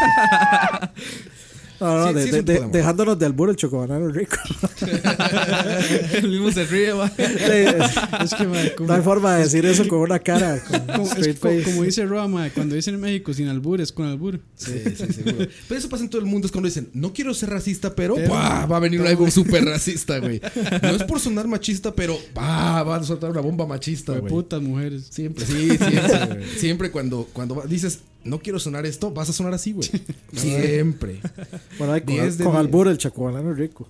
No, no, Sí, de- sí es de- un de- poco de amor. dejándonos de albur, el chocobanano es rico. El mismo se ríe, va. Sí, es- Es que, mae, como, no hay forma de decir eso con una cara. Con como- es straight co- face. como dice Roa, mae, cuando dicen en México sin albur es con albur. Sí, sí, seguro. Pero eso pasa en todo el mundo. Es cuando dicen, no quiero ser racista, pero, Pero- ¡buah! Va a venir algo súper racista, güey. No es por sonar machista, pero ¡buah! Va a soltar una bomba machista, De güey. putas mujeres. Siempre, sí, siempre, güey. Siempre cuando, cuando va- dices, no quiero sonar esto, vas a sonar así, güey. Siempre. Bueno, hay con, diez de con diez. albur, el chocobanano es rico.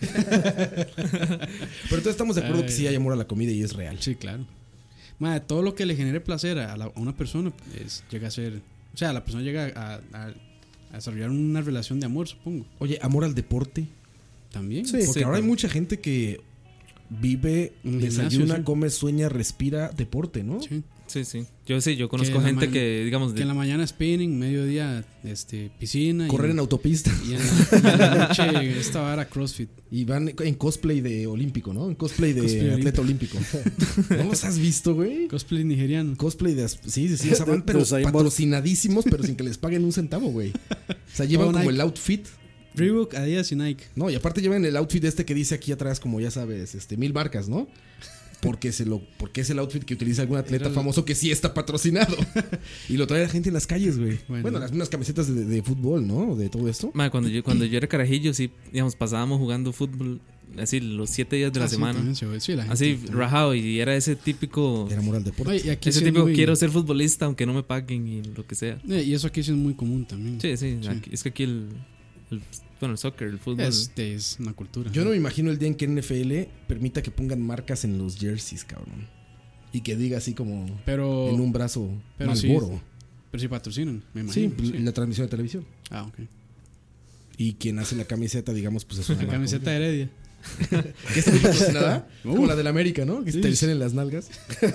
Pero todos estamos de acuerdo que sí hay amor a la comida y es real. Sí, claro. Mae, todo lo que le genere placer a, la- a una persona es, llega a ser. O sea, la persona llega a, a- a desarrollar una relación de amor, supongo. Oye, amor al deporte. También. Sí. Porque ahora hay mucha gente que vive, Un desayuna, gimnasio, sí. come, sueña, respira deporte, ¿no? Sí. Sí, sí. Yo sí, yo conozco en la gente ma- que, digamos, Que de- en la mañana spinning, mediodía este, piscina. Correr y, en autopista. y en, la, y en la noche esta vara CrossFit. Y van en cosplay de olímpico, ¿no? En cosplay de Cosplay atleta olímpico. ¿No los has visto, güey? Cosplay nigeriano. Cosplay de... as- Sí, sí, sí. O sea, van De- pero de Usain Bolt. patrocinadísimos, pero sin que les paguen un centavo, güey. O sea, llevan Todo como Nike. el outfit. Reebok, Adidas y Nike. No, y aparte llevan el outfit este que dice aquí atrás, como ya sabes, este mil marcas, ¿no? Porque se lo, porque es el outfit que utiliza algún atleta Era el- famoso que sí está patrocinado. Y lo trae la gente en las calles, güey. Bueno, Bueno. las mismas camisetas de, de fútbol, ¿no? De todo esto. Ma, cuando yo cuando yo era carajillo, sí, digamos, pasábamos jugando fútbol así los siete días de la Ah, sí, semana. también se ve. Sí, la gente Así, también. rajado, y era ese típico. Era amor al deporte. Oye, y aquí Ese sí es típico muy- quiero ser futbolista aunque no me paguen y lo que sea. Eh, y eso aquí sí es muy común también. Sí, sí, Sí. aquí- es que aquí el, el- bueno, el soccer, el fútbol. Este es una cultura. Yo no me imagino el día en que N F L permita que pongan marcas en los jerseys, cabrón. Y que diga así como Pero. en un brazo pero sí, Malboro. Pero si patrocinan, me Sí, imagino. en la transmisión de televisión. Ah, ok. Y quien hace la camiseta, digamos, pues es una La marca. camiseta de Heredia. ¿Que está muy patrocinada? Uh. Como la del América, ¿no? Que Sí. te dicen en las nalgas.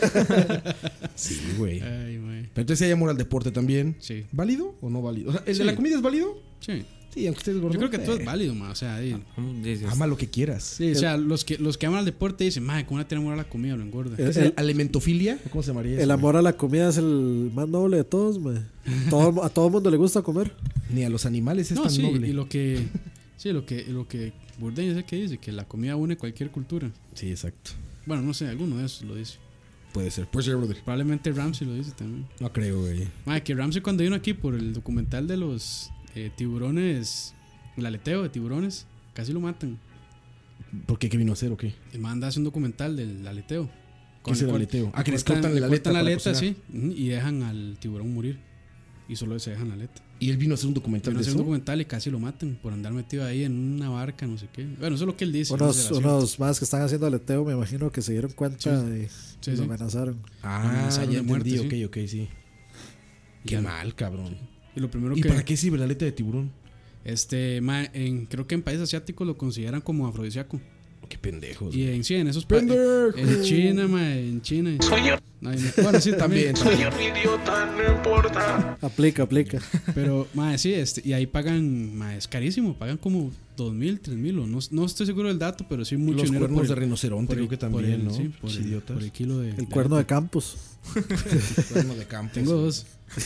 Sí, güey. Ay, güey. Pero entonces hay amor al deporte también. Sí. ¿Válido o no válido? O sea, ¿el Sí. de la comida es válido? Sí. Sí, aunque estés gordo. Yo creo que todo eh, es válido, ma. O sea, ahí- ¿Cómo dices? Ama lo que quieras. sí, o sea, los que, los que aman al deporte dicen, madre, ¿cómo le tiene amor a la comida? Lo engorda. El- ¿Es el alimentofilia? ¿O ¿Cómo se llamaría eso? El amor a la comida es el más noble de todos, man. Todo, a todo mundo le gusta comer. Ni a los animales es No, tan sí, noble. y lo que. Sí, lo que, lo que Bourdain es el que dice, que la comida une cualquier cultura. Sí, exacto. Bueno, no sé, alguno de esos lo dice. Puede ser. Puede ser, brother. Probablemente Ramsey lo dice también. No creo, güey. Madre, que Ramsey cuando vino aquí por el documental de los eh, tiburones, el aleteo de tiburones, casi lo matan. ¿Por qué? ¿Qué vino a hacer o qué? El man hace un documental del aleteo. ¿Qué es el cual- aleteo? Ah, que les cortan- cortan le la cortan aleta la para aleta, cocinar. sí, ujú, y dejan al tiburón morir. Y solo se dejan la aleta. ¿Y él vino a hacer un documental Vino a de hacer eso? un documental y casi lo matan por andar metido ahí en una barca, no sé qué. Bueno, eso es lo que él dice. no sé Unos, si era unos más que están haciendo aleteo, me imagino que se dieron cuenta Sí. y Sí, lo sí. amenazaron. Ah, amenazaron ya de muerte, entendí. sí. Ok, ok, sí. Qué Ya. mal, cabrón. Y lo primero ¿Y que. para qué sirve la aleta de tiburón? Este, ma- en, creo que en países asiáticos lo consideran como afrodisíaco. Qué pendejos. Y en, sí, en esos países. En China, mae, en China. Soy yo. Ay, no. Bueno, sí, también. Soy un idiota, no importa. Aplica, aplica. Pero, mae, sí, este, y ahí pagan, mae, es carísimo. Pagan como dos mil, tres mil. No, no estoy seguro del dato, pero sí mucho Los dinero. cuernos por de el- rinoceronte por el- creo que por también, el- ¿no? Sí, por el, Idiotas. por el kilo de. El de cuerno de alta. Campos. El cuerno de Campos. Tengo dos.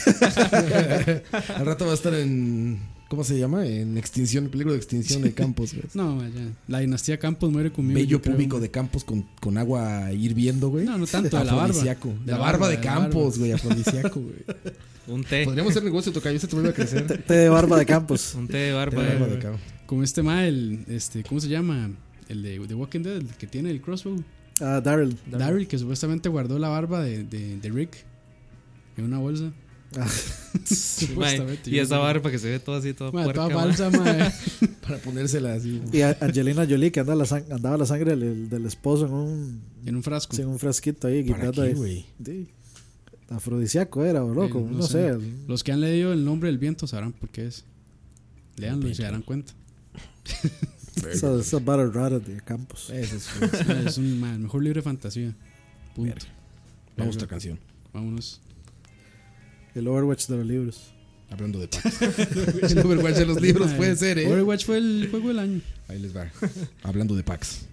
Al rato va a estar en. ¿Cómo se llama? En extinción, peligro de extinción de Campos, güey. No, mae, ya. La dinastía Campos muere conmigo. Bello yo creo. púbico de Campos con, con agua hirviendo, güey. No, no tanto, de la barba. Afrodisíaco. De La la barba barba, de de la Campos, barba. güey. Afrodisíaco, güey. Un té. Podríamos hacer negocio, tocayo. Este te vuelve a crecer. Té de barba de Campos. Un té de barba. Té de eh. barba de Campos. Como este mae, el, este, ¿cómo se llama? El de The Walking Dead, el que tiene el crossbow. Ah, Daryl. Daryl, que supuestamente guardó la barba de, de, de Rick en una bolsa. Ah. Mae, y esa barba que se ve toda así, toda Mae, puerca. toda mae. falsa, mae. Para ponérsela así. Y a- Angelina Jolie, que anda la sang- andaba la sangre del, del esposo en un, En un frasco. sí, en un frasquito ahí. ¿Para guindando qué, ahí. güey? Sí. Afrodisíaco era, o loco. Eh, no, sé. Los que han leído El nombre del viento sabrán por qué es. Leanlo y se darán cuenta. Esas esas varas raras de Campos. Ese es. Es un, mae, el mejor libro de fantasía. Punto. Verga. Vamos a otra canción. Vámonos. El Overwatch de los libros. Hablando de packs. El Overwatch de los libros Mae, puede ser, ¿eh? Overwatch fue el juego del año. Ahí les va. Hablando de packs.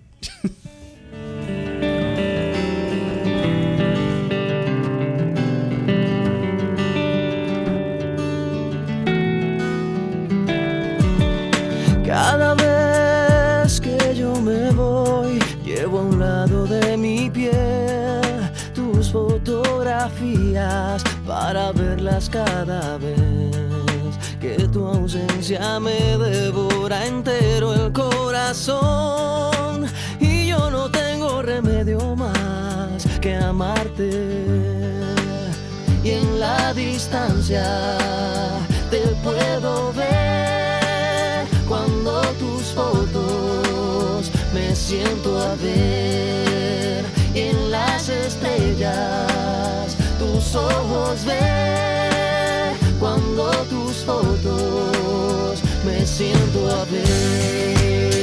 Cada vez que yo me voy, llevo a un lado de mi piel tus fotografías para verlas cada vez que tu ausencia me devora entero el corazón y yo no tengo remedio más que amarte. Y en la distancia te puedo ver cuando tus fotos me siento a ver. Y en las estrellas tus ojos ver cuando tus fotos me siento a ver.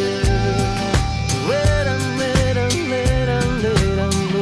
Veran, veran, veran, veran, no.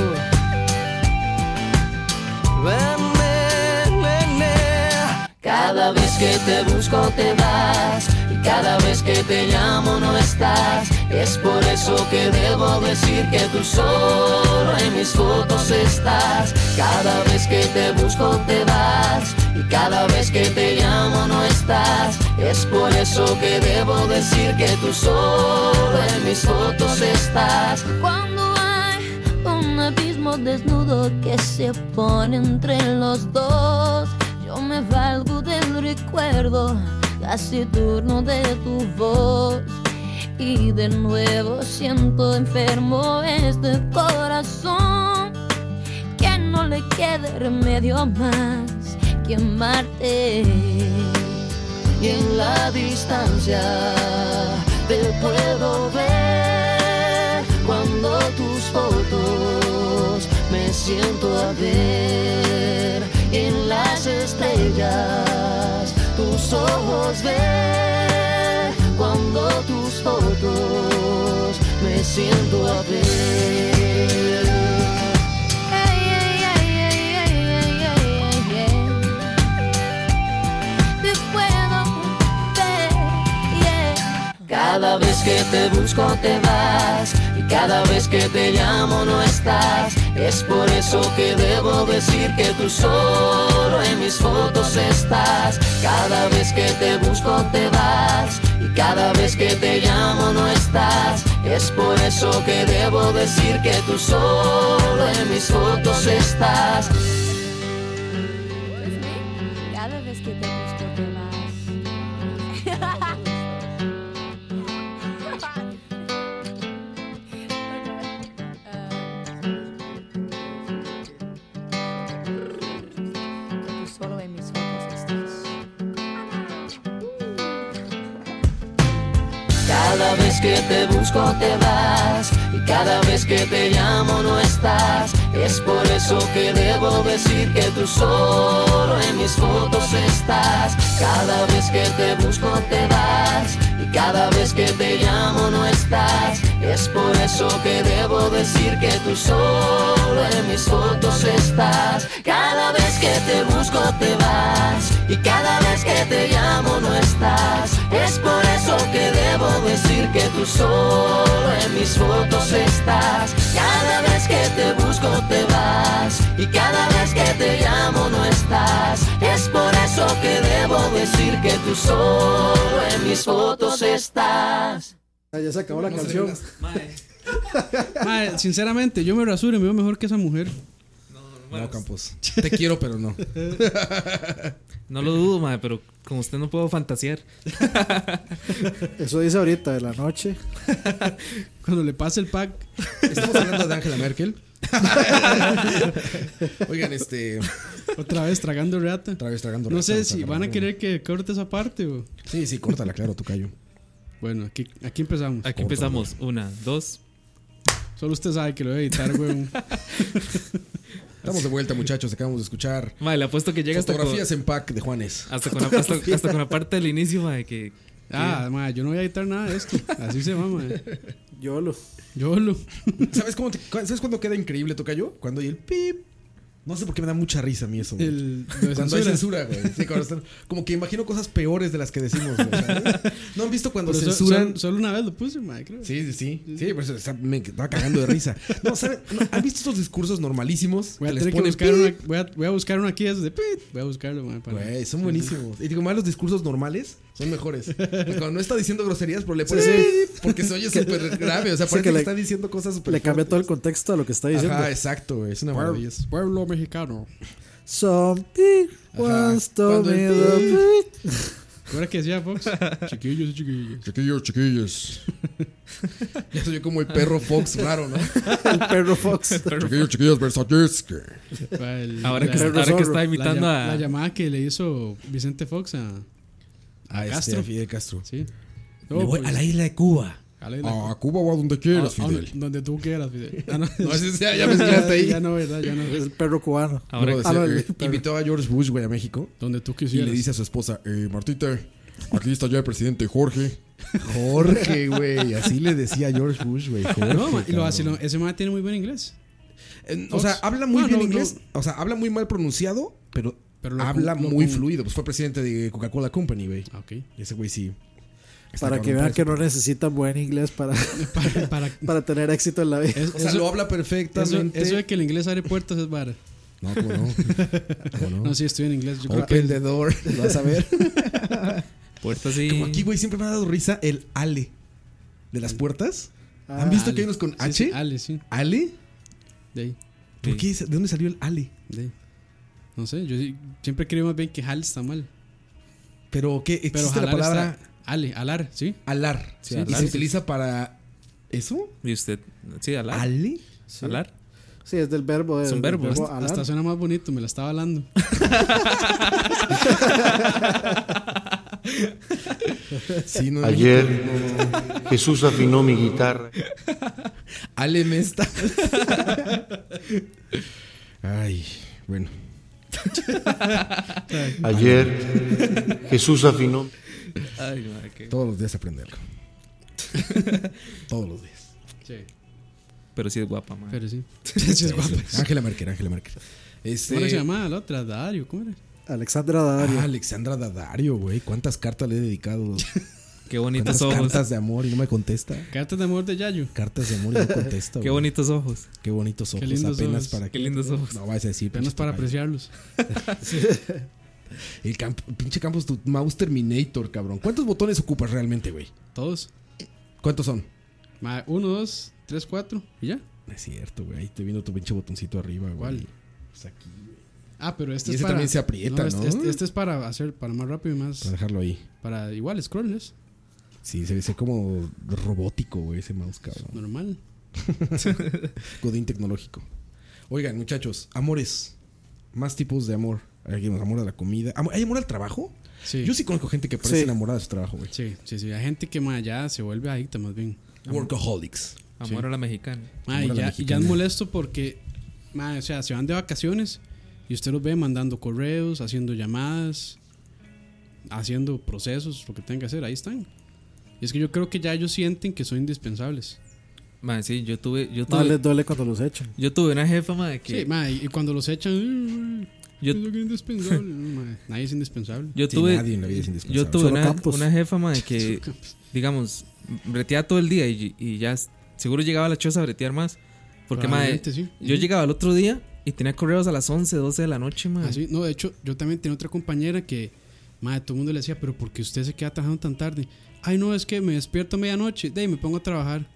Ven, ven, ven, ven. Cada vez que te busco te vas y cada vez que te llamo no estás. Es por eso que debo decir que tú solo en mis fotos estás. Cada vez que te busco te vas y cada vez que te llamo no estás. Es por eso que debo decir que tú solo en mis fotos estás. Cuando hay un abismo desnudo que se pone entre los dos, yo me valgo del recuerdo taciturno de tu voz. Y de nuevo siento enfermo este corazón, que no le quede remedio más que amarte. Y en la distancia te puedo ver cuando tus fotos me siento a ver. Y en las estrellas tus ojos ver cuando tus fotos me siento a ver. Ey, ey, ey, ey, ey, ey, ey, ey. Te puedo ver, yeah. Cada vez que te busco te vas y cada vez que te llamo no estás. Es por eso que debo decir que tú solo en mis fotos estás. Cada vez que te busco te vas y cada vez que te llamo no estás. Es por eso que debo decir que tú solo en mis fotos estás. Cada vez que te busco te vas. Tú solo en mis fotos estás. Cada vez que te busco te vas y cada vez que te llamo no estás. Es por eso que debo decir que tú solo en mis fotos estás. Cada vez que te busco te vas, y cada vez que te llamo no estás. Es por eso que debo decir que tú solo en mis fotos estás. Cada vez que te busco te vas, y cada vez que te llamo no estás. Es por eso que debo decir que tú solo en mis fotos estás. Cada vez que te busco te vas, y cada vez que te llamo no estás. Es por eso que debo decir que tú solo en mis fotos estás. Ah, ya se acabó la canción. Mae, sinceramente, yo me rasuro y me veo mejor que esa mujer. No, Campos. Te quiero, pero no. No lo dudo, mae, pero con usted no puedo fantasear. Eso dice ahorita de la noche. Cuando le pase el pack. Estamos hablando de Angela Merkel. Oigan, este. Otra vez tragando reata. Otra vez tragando No reata, sé vamos si a van a grabar. querer que corte esa parte o. Sí, sí, córtala, claro, tu callo. Bueno, aquí, aquí empezamos. Aquí empezamos. Una, dos. Solo usted sabe que lo voy a editar, weón. Estamos de vuelta, muchachos. Acabamos de escuchar. Mae, le apuesto que llega hasta Fotografías con, en pack de Juanes. hasta con, la, hasta, hasta con la parte del inicio, mae, que. Ah, mae, yo no voy a editar nada de esto. Así se va, mae. Yolo. Yolo. ¿Sabes cómo te- ¿Sabes cuándo queda increíble, tocayo? Cuando hay el pip. No sé por qué me da mucha risa a mí eso, güey. El, lo de Cuando hay censura. censura, güey. Sí, cuando están- como que imagino cosas peores de las que decimos, güey. ¿No han visto cuando Pero so- censuran? sol- solo una vez lo puse, mae, creo. Sí, sí, sí. Sí, por eso está- me estaba cagando de risa. No, ¿saben? ¿No? ¿Han visto estos discursos normalísimos? Voy a que les tener que ponen buscar pip? una, voy a, voy a buscar uno aquí de pit. Voy a buscarlo, mae, para- Güey, son buenísimos. Y digo, más los discursos normales son mejores. Porque cuando no está diciendo groserías, pero le pone Sí, sí. "Pip", porque se oye súper grave. O sea, Sí, parece que que, le- está diciendo cosas súper Le cambia fuertes. todo el contexto a lo que está diciendo. Ajá, exacto, güey. Es una Pueblo, maravilla. eso. pueblo mexicano. Something was told Cuando me el the- ¿Ahora que decía Fox? Chiquillos y chiquillos. Chiquillos, chiquillos. Ya soy como el perro Fox raro, ¿no? El perro Fox. Chiquillos, chiquillos, Versaceski. El- Ahora que, la- ahora que zorro. está la, imitando llam- la a. llamada que le hizo Vicente Fox a, A Castro. Castro. Fidel Castro. sí. Me voy a la isla de Cuba. a la isla- A Ah, Cuba o a donde a- quieras, a- Fidel. donde tú quieras, Fidel. Ah, no, No, ese ya, ya mezclaste ahí. Ya no, ¿verdad? Ya no. El perro cubano. Ahora Luego que- Ah, no, decía, el eh, perro. invitó a George Bush, güey, a México. Donde tú Y quisieras. le dice a su esposa, eh, Martita, aquí está ya el presidente Jorge. Jorge, güey. Así le decía a George Bush, güey. Jorge, No, ma, y lo cabrón. hace, lo- ese man tiene muy buen inglés. Eh, o Fox. sea, habla muy No, bien no, inglés. no. O sea, habla muy mal pronunciado, pero, Pero lo- habla lo- muy lo- fluido. Pues fue presidente de Coca-Cola Company, güey. Ah, ok. Y ese güey sí. está Para que cabrón vean por que eso. no necesitan buen inglés para, Para, para- para tener éxito en la vida. es- O sea, eso, lo habla eso, perfectamente. eso de que el inglés abre puertas es vara. No, ¿cómo no? ¿Cómo no? No, sí, estoy en inglés. Yo creo Open the door. Lo vas a ver. Puerta así. Como aquí, güey, siempre me ha dado risa el ale de las puertas. Ah, ¿Han visto Ale. que hay unos con Sí, H? sí, Ale, sí. ¿Ale? De ahí, ¿Por Sí. qué? ¿De dónde salió el ale? de ahí. No sé, yo sí- siempre creo más bien que Hal está mal. Pero ¿qué? Pero Existe la jalar palabra está- Ale, alar, sí. alar. Sí, y alar, se sí. utiliza para eso. ¿Y usted? Sí, alar. ¿Ale? Sí. Alar. Sí, es del verbo. Es un del verbo, verbo Hasta, alar. hasta suena más bonito, me la estaba hablando. Sí, no, Ayer Jesús afinó mi guitarra. Ale me está. Ay, bueno. Ayer Jesús afinó. Ay, madre, qué- Todos los días aprende algo. Todos los días. Sí, Pero sí es guapa, madre. pero sí. Sí, es guapa. Ángela Merkel, Ángela Merkel. Este, ¿Cómo se llamaba la otra? Dario, ¿cómo era? Alexandra Daddario. Ah, Alexandra Daddario, güey. ¿Cuántas cartas le he dedicado? Qué bonitos ¿Cuántas ojos. cartas de amor y no me contesta? Cartas de amor de Yayo. Cartas de amor y no contesta. Qué güey. bonitos ojos. Qué bonitos ojos. Qué lindos apenas ojos. para Qué lindos ojos. No vas a decir. Apenas pinche para tocayo. apreciarlos. El camp- pinche Campos, tu mouse Terminator, cabrón. ¿Cuántos botones ocupas realmente, güey? Todos. ¿Cuántos son? Ma, uno, dos, tres, cuatro. ¿Y ya? No es cierto, güey. Ahí te viendo tu pinche botoncito arriba, güey. ¿Cuál? Pues aquí, güey. Ah, pero este Y es ese para. también se aprieta, este, ¿no? Este, este es para hacer, para más rápido y más. Para dejarlo ahí. Para igual, scrolls. Sí, se ve como robótico, güey, ese mouse, cabrón. Normal. Godín tecnológico. Oigan, muchachos, amores. Más tipos de amor. Hay amor a la comida. Amor- ¿Hay amor al trabajo? Sí. Yo sí conozco gente que parece Sí. enamorada de su trabajo, güey. Sí, sí, sí. Hay gente que ma, ya se vuelve adicta más bien. Workaholics. Amor Sí. a la mexicana. Ma, Amor y, a la ya, y ya mexicana. es molesto porque, ma, o sea, se van de vacaciones y usted los ve mandando correos, haciendo llamadas haciendo procesos, lo que tengan que hacer, ahí están. Y es que yo creo que ya ellos sienten que son indispensables. Mae, sí, yo tuve. Yo No tuve les duele cuando los echan. Yo tuve una jefa, mae, que. Sí, mae, y cuando los echan, "Ay, Yo- es lo que es indispensable". No, mae, nadie es indispensable. Yo Sí, tuve, nadie en la vida es indispensable. yo tuve Solo una, Campos. una jefa, mae, que, digamos, breteaba todo el día y, y ya s- seguro llegaba a la choza a bretear más. Porque, mae, Probablemente, sí. yo llegaba el otro día y tenía correos a las once, doce de la noche, mae. Así, no, de hecho, yo también tenía otra compañera que, madre, todo el mundo le decía, pero ¿por qué usted se queda trabajando tan tarde? Ay, no, es que me despierto a medianoche, de ahí me pongo a trabajar.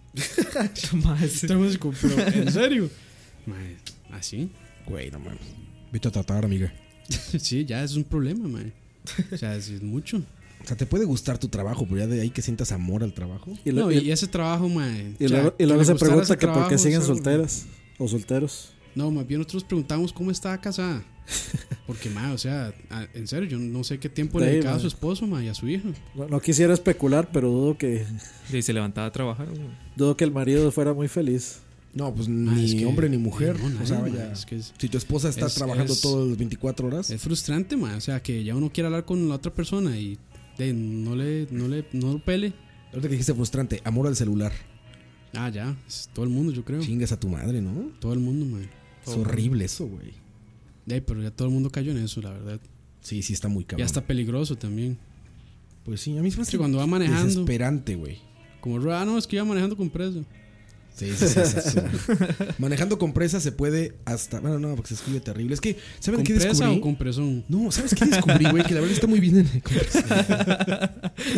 Mae, sí. Todo el mundo así como, pero, ¿en serio? Madre, así. Güey, no mames. Vete a tratar, amiga. Sí, ya es un problema, madre. O sea, es, es mucho. O sea, te puede gustar tu trabajo, pero ya de ahí que sientas amor al trabajo. Y, No, lo- y, y- ese trabajo, madre. y o sea, luego, y que luego le se gustara pregunta ese que por qué trabajo, siguen eso- solteras o solteros. No, más bien nosotros preguntamos cómo estaba casada. Porque, madre, o sea, a- en serio, yo no sé qué tiempo le Sí, dedicaba a madre. su esposo, madre, y a su hijo. No, no quisiera especular, pero dudo que Y se levantaba a trabajar, mae. dudo que el marido fuera muy feliz. No, pues Ah, ni es que- hombre ni mujer. no, o sea, nadie, vaya. man, es que es- si tu esposa está es- trabajando es- todas las veinticuatro horas. Es frustrante, man. O sea, que ya uno quiere hablar con la otra persona y de, no le no le no lo pele. Ahorita que dijiste frustrante, amor al celular. Ah, ya. Es todo el mundo, yo creo. Chingas a tu madre, ¿no? Todo el mundo, man. Es horrible eso, güey. Ey, pero ya todo el mundo cayó en eso, la verdad. Sí, sí está muy cabrón. Ya está peligroso también. Pues sí, a mí se me hace Sí, cuando va manejando. desesperante, güey. Como, ah, no, es que iba manejando con preso. Sí, sí, sí, sí, sí. Manejando con presa se puede hasta... Bueno, no, porque se escribe terrible. Es que, ¿saben ¿Con qué presa descubrí? o con presón? No, ¿sabes qué descubrí, güey? Que la verdad está muy bien en compresa.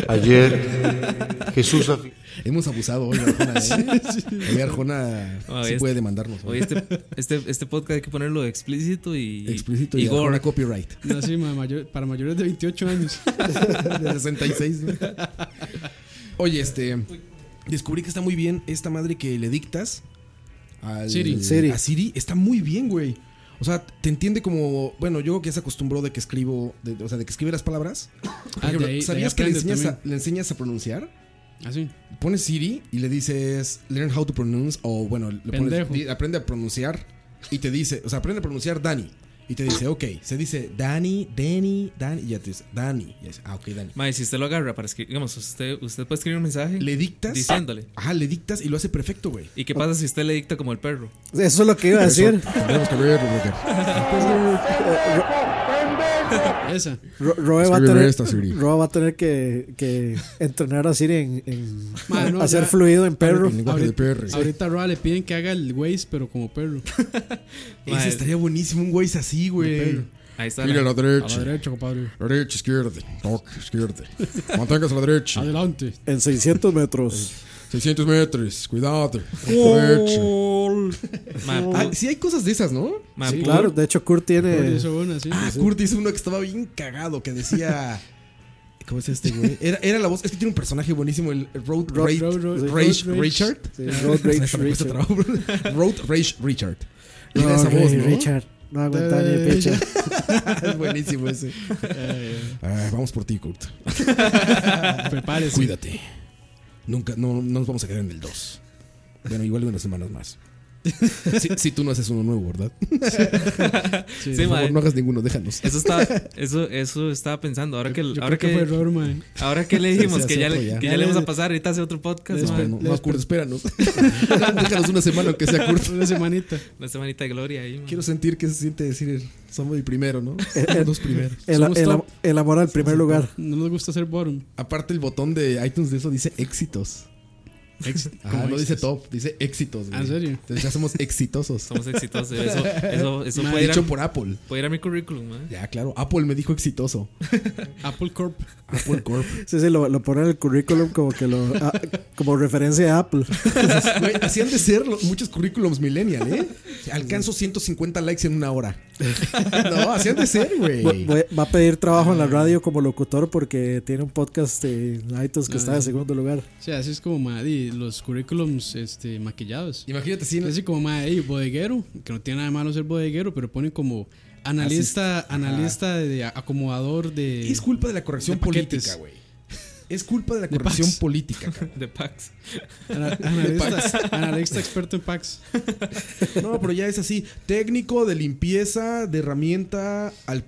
Ayer Jesús afi- Hemos abusado hoy, Arjona, ¿eh? Hoy Arjona Ah, sí este- puede demandarnos. Oye, este, este, este podcast hay que ponerlo explícito y. Explícito y, y gore. Arjona copyright. No, sí, ma, mayor- para mayores de veintiocho años. De sesenta y seis, ¿no? Oye, este... Descubrí que está muy bien esta madre que le dictas al, Siri. Siri. a Siri. Está muy bien, güey. O sea, te entiende como... Bueno, yo creo que ya se acostumbró de que escribo... de- o sea, de que escribe las palabras. Por Ah, ejemplo, de ahí- de ¿sabías ahí que le aprende enseñas, a, también. le enseñas a pronunciar? Así. Pones Siri y le dices learn how to pronounce o bueno, le pones, Pendejo. di- aprende a pronunciar y te dice, o sea, aprende a pronunciar Dani y te dice, ok, se dice Dani, Dani, Dani y ya te dice Dani. Y ya dice, ah, ok, Dani. Mae, si usted lo agarra para escribir, digamos, usted, usted puede escribir un mensaje Le dictas. diciéndole. Ajá, le dictas y lo hace perfecto, güey. ¿Y qué pasa si usted le dicta como el perro? Eso es lo que iba a decir. Tendremos que ver, Roger. Esa. Ro- Roe va a Escríbeme tener, esta, Siri. Roe va a tener que, que entrenar a Siri en, en Ma, no, hacer ya. fluido en perro. En lenguaje de perro. Ahorita a Roa le piden que haga el Waze, pero como perro. Ese estaría buenísimo, un güey así, De güey. perro. Ahí está. Mira a la- la derecha. A la derecha, compadre. Derecha, izquierda. Toque, izquierda. Manténgase a la derecha. Adelante. En seiscientos metros. seiscientos metros. Cuidado. Derecha. Mae, Ah, pu- sí hay cosas de esas, ¿no? mae, Sí, pu- claro. De hecho, Kurt Por tiene. eso una, sí. Ah, Kurt hizo uno que estaba bien cagado, que decía... ¿Cómo es este, güey? Era, era la voz... Es que tiene un personaje buenísimo, el Road, Road- Rage, Road- Road- Rage Road Rage. Richard. Sí, Road Rage Hasta me cuesta Richard. trabajo. Road Rage Richard. No, Era esa Rey voz, ¿no? Richard. No aguanta ni el picha. Es buenísimo ese. Ah, vamos por ti, Kurt. Prepárese. Cuídate. Nunca, no, no nos vamos a quedar en el dos. Bueno, igual unas semanas más. Si, si tú no haces uno nuevo, ¿verdad? Sí, Sí, Por favor, mae. no hagas ninguno, déjanos. Eso estaba, eso, eso estaba pensando. Ahora que, Yo ahora creo que fue que, error, man. ahora que le dijimos Se que hace ya, otro le, ya. que Ya ya le le- vamos a pasar, ahorita hace otro podcast. Les- mae. No, Les- no, Kurt, espéranos. Déjanos una semana aunque sea Kurt. Una semanita. Una semanita de gloria ahí. mae. Quiero sentir que se siente decir, somos el primero, ¿no? Eh, Somos los primeros. El, Somos el- top. el amor al primer lugar. No nos gusta hacer bottom. Aparte el botón de iTunes de eso dice éxitos. Ex- Ajá, como no dice éxitos. top, dice éxitos. ¿Ah, en güey. serio? Entonces ya somos exitosos. Somos exitosos. Eso, eso, eso Mae, puede, ir Dicho a, por Apple. puede ir a mi currículum. mae. Ya, claro. Apple me dijo exitoso. Apple Corp. Apple Corp. Sí, sí, lo, lo pone en el currículum como que lo ah, como referencia a Apple. Güey, así han de ser los- muchos currículums millennial, ¿eh? Alcanzo ciento cincuenta likes en una hora. No, así han de ser, güey. Voy- voy- va a pedir trabajo en la radio como locutor porque tiene un podcast en iTunes que Ah, está en sí. segundo lugar. O sea, así es como madre, los currículums este, maquillados. Imagínate si... Así como madre, bodeguero, que no tiene nada de malo ser bodeguero, pero ponen como analista, Asist- ajá. analista de acomodador de. Es culpa de la corrección de paquetes. política, güey. Es culpa de la De corrección Pax. política, cabrón. De Pax. Ana- analista, analista experto en Pax. No, pero ya es así. Técnico de limpieza de herramienta al piso.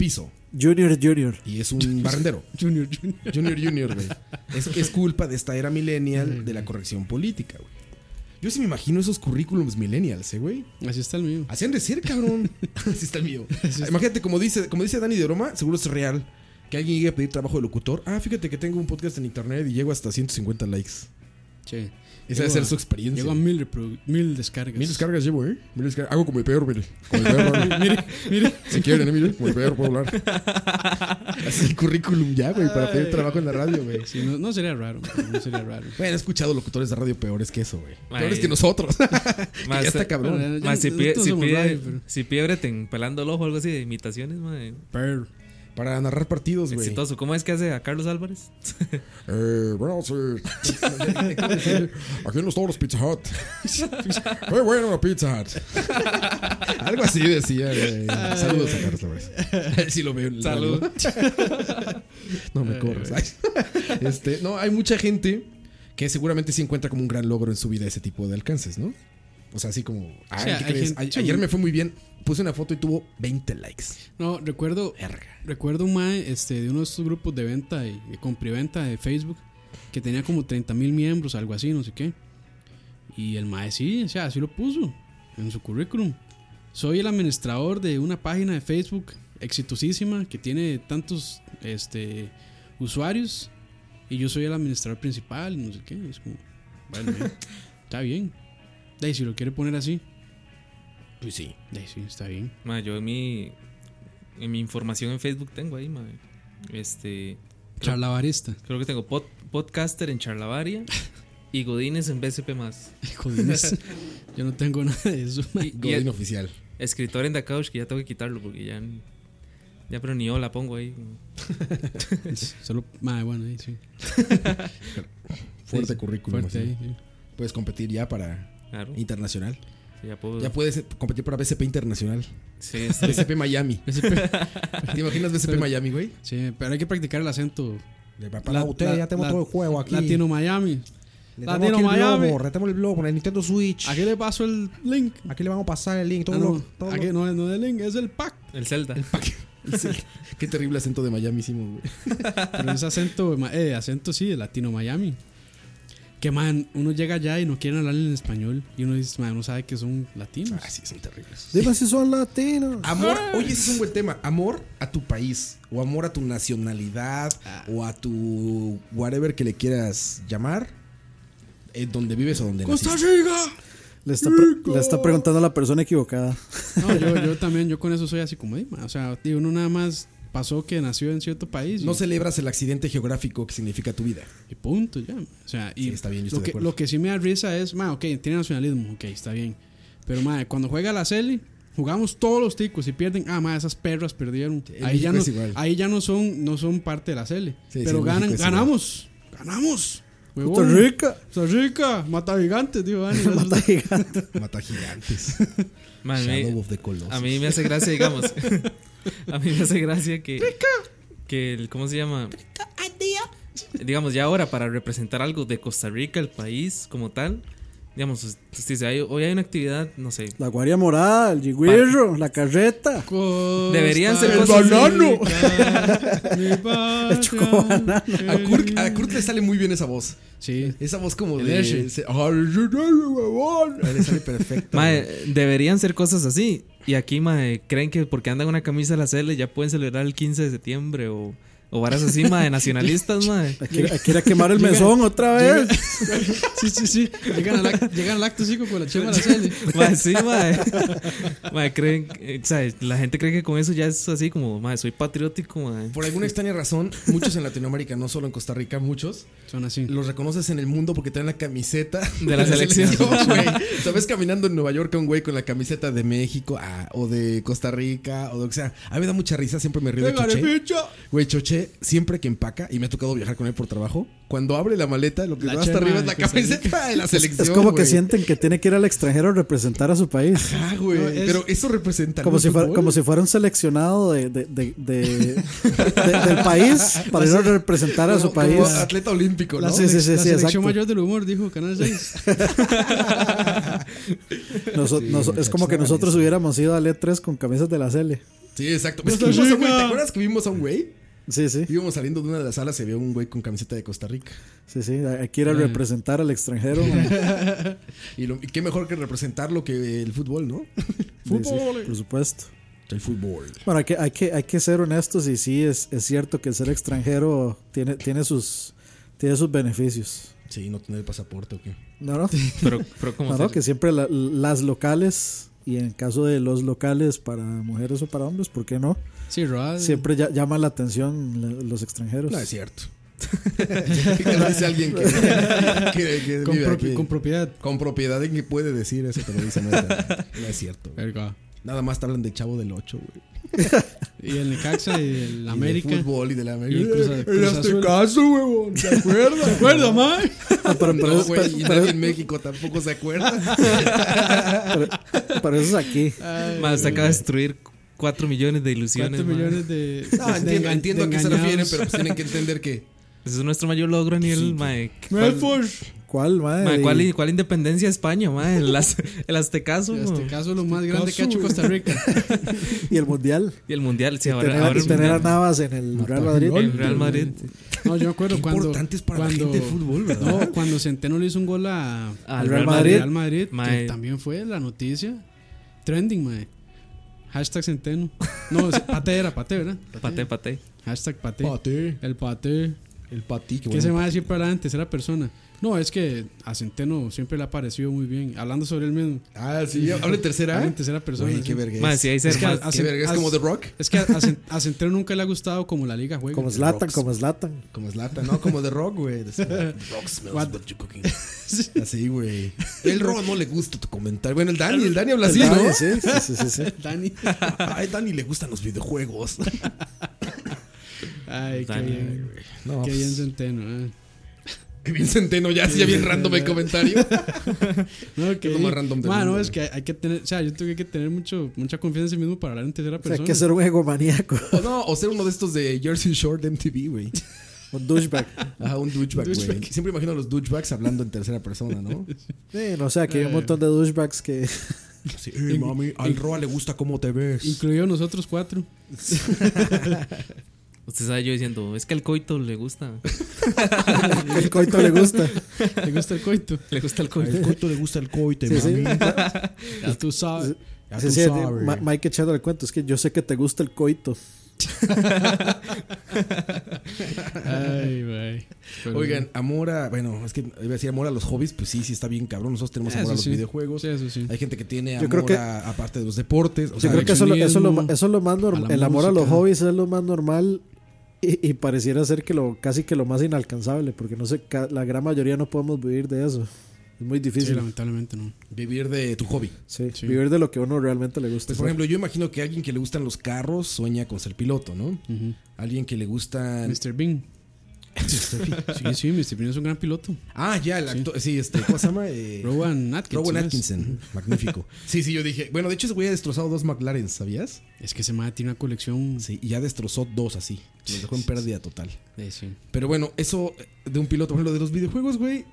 Junior Junior. Y es un barrendero. Junior Junior. Junior Junior, güey. Es, es culpa de esta era millennial de la corrección política, güey. Yo sí me imagino esos currículums millennials, ¿eh, güey? Así está el mío. Así han de ser, cabrón. Así está el mío. Imagínate, como dice, como dice Dani de broma, seguro es real. Que alguien llegue a pedir trabajo de locutor. Ah, fíjate que tengo un podcast en internet y llego hasta ciento cincuenta likes. Sí. Esa debe ser su experiencia. Llego a mil, reprodu- mil descargas. Mil descargas llevo, ¿eh? Mil descargas. Hago como el peor, mire. Como el peor, mire. Mire, mire. Si quieren, ¿eh? Mire. Como el peor puedo hablar. Así el currículum ya, güey, para pedir trabajo en la radio, güey. Sí, no, no sería raro, no sería raro. Bueno, he escuchado locutores de radio peores que eso, güey. Ay. Peores que nosotros. Más, ya está cabrón. Bueno, ya- Más si ya pide, todos si somos pide, radio, pero- si pide Breten pelando el ojo o algo así de imitaciones, mae. Pero, Para narrar partidos, güey. Exitoso. ¿Cómo es que hace a Carlos Álvarez? Eh, bueno, sí. Aquí en los toros Pizza Hut. Muy bueno la Pizza Hut. Algo así decía, güey. Saludos a Carlos Álvarez. Sí lo veo en el Salud. radio. No me corres. Ay. Este, no, hay mucha gente que seguramente sí encuentra como un gran logro en su vida ese tipo de alcances, ¿no? O sea, así como, ay, O sea, ¿qué hay crees? gente- A- ayer me fue muy bien. Puse una foto y tuvo veinte likes. no, recuerdo, Verga. recuerdo un mae este, de uno de estos grupos de venta y de compra-venta de Facebook que tenía como treinta mil miembros, algo así, no sé qué. Y el mae sí, o sea, así lo puso en su currículum. Soy el administrador de una página de Facebook exitosísima que tiene tantos este, usuarios y yo soy el administrador principal, no sé qué. Es como, bueno, eh, está bien. De ahí, si lo quiere poner así, Pues sí. de ahí sí, está bien. Mae, yo en mi, en mi información en Facebook tengo ahí, mae. Este. Charlavarista. Creo que tengo pod- podcaster en Charlavaria y Godines en B S P más. Jodines. Yo no tengo nada de eso. Y, y Godín oficial. escritor en The Couch, que ya tengo que quitarlo porque ya. Ya, pero ni yo la pongo ahí. Solo, madre, bueno, ahí sí. Fuerte Sí, currículum. fuerte así. ahí, sí. Puedes competir ya para Claro. internacional. Sí, ya puedo. Ya puedes competir para B C P Internacional. Sí, sí. B C P Miami. B C P. ¿Te imaginas B C P Pero- Miami, güey? Sí, pero hay que practicar el acento. De papá, La- usted, la- ya tenemos la- todo el juego aquí. Latino Miami. Le Latino tenemos aquí el Miami. globo, retemos el globo con el Nintendo Switch. Aquí le paso el link. Aquí le vamos a pasar el link. Todo Ah, lo- no, todo aquí lo- no, es- no es el link, es el pack. El Zelda. Sí. Qué terrible acento de Miami hicimos, güey. Pero ese acento, ma- eh, acento sí, de Latino Miami. Que man, uno llega allá y no quieren hablar en español. Y uno dice, man, uno sabe que son latinos. Ah, sí, son terribles. Dime si son latinos. Amor, oye, ese es un buen tema. Amor a tu país, o amor a tu nacionalidad, Ah. o a tu whatever que le quieras llamar, eh, donde vives o donde ¡Costa naciste. Rica! Le está, pre- le está preguntando a la persona equivocada. No, yo, yo también, yo con eso soy así como, "Ey, ma", o sea, tío, uno nada más pasó que nació en cierto país. No y, celebras el accidente geográfico que significa tu vida. y punto, ya. O sea, y Sí, está bien, yo estoy lo, de que, acuerdo. lo que sí me da risa es, ma, ok, tiene nacionalismo, ok, está bien. Pero, ma, cuando juega la Cele, jugamos todos los ticos y pierden, ah, ma, esas perras perdieron. En Ahí ya, México no, es igual. ahí ya no son, no son parte de la Cele. Sí, sí, pero en ganan, México es igual. ganamos, ganamos. Costa huevón. Rica. Costa Rica, mata gigantes, tío, Dani. Mata gigante. Mata gigantes. Man, me- Shadow of the Colossus. a mí me hace gracia, digamos. A mí me hace gracia que. Que el. ¿Cómo se llama? Digamos, ya ahora para representar algo de Costa Rica, el país como tal. Digamos, si se hay- hoy hay una actividad, no sé. La guaria morada, el jigüirro, la carreta. Deberían ser Costa ¡El cosas. banano! Rica, mi patria chocobanano. A Kurt, a Kurt le sale muy bien esa voz. Sí. Esa voz como El de... Hershey. se- ¡Ay, huevón! Le sale perfecto. Mae, deberían ser cosas así. Y aquí, mae, creen que porque andan una camisa de la Cele ya pueden celebrar el quince de septiembre o, o varas así, mae, nacionalistas, mae. Aquí, aquí era quemar el Llega- mesón otra vez. Sí, sí, sí. Llegan al, act- llegan al acto chico con la chema de la Cele. Mae, sí, mae. Mae, creen, eh, o sea, la gente cree que con eso ya es así como, mae, soy patriótico, mae. Por alguna extraña razón, muchos en Latinoamérica, no solo en Costa Rica, muchos, Son así. los reconoces en el mundo porque traen la camiseta De la selección. güey. Sabes caminando en Nueva York a un güey con la camiseta de México ah, o de Costa Rica o de, o sea, a mí me da mucha risa, siempre me río de Venga, Choché. picha. Güey, Choché, siempre que empaca, y me ha tocado viajar con él por trabajo, cuando abre la maleta, lo que La va hasta chema arriba es la de Costa Rica. camiseta de la Es, selección. es como que güey. sienten que tiene que ir al extranjero a representar a su país. Ah, güey. No, es- Pero eso representa Como el si, fuera, fútbol. como si fuera un seleccionado de, de- de- de- de- del país para ir a representar a su Como- como país. atleta olímpico, ¿no? La, Sí, sí, selec- sí, la sí, selección exacto. mayor del humor, dijo Canal seis. Noso- Sí, noso- es como que muchachos, nosotros eso. hubiéramos ido a L E tres con camisas de la Cele. Sí, exacto. Pues que vimos a un güey, ¿te acuerdas que vimos a un güey? Sí, sí. Íbamos saliendo de una de las salas, se vio un güey con camiseta de Costa Rica. Sí, sí, hay que ir a representar al extranjero. y, lo, y qué mejor que representarlo que el fútbol, ¿no? Fútbol. Sí, por supuesto. El fútbol. Bueno, hay que, hay que, hay que ser honestos y sí, es, es cierto que el ser extranjero tiene, tiene, sus, tiene sus beneficios. Sí, no tener el pasaporte o qué. No, no. pero, pero ¿cómo no, no, que siempre la, las locales, y en caso de los locales para mujeres o para hombres, ¿por qué no? Sí, Rod. Siempre ya, llama la atención la, los extranjeros. No es cierto. Lo dice alguien que, que, que con, vive propi- aquí. con propiedad. Con propiedad en que puede decir eso, pero dice, no es, no es cierto. Verga. Nada más te hablan de Chavo del ocho, güey. Y el Necaxa y el y América. De fútbol y de la América. Y el Cruz, Cruz en este Azul. caso, huevón. ¿Se acuerda? ¿Se acuerda, man? Ah, pero, pero, no, güey. pero, Y pero, nadie en México tampoco se acuerda. pero, pero eso es aquí. Más se acaba de destruir cuatro millones de ilusiones. cuatro millones de. No, de entiendo, enga- entiendo de a qué se engañados. refieren, pero pues tienen que entender que. Ese es nuestro mayor logro a nivel, Sí, mae. ¿Cuál? ¿Cuál, madre? Mae, ¿cuál, ¿Cuál independencia de España, mae? El, az- el Aztecaso. En este ¿no? caso, lo más grande que ha hecho Costa Rica. Y el mundial. Y el mundial, sí, Y ahora. tener, ahora y el tener a mundial. Navas en el Real Madrid. El Real Madrid. No, yo me acuerdo Qué cuando. importante es para cuando, la gente el fútbol, ¿verdad? No, cuando Centeno le hizo un gol a, Al Real al Madrid. Real Madrid, Mae. que también fue la noticia. Trending, mae. Hashtag Centeno. No, es- Pate era Pate, ¿verdad? Pate, pate. Hashtag Pate. Pate. El Pate. El patí. ¿Qué se me va a decir para la tercera persona? No, es que a Centeno siempre le ha parecido muy bien. Hablando sobre él mismo. Ah, sí. ¿Habla en tercera? Habla en tercera persona. Güey, sí. qué verga. Mae, sí, hay Es ser que más. a- a- Qué verga. Es a- como The Rock. Es que a, a Cen- a Centeno nunca le ha gustado como la liga juega. Como Zlatan, Rocks. como Zlatan. Como Zlatan, no, como The Rock, güey. The Rock smells What? what you cooking. Así, güey. El Rock no le gusta tu comentario. Bueno, el Dani, el Dani habla El así, Dani, ¿no? sí, sí, sí, sí, sí. Dani. Ay, Dani le gustan los videojuegos. Ay, qué Dani, bien. No, Qué pues, bien Centeno. eh. Qué bien Centeno, ya, sí, ya bien random el comentario. No, que Es lo más random del Mano, mundo, es que hay, hay que tener, o sea, yo tengo que hay que tener mucho, mucha confianza en sí mismo para hablar en tercera O sea, persona. hay que ser un egomaníaco. O no, o ser uno de estos de Jersey Shore de M T V, güey. Un douchebag. Ajá, un douchebag, güey. Douchebag. Siempre imagino a los douchebags hablando en tercera persona, ¿no? Sí, no sé, aquí hay un montón de douchebags que. Sí, hey, mami, al Roa le gusta cómo te ves. Incluido nosotros cuatro. Usted sabe yo diciendo, es que al coito le gusta. El coito le gusta. ¿Te gusta el coito? Le gusta el Al coito. coito le gusta el coite, Sí, sí. mami. Ya tú sabes. Ya Sí, tú sí, sabes. Ma- Mike echando el cuento. Es que yo sé que te gusta el coito. Ay, güey. Pero Oigan, amor a. Bueno, es que iba a decir amor a los hobbies, pues sí, sí está bien cabrón. Nosotros tenemos amor Eso a los sí. videojuegos. Sí, eso sí. Hay gente que tiene Yo amor creo que- a, aparte de los deportes. O Yo sea, creo que eso, es lo- eso, es lo, ma- coleccionismo, eso es lo más a normal. la El amor a los música. hobbies es lo más normal. Y, y pareciera ser que lo casi que lo más inalcanzable. Porque no sé, ca- la gran mayoría no podemos vivir de eso. Es muy Sí, difícil. lamentablemente no. vivir de tu hobby. Sí, Sí. vivir de lo que a uno realmente le gusta. Pues, por ejemplo, yo imagino que alguien que le gustan los carros sueña con ser piloto, ¿no? Ujú. Alguien que le gusta. mister Bean. Sí, sí, mister Bean es un gran piloto. Ah, ya, el actor. Sí, este, ¿cómo se llama? Eh, Rowan Atkinson. Rowan es. Atkinson. Magnífico. Sí, sí, yo dije. Bueno, de hecho, ese güey ha destrozado dos McLaren, ¿sabías? Es que ese madre tiene una colección. Sí, y ya destrozó dos así. Los dejó en pérdida total. Sí, sí. Pero bueno, eso de un piloto, por ejemplo, de los videojuegos, güey.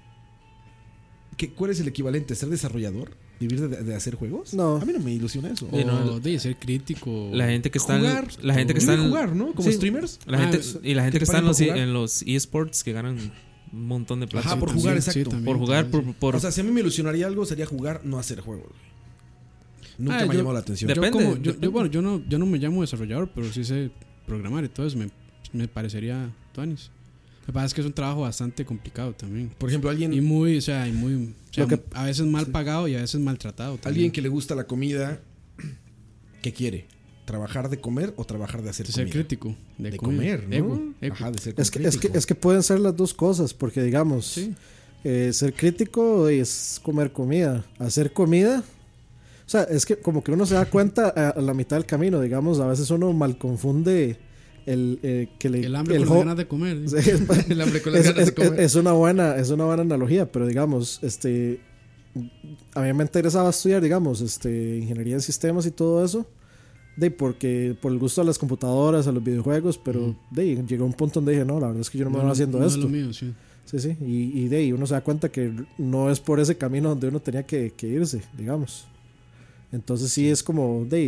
¿qué, ¿Cuál es el equivalente? ¿Ser desarrollador? ¿Vivir de, de hacer juegos? No. A mí no me ilusiona eso. O Sí, no, de ser crítico. La gente que está Jugar. en, la gente que está Vivir en jugar, ¿no? Como sí, streamers. La Ah, gente, eso. y la gente ¿Te que está en pagan los, por e- jugar? en los eSports que ganan un montón de plata. Ajá, por también, jugar, sí, exacto. también, por jugar, por, también, por- O sea, si a mí me ilusionaría algo, sería jugar, no hacer juegos. güey. Nunca Ah, me ha yo- llamado la atención. Yo, Depende, como- yo- yo, depende. bueno, yo no, yo no me llamo desarrollador, pero sí sé programar y todo eso. Me, me parecería tuanis. Lo que pasa es que es un trabajo bastante complicado también. Por ejemplo, alguien, Y muy, o sea, y muy. O sea, Lo que- a veces mal pagado y a veces maltratado. también. alguien que le gusta la comida, ¿qué quiere? ¿Trabajar de comer o trabajar de hacer De ser comida? crítico. De, De comida. comer, ¿no? Ego, ego. Ajá, de ser Es que, es, que, crítico. es que pueden ser las dos cosas. Porque, digamos, Sí. eh, ser crítico es comer comida. Hacer comida. O sea, es que como que uno se da cuenta a, a la mitad del camino. Digamos, a veces uno mal confunde el eh, que le. El hambre el con jo- las ganas de comer. ¿sí? Sí, El hambre con las es, ganas de es- comer. es una buena es una buena analogía, pero digamos, este a mí me interesaba estudiar, digamos, este ingeniería en sistemas y todo eso, de porque por el gusto a las computadoras, a los videojuegos, pero de llegó un punto donde dije, no, la verdad es que yo no me No, voy no, haciendo no es esto. lo mío, sí. Sí, sí, y, y de ahí uno se da cuenta que no es por ese camino donde uno tenía que, que irse, digamos. Entonces sí es como de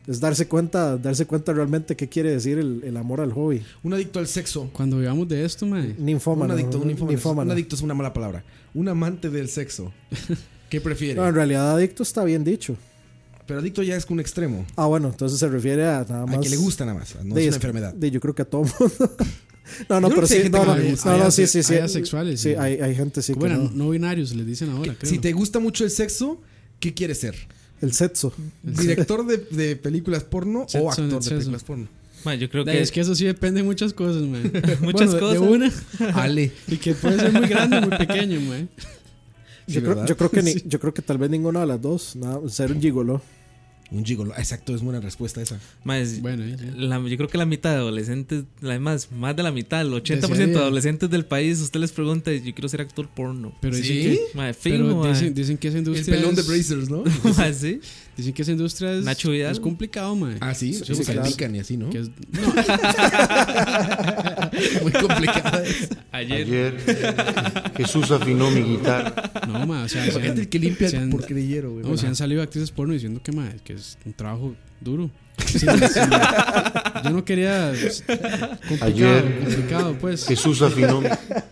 Es darse cuenta, darse cuenta realmente qué quiere decir el, el amor al hobby. Un adicto al sexo. Cuando veamos de esto, mae. Ninfómano. Un adicto, un ninfómano. ninfómano. Un adicto es una mala palabra. Un amante del sexo. ¿Qué prefiere? No, en realidad adicto está bien dicho. Pero adicto ya es un extremo. Ah, bueno, entonces se refiere a nada más. A que le gusta nada más. No de, es una enfermedad. De, yo creo que a todo mundo. No, no, Yo pero creo que hay sí, gente no, que no, le no, gusta. no, Hay sí, ase- sí, sí. hay asexuales, Sí, sí. hay, hay gente sí que Bueno, no. no binarios les dicen ahora, creo. Si te gusta mucho el sexo, ¿qué quieres ser? El sexo. ¿Director de, de películas porno Sexo o en actor de exceso. películas porno? Ma, yo creo Da, que Es que eso sí depende de muchas cosas, mae. Muchas Bueno, de- cosas. De una. Ale. Y que puede ser muy grande o muy pequeño, mae. Yo, Sí, creo, ¿verdad? yo creo que ni, Sí. yo creo que tal vez ninguna de las dos. Nada, ser un gigolo. Un gigolo. Exacto, es buena respuesta esa. ma, es- Bueno, eh, sí. la- yo creo que la mitad de adolescentes, la más, más de la mitad, el ochenta por ciento de Desearía. adolescentes del país, usted les pregunta, yo quiero ser actor porno. Pero ¿Sí? dicen que, Ma, pero fijo, ma. dicen, dicen que esa El industria pelón de es- Brazers, ¿no? Ma, ¿sí? Dicen que esa industria es, Nacho Vidal. es complicado, mae. Ah, sí. Sí, Sí, sí, claro. salpican y así, ¿no? Que es- Muy complicada. Ayer. Ayer Jesús afinó mi guitarra. no, mae, o sea, se Imagínate han, el que limpia se han- por creyero, güey. no, se han salido actrices porno diciendo que, mae, que es un trabajo duro. Sí, sí. Yo no quería pues, complicado, Ayer complicado, pues. Jesús afinó mi...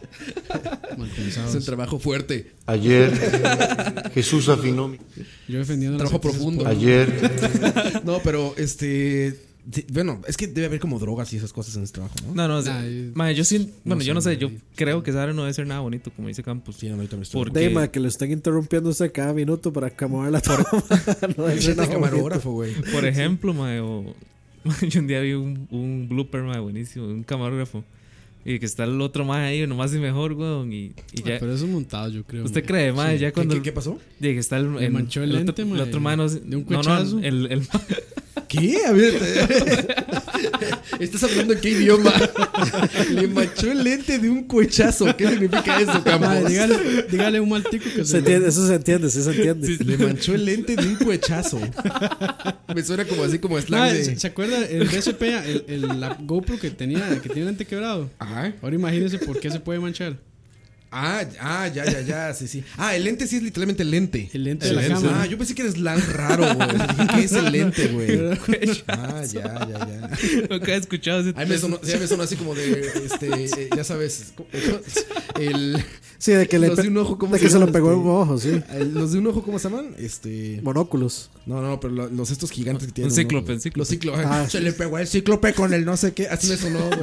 Mal pensados. Es un trabajo fuerte. Ayer Jesús afinó mi... Yo defendiendo las Trabajo actrices profundo. porno. Ayer No, pero este. sí, bueno, es que debe haber como drogas y esas cosas en ese trabajo, ¿no? No, no, o sea, Ay, ma, yo sí, bueno, no yo no sé, sé, yo mae. creo que esa área no debe ser nada bonito, como dice Campos. Sí, no, ahorita me estoy. Porque- De ma, que lo estén interrumpiendo usted cada minuto para acomodar la toma. No es Ese nada camarógrafo, güey. Por ejemplo, mae, o yo un día vi un, un blooper, mae, buenísimo, un camarógrafo. Y que está el otro mae ahí, nomás y mejor, weón. Y, y ya. Pero eso es montado, yo creo. ¿Usted mae. cree, mae? Sí. Ya ¿Qué, cuando. qué, qué pasó? de que está el. Le manchó el otro- lente, el mae, otro mae no, de un no, cuechazo. no, el, el, ¿Qué? A ver. te- ¿Estás hablando en qué idioma? Le manchó el lente de un cuechazo. ¿Qué significa eso, Mae, Campos? dígale, dígale un mal tico que Se se entiende, eso se entiende, sí se entiende. Le manchó el lente de un cuechazo. Me suena como así como slang Mae, de... ¿se, se acuerda el D S P, el, el- la GoPro que tenía, que tiene el lente quebrado? Ajá. Ahora imagínese por qué se puede manchar. Ah, ah, ya, ya, ya, sí, sí. Ah, el lente sí es literalmente el lente. El lente El de la lente. cámara. Ah, yo pensé que era slang raro, güey. Dije, ¿qué es el lente, güey? Ah, ya, ya, ya. Nunca he escuchado ese Ahí me sonó, sí, me sonó así como de, este, eh, ya sabes, el... Sí, de que, le Los pe- de un ojo, ¿cómo de se que se lo llaman? pegó en Este, un ojo, sí. el- Los de un ojo, ¿cómo se llaman? Este... Monóculos. No, no, pero lo- los estos gigantes que tienen Un cíclope, un cíclope. Los cíclopes. Ah, se le pegó el cíclope con el no sé qué. Así me sonó, güey.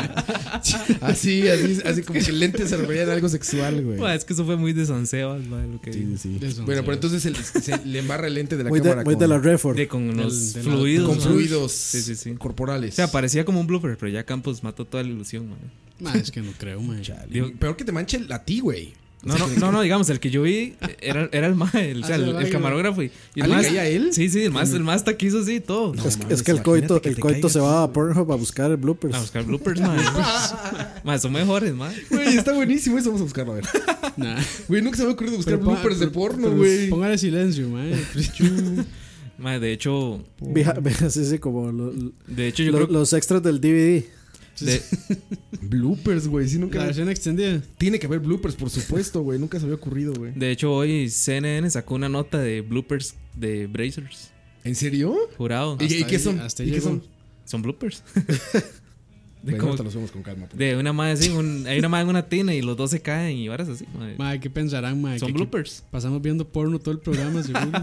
Así, así, así como que el lente se refería a algo sexual, güey. Ma, es que eso fue muy de Sansebas, mae, lo que Sí, sí, sí. De eso, Bueno, sí. pero entonces el- se le embarra el lente de la Muy de, cámara muy con, de la Redford. de con los Del- de la- fluidos. con ma. fluidos Sí, sí, sí. corporales. O sea, parecía como un blooper, pero ya Campos mató toda la ilusión, mae. Mae, es que no creo, mae. Chale. Digo- Peor que te manche el- a ti, güey. No, no, no, no, digamos, el que yo vi era, era el mae, el, o sea, Ah, el, sí, el vaya. camarógrafo. Y, y ¿Ah, el le más, caía a él? Sí, sí, el más, el más hasta quiso así todo. No, es, mames, es que el imagínate coito, que el te coito caiga se así. va a Pornhub a buscar el bloopers. A buscar bloopers, mae. Mae, son mejores, mae. Güey, está buenísimo eso. Vamos a buscarlo, a ver. Nah. Güey, nunca se me ha ocurrido buscar Pero pa- bloopers de pero- porno, pero güey. Póngale silencio, mae. Mae, de hecho, Vija- vija- sí, sí, como lo- lo- de hecho yo lo- creo que los extras del D V D. de- Bloopers, güey. Sí, nunca. La versión extendida. Tiene que haber bloopers, por supuesto, güey. Nunca se había ocurrido, güey. de hecho hoy C N N sacó una nota de bloopers de Brazers. ¿En serio? Jurado. ¿Y, y Hasta qué ahí- son? hasta ¿Y ahí qué llegó. son? Son bloopers. De, Bueno, como- ahorita los vemos con calma. pues. de una madre así, un- hay una madre en una tina y los dos se caen y varas así. Mae. Mae, ¿qué pensarán, mae? Son Que- que bloopers. Pasamos viendo porno todo el programa, seguro.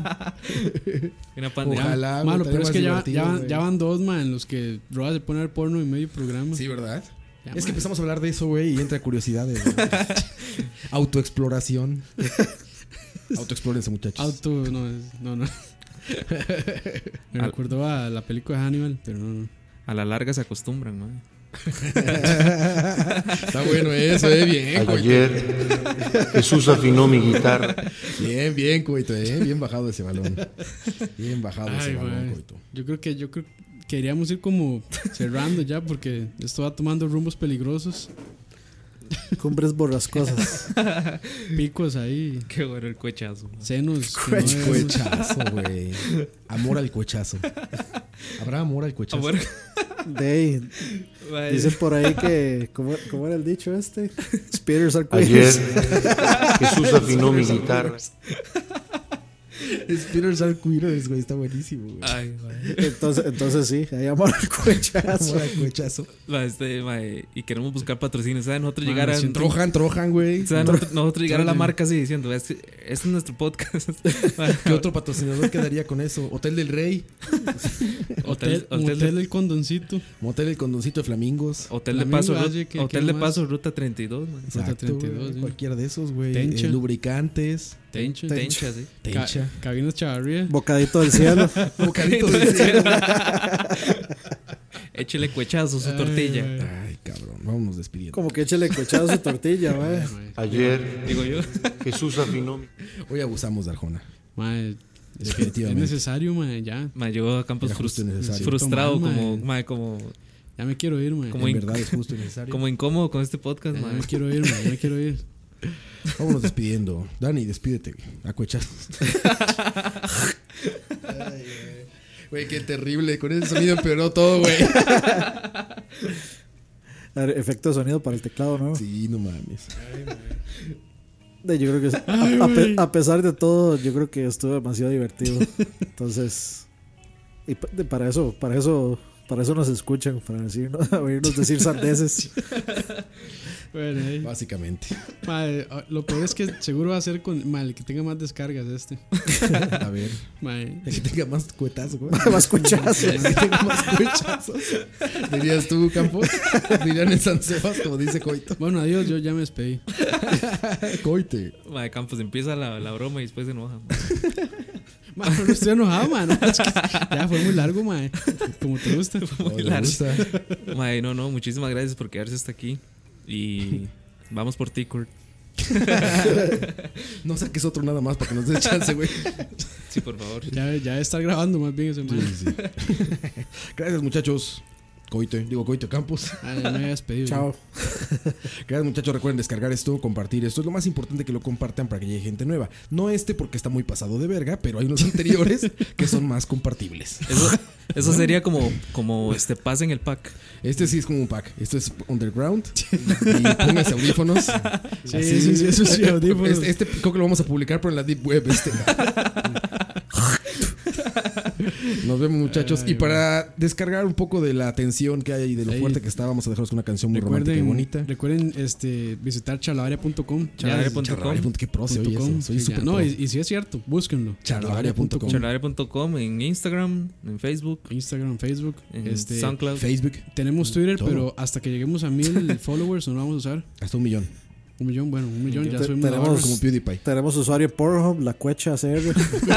Una pandemia. Ojalá, güey, Mano, estaría pero es más que ya, divertido, ya, van, güey. ya van dos, mae, en los que Roa se pone a ver porno en medio programa. Sí, ¿verdad? Ya, Es que mae. empezamos a hablar de eso, güey, y entra curiosidades. güey. Autoexploración. Autoexplórense, muchachos. Auto, no, es- no, no. Me Al- recordó a la película de Hannibal, pero no, no. A la larga se acostumbran, mae. Está bueno eso, eh. Bien, coito. Ayer Jesús afinó mi guitarra. Bien, bien, coito, eh. Bien bajado ese balón. Bien bajado ese Ay, balón, mae. coito. Yo creo que yo creo que queríamos ir como cerrando ya porque esto va tomando rumbos peligrosos. Cumbres borrascosas. Picos ahí, Qué bueno el cuechazo. mae. senos. que no Cuech- debemos- Cuechazo, güey. Amor al cuechazo. ¿Habrá amor al cuechazo? Amor. De ahí, Mae. dicen por ahí que. ¿Cómo, cómo era el dicho este? Spears are Ayer queers. Jesús afinó mi guitarra. Spinners are quitters, güey. Está buenísimo, güey. Ay, güey. Entonces, entonces sí, hay amor al cuechazo. Amor al cuechazo. Ma, este, ma, y queremos buscar patrocinios. ¿Saben? Nosotros Ma, llegar a. siento- Trojan, Trojan, güey. ¿Saben? Nosotros, nosotros llegar a la Trojan. marca así diciendo: Este, este es nuestro podcast. Ma, ¿Qué otro patrocinador quedaría con eso? Hotel del Rey. Hotel, hotel hotel, de- el condoncito. Motel El Condoncito de Flamingos. Hotel de Flamingo, paso, ah, Ru- sí, ¿qué- Hotel qué de más? paso, ruta treinta y dos, man. Ruta treinta y dos, güey. sí. Cualquiera de esos, güey. Tencha. Eh, lubricantes. Tencha. Tencha, sí. Tencha. Ca- Cabinas Chavarría. Bocadito del cielo. Bocadito del cielo. Échele cuechazo a su Ay, tortilla. güey. Ay, cabrón. Vámonos despidiendo. Como que échale cuechado a su tortilla, mae. Ayer Digo yo. Jesús afinó mi... Hoy abusamos de Arjona. Mae, es que es Definitivamente. necesario, mae, ya. Ma, yo a Campos Era justo frus- y necesario. frustrado, Mal, como, ma. ma, como, Ya me quiero ir, mae. Como En in- verdad es justo y necesario. como incómodo con este podcast, Ya ma. me quiero ir, mae, ya me quiero ir. Vámonos despidiendo. Dani, despídete, güey. A cuechazos. Ay, güey. Güey, qué terrible. Con ese sonido empeoró todo, güey. A ver, efecto de sonido para el teclado, ¿no? Sí, no mames. De- Yo creo que a, a pe- a pesar de todo, yo creo que estuvo demasiado divertido. Entonces, y pa- de- para eso, para eso, para eso nos escuchan, para decirnos, oírnos decir sandeces. Bueno, ahí. Básicamente. Mae, ah, lo peor es que seguro va a ser con mae, el que tenga más descargas este. A ver. Mae. El que tenga más cuetazos, güey. Más cuechazos. El que tenga más cuechazos. Dirías tú, Campos. Dirían en San Sebas, como dice Coito. Bueno, adiós, yo ya me despedí. Coite. Ma, de Campos empieza la, la broma y después se enoja. ma. Mae, no estoy enojado, man. Es que ya fue muy largo, mae. Como te gusta. Muy le largo. gusta. Ma, no, no, muchísimas gracias por quedarse hasta aquí. Y vamos por ti, Kurt. No saques otro nada más para que nos des chance, güey. Sí, por favor. Ya, ya de estar grabando más bien ese mae. Sí, sí. Gracias, muchachos. Coite, digo Coite Campos. Ah, ya me había despedido. Chao. Gracias, muchachos. Recuerden descargar esto, compartir esto. Es lo más importante, que lo compartan para que llegue gente nueva. No este porque está muy pasado de verga, pero hay unos anteriores que son más compartibles. Eso, eso sería como, como este pase en el pack. Este sí es como un pack. Esto es underground. Y pónganse audífonos. Sí, sí, sí, eso sí, audífonos. Este, este creo que lo vamos a publicar, pero en la Deep Web. Este. Nos vemos, muchachos. Ay, y para descargar un poco de la tensión que hay y de lo Ahí. fuerte que está, vamos a dejaros con una canción muy romántica y bonita. Recuerden este, visitar charlavaria punto com. Charlavaria punto com. Charlavaria punto com. Qué pro se oye Punto com, eso. Soy sí, ya. súper No, pro. y, y si es cierto, búsquenlo. Charlavaria punto com. charlavaria punto com en Instagram, en Facebook, Instagram, Facebook, en este, SoundCloud. Facebook. tenemos Twitter, Todo. pero hasta que lleguemos a mil followers no lo vamos a usar. Hasta un millón. Un millón, bueno, un millón, ya Te- subimos la tenemos- barra. Como PewDiePie. Tenemos usuario Pornhub, la cuecha C R.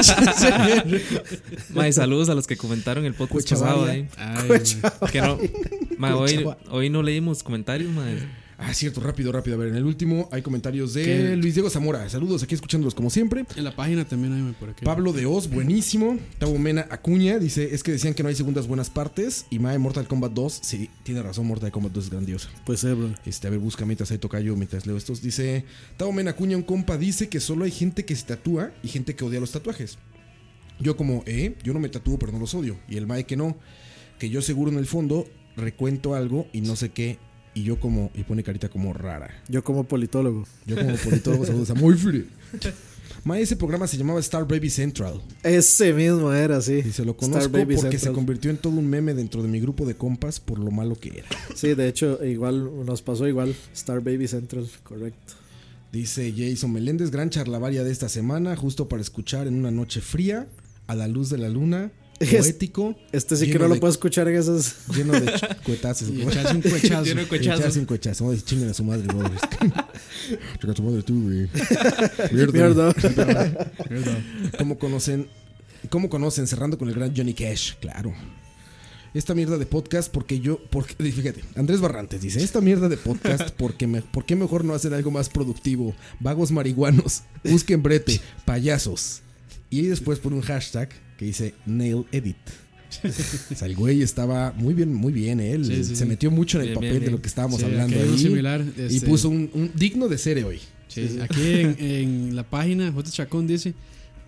Ma, y saludos a los que comentaron el podcast Cuechavaria. pasado ahí. Ay, Que no, ma, hoy, Cuechava- hoy no leímos comentarios, ma. Ah, cierto, rápido, rápido. A ver, en el último hay comentarios de ¿Qué? Luis Diego Zamora. Saludos, aquí escuchándolos como siempre. en la página también hay por aquí. Pablo de Oz, buenísimo. Tavo Mena Acuña dice: es que decían que no hay segundas buenas partes. Y Mae, Mortal Kombat dos. Sí, tiene razón, Mortal Kombat dos es grandiosa. Pues eh, bro. Este, a ver, busca mientras ahí toca yo, mientras leo estos. Dice: Tavo Mena Acuña, un compa, dice que solo hay gente que se tatúa y gente que odia los tatuajes. Yo, como, eh, yo no me tatúo, pero no los odio. Y el Mae que no. Que yo, seguro en el fondo, recuento algo y no sé qué. Y yo, como, y pone carita como rara. Yo como politólogo. Yo, como politólogo, saludos a muy free. Mae, ese programa se llamaba Star Baby Central. Ese mismo era, sí. Y se lo Star conozco Baby porque se Central. convirtió en todo un meme dentro de mi grupo de compas por lo malo que era. Sí, de hecho, igual nos pasó igual. Star Baby Central, correcto. Dice Jason Meléndez: gran charlavaria de esta semana, justo para escuchar en una noche fría, a la luz de la luna, poético. Este sí que lleno no lo de- puedo escuchar en esas. Lleno de ch- cuetazos. Y echarse un cuechazo. Lleno de Y cuechazos. echarse un cuechazo. No, chinguen a su madre, brothers. Chinga a su madre tú, güey. Mierda. ¿Cómo conocen? ¿Cómo conocen? Cerrando con el gran Johnny Cash, claro. Esta mierda de podcast porque yo, porque, fíjate, Andrés Barrantes dice: esta mierda de podcast porque me, ¿por qué mejor no hacer algo más productivo? Vagos marihuanos, busquen brete, payasos. Y ahí después pone un hashtag que dice Nail Edit. O sea, el güey estaba muy bien, muy bien, ¿eh? Él Sí, sí, se sí. metió mucho en el Bien, papel bien, de bien. lo que estábamos Sí, hablando aquí hay un ahí. similar, Y este- puso un, un digno de ser hoy. Sí, aquí en, en la página J Chacón dice: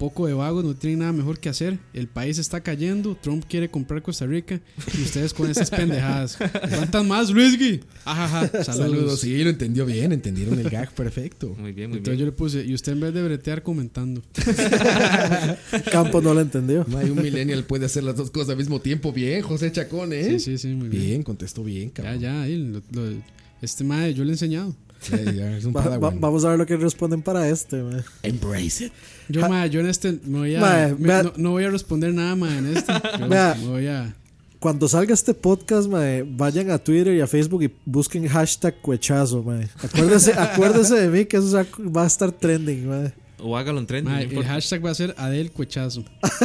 poco de vagos no tienen nada mejor que hacer. El país está cayendo. Trump quiere comprar Costa Rica. Y ustedes con esas pendejadas. ¿Cuántas más, Luisgui? Ajaja. Saludos. Saludos. Sí, lo entendió bien. Entendieron el gag perfecto. Muy bien, muy Entonces bien. yo le puse, y usted en vez de bretear comentando. Campos no lo entendió. No hay un millennial puede hacer las dos cosas al mismo tiempo. Bien, José Chacón, ¿eh? Sí, sí, sí, muy bien. Bien, contestó bien, cabrón. Ya, ya, ahí, lo- lo- este mae yo le he enseñado. Ya, ya, es un Va- va- padawan. vamos a ver lo que responden para este, mae. Embrace it. Yo, Ja- mae, yo en este me voy a, Mae, me- vea- no, no voy a responder nada, mae, en este. Yo Vea. me voy a... Cuando salga este podcast, mae, vayan a Twitter y a Facebook y busquen hashtag cuechazo, mae. Acuérdese, acuérdese de mí que eso va a estar trending, mae. O hágalo en tren. Mae, no el importa. hashtag va a ser Adel Cuechazo.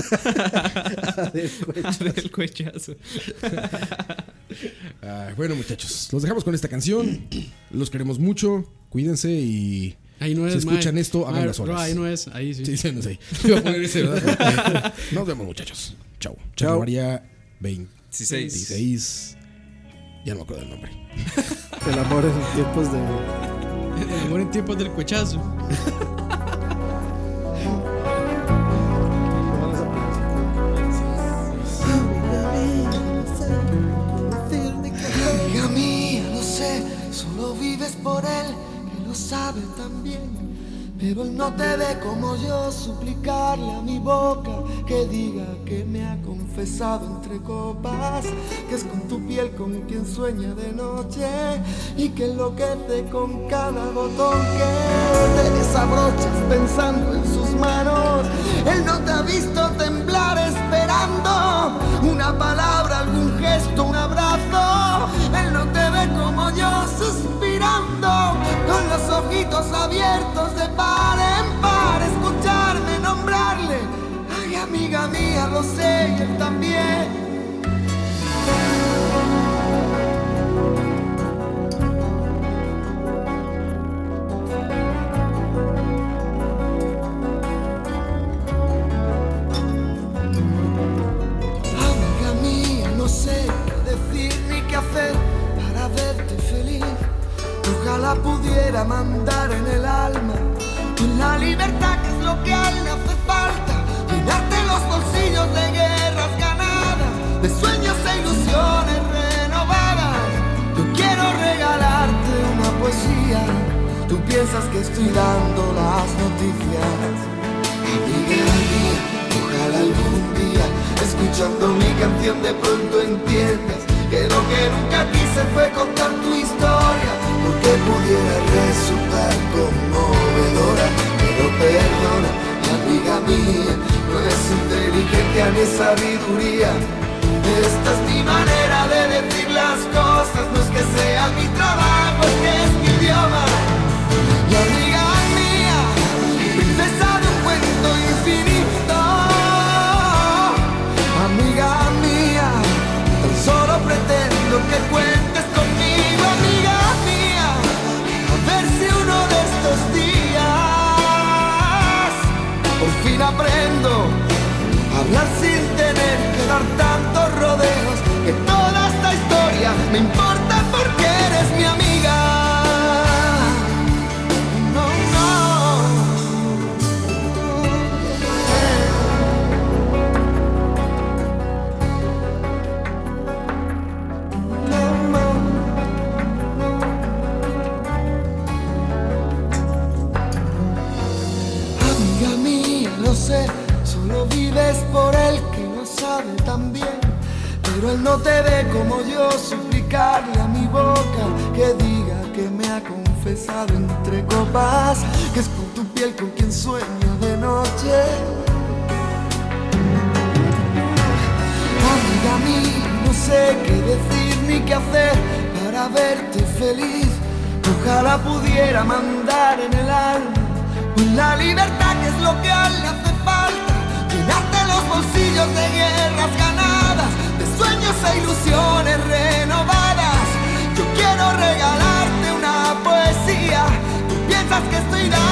El cuechazo. Ah, bueno, muchachos, los dejamos con esta canción. Los queremos mucho. Cuídense y Ahí no es, si escuchan mae. esto, hagan Mae, las bro, horas. ahí no es, ahí sí. Sí, sí, no sé. Iba a poner ese, ¿verdad? Nos vemos, muchachos. Chau. Chau. María veintiséis. veintiséis. Ya no me acuerdo del nombre. El amor en tiempos de... El amor en tiempos del cuechazo. Amiga mía, lo sé, solo vives por él, que lo sabe también. Pero él no te ve como yo, suplicarle a mi boca que diga que me ha confesado entre copas, que es con tu piel con quien sueña de noche y que enloquece con cada botón que te desabrochas pensando en sus manos. Él no te ha visto temblar esperando una palabra, algún gesto, un abrazo. Él no te ve como yo suspirando con los ojitos abiertos de par en par, escucharme nombrarle. Ay, amiga mía, lo sé y él también. Amiga mía, no sé qué decir ni qué hacer para verte feliz. Ojalá pudiera mandar en el alma la libertad, que es lo que a él le hace falta. Llenarte los bolsillos de guerras ganadas, de sueños e ilusiones renovadas. Yo quiero regalarte una poesía. Tú piensas que estoy dando las noticias. Amiga mía, ojalá algún día, escuchando mi canción, de pronto entiendas que lo que nunca quise fue contar tu historia, porque pudiera resultar conmovedora. Pero perdona, amiga mía, no es inteligencia ni sabiduría. Esta es mi manera de decir las cosas, no es que sea mi trabajo, es que es mi idioma. Y amiga mía, princesa de un cuento infinito. Amiga mía, tan solo pretendo que cuentes conmigo, amiga mía. A ver si uno de estos días por fin aprendo a hablar sin tener que dar tantos rodeos, que toda esta historia me importa porque eres mi amiga. No, amiga mía, lo sé, solo vives por él, que lo sabe también. Pero él no te ve como yo, suplicarle a mi boca que diga que me ha confesado entre copas, que es con tu piel con quien sueño de noche. Amiga mía, no sé qué decir ni qué hacer para verte feliz. Ojalá pudiera mandar en el alma la libertad, que es lo que a él le hace falta. Llenarte los bolsillos de guerras ganadas, de sueños e ilusiones renovadas. Yo quiero regalarte una poesía. Tú piensas que estoy dando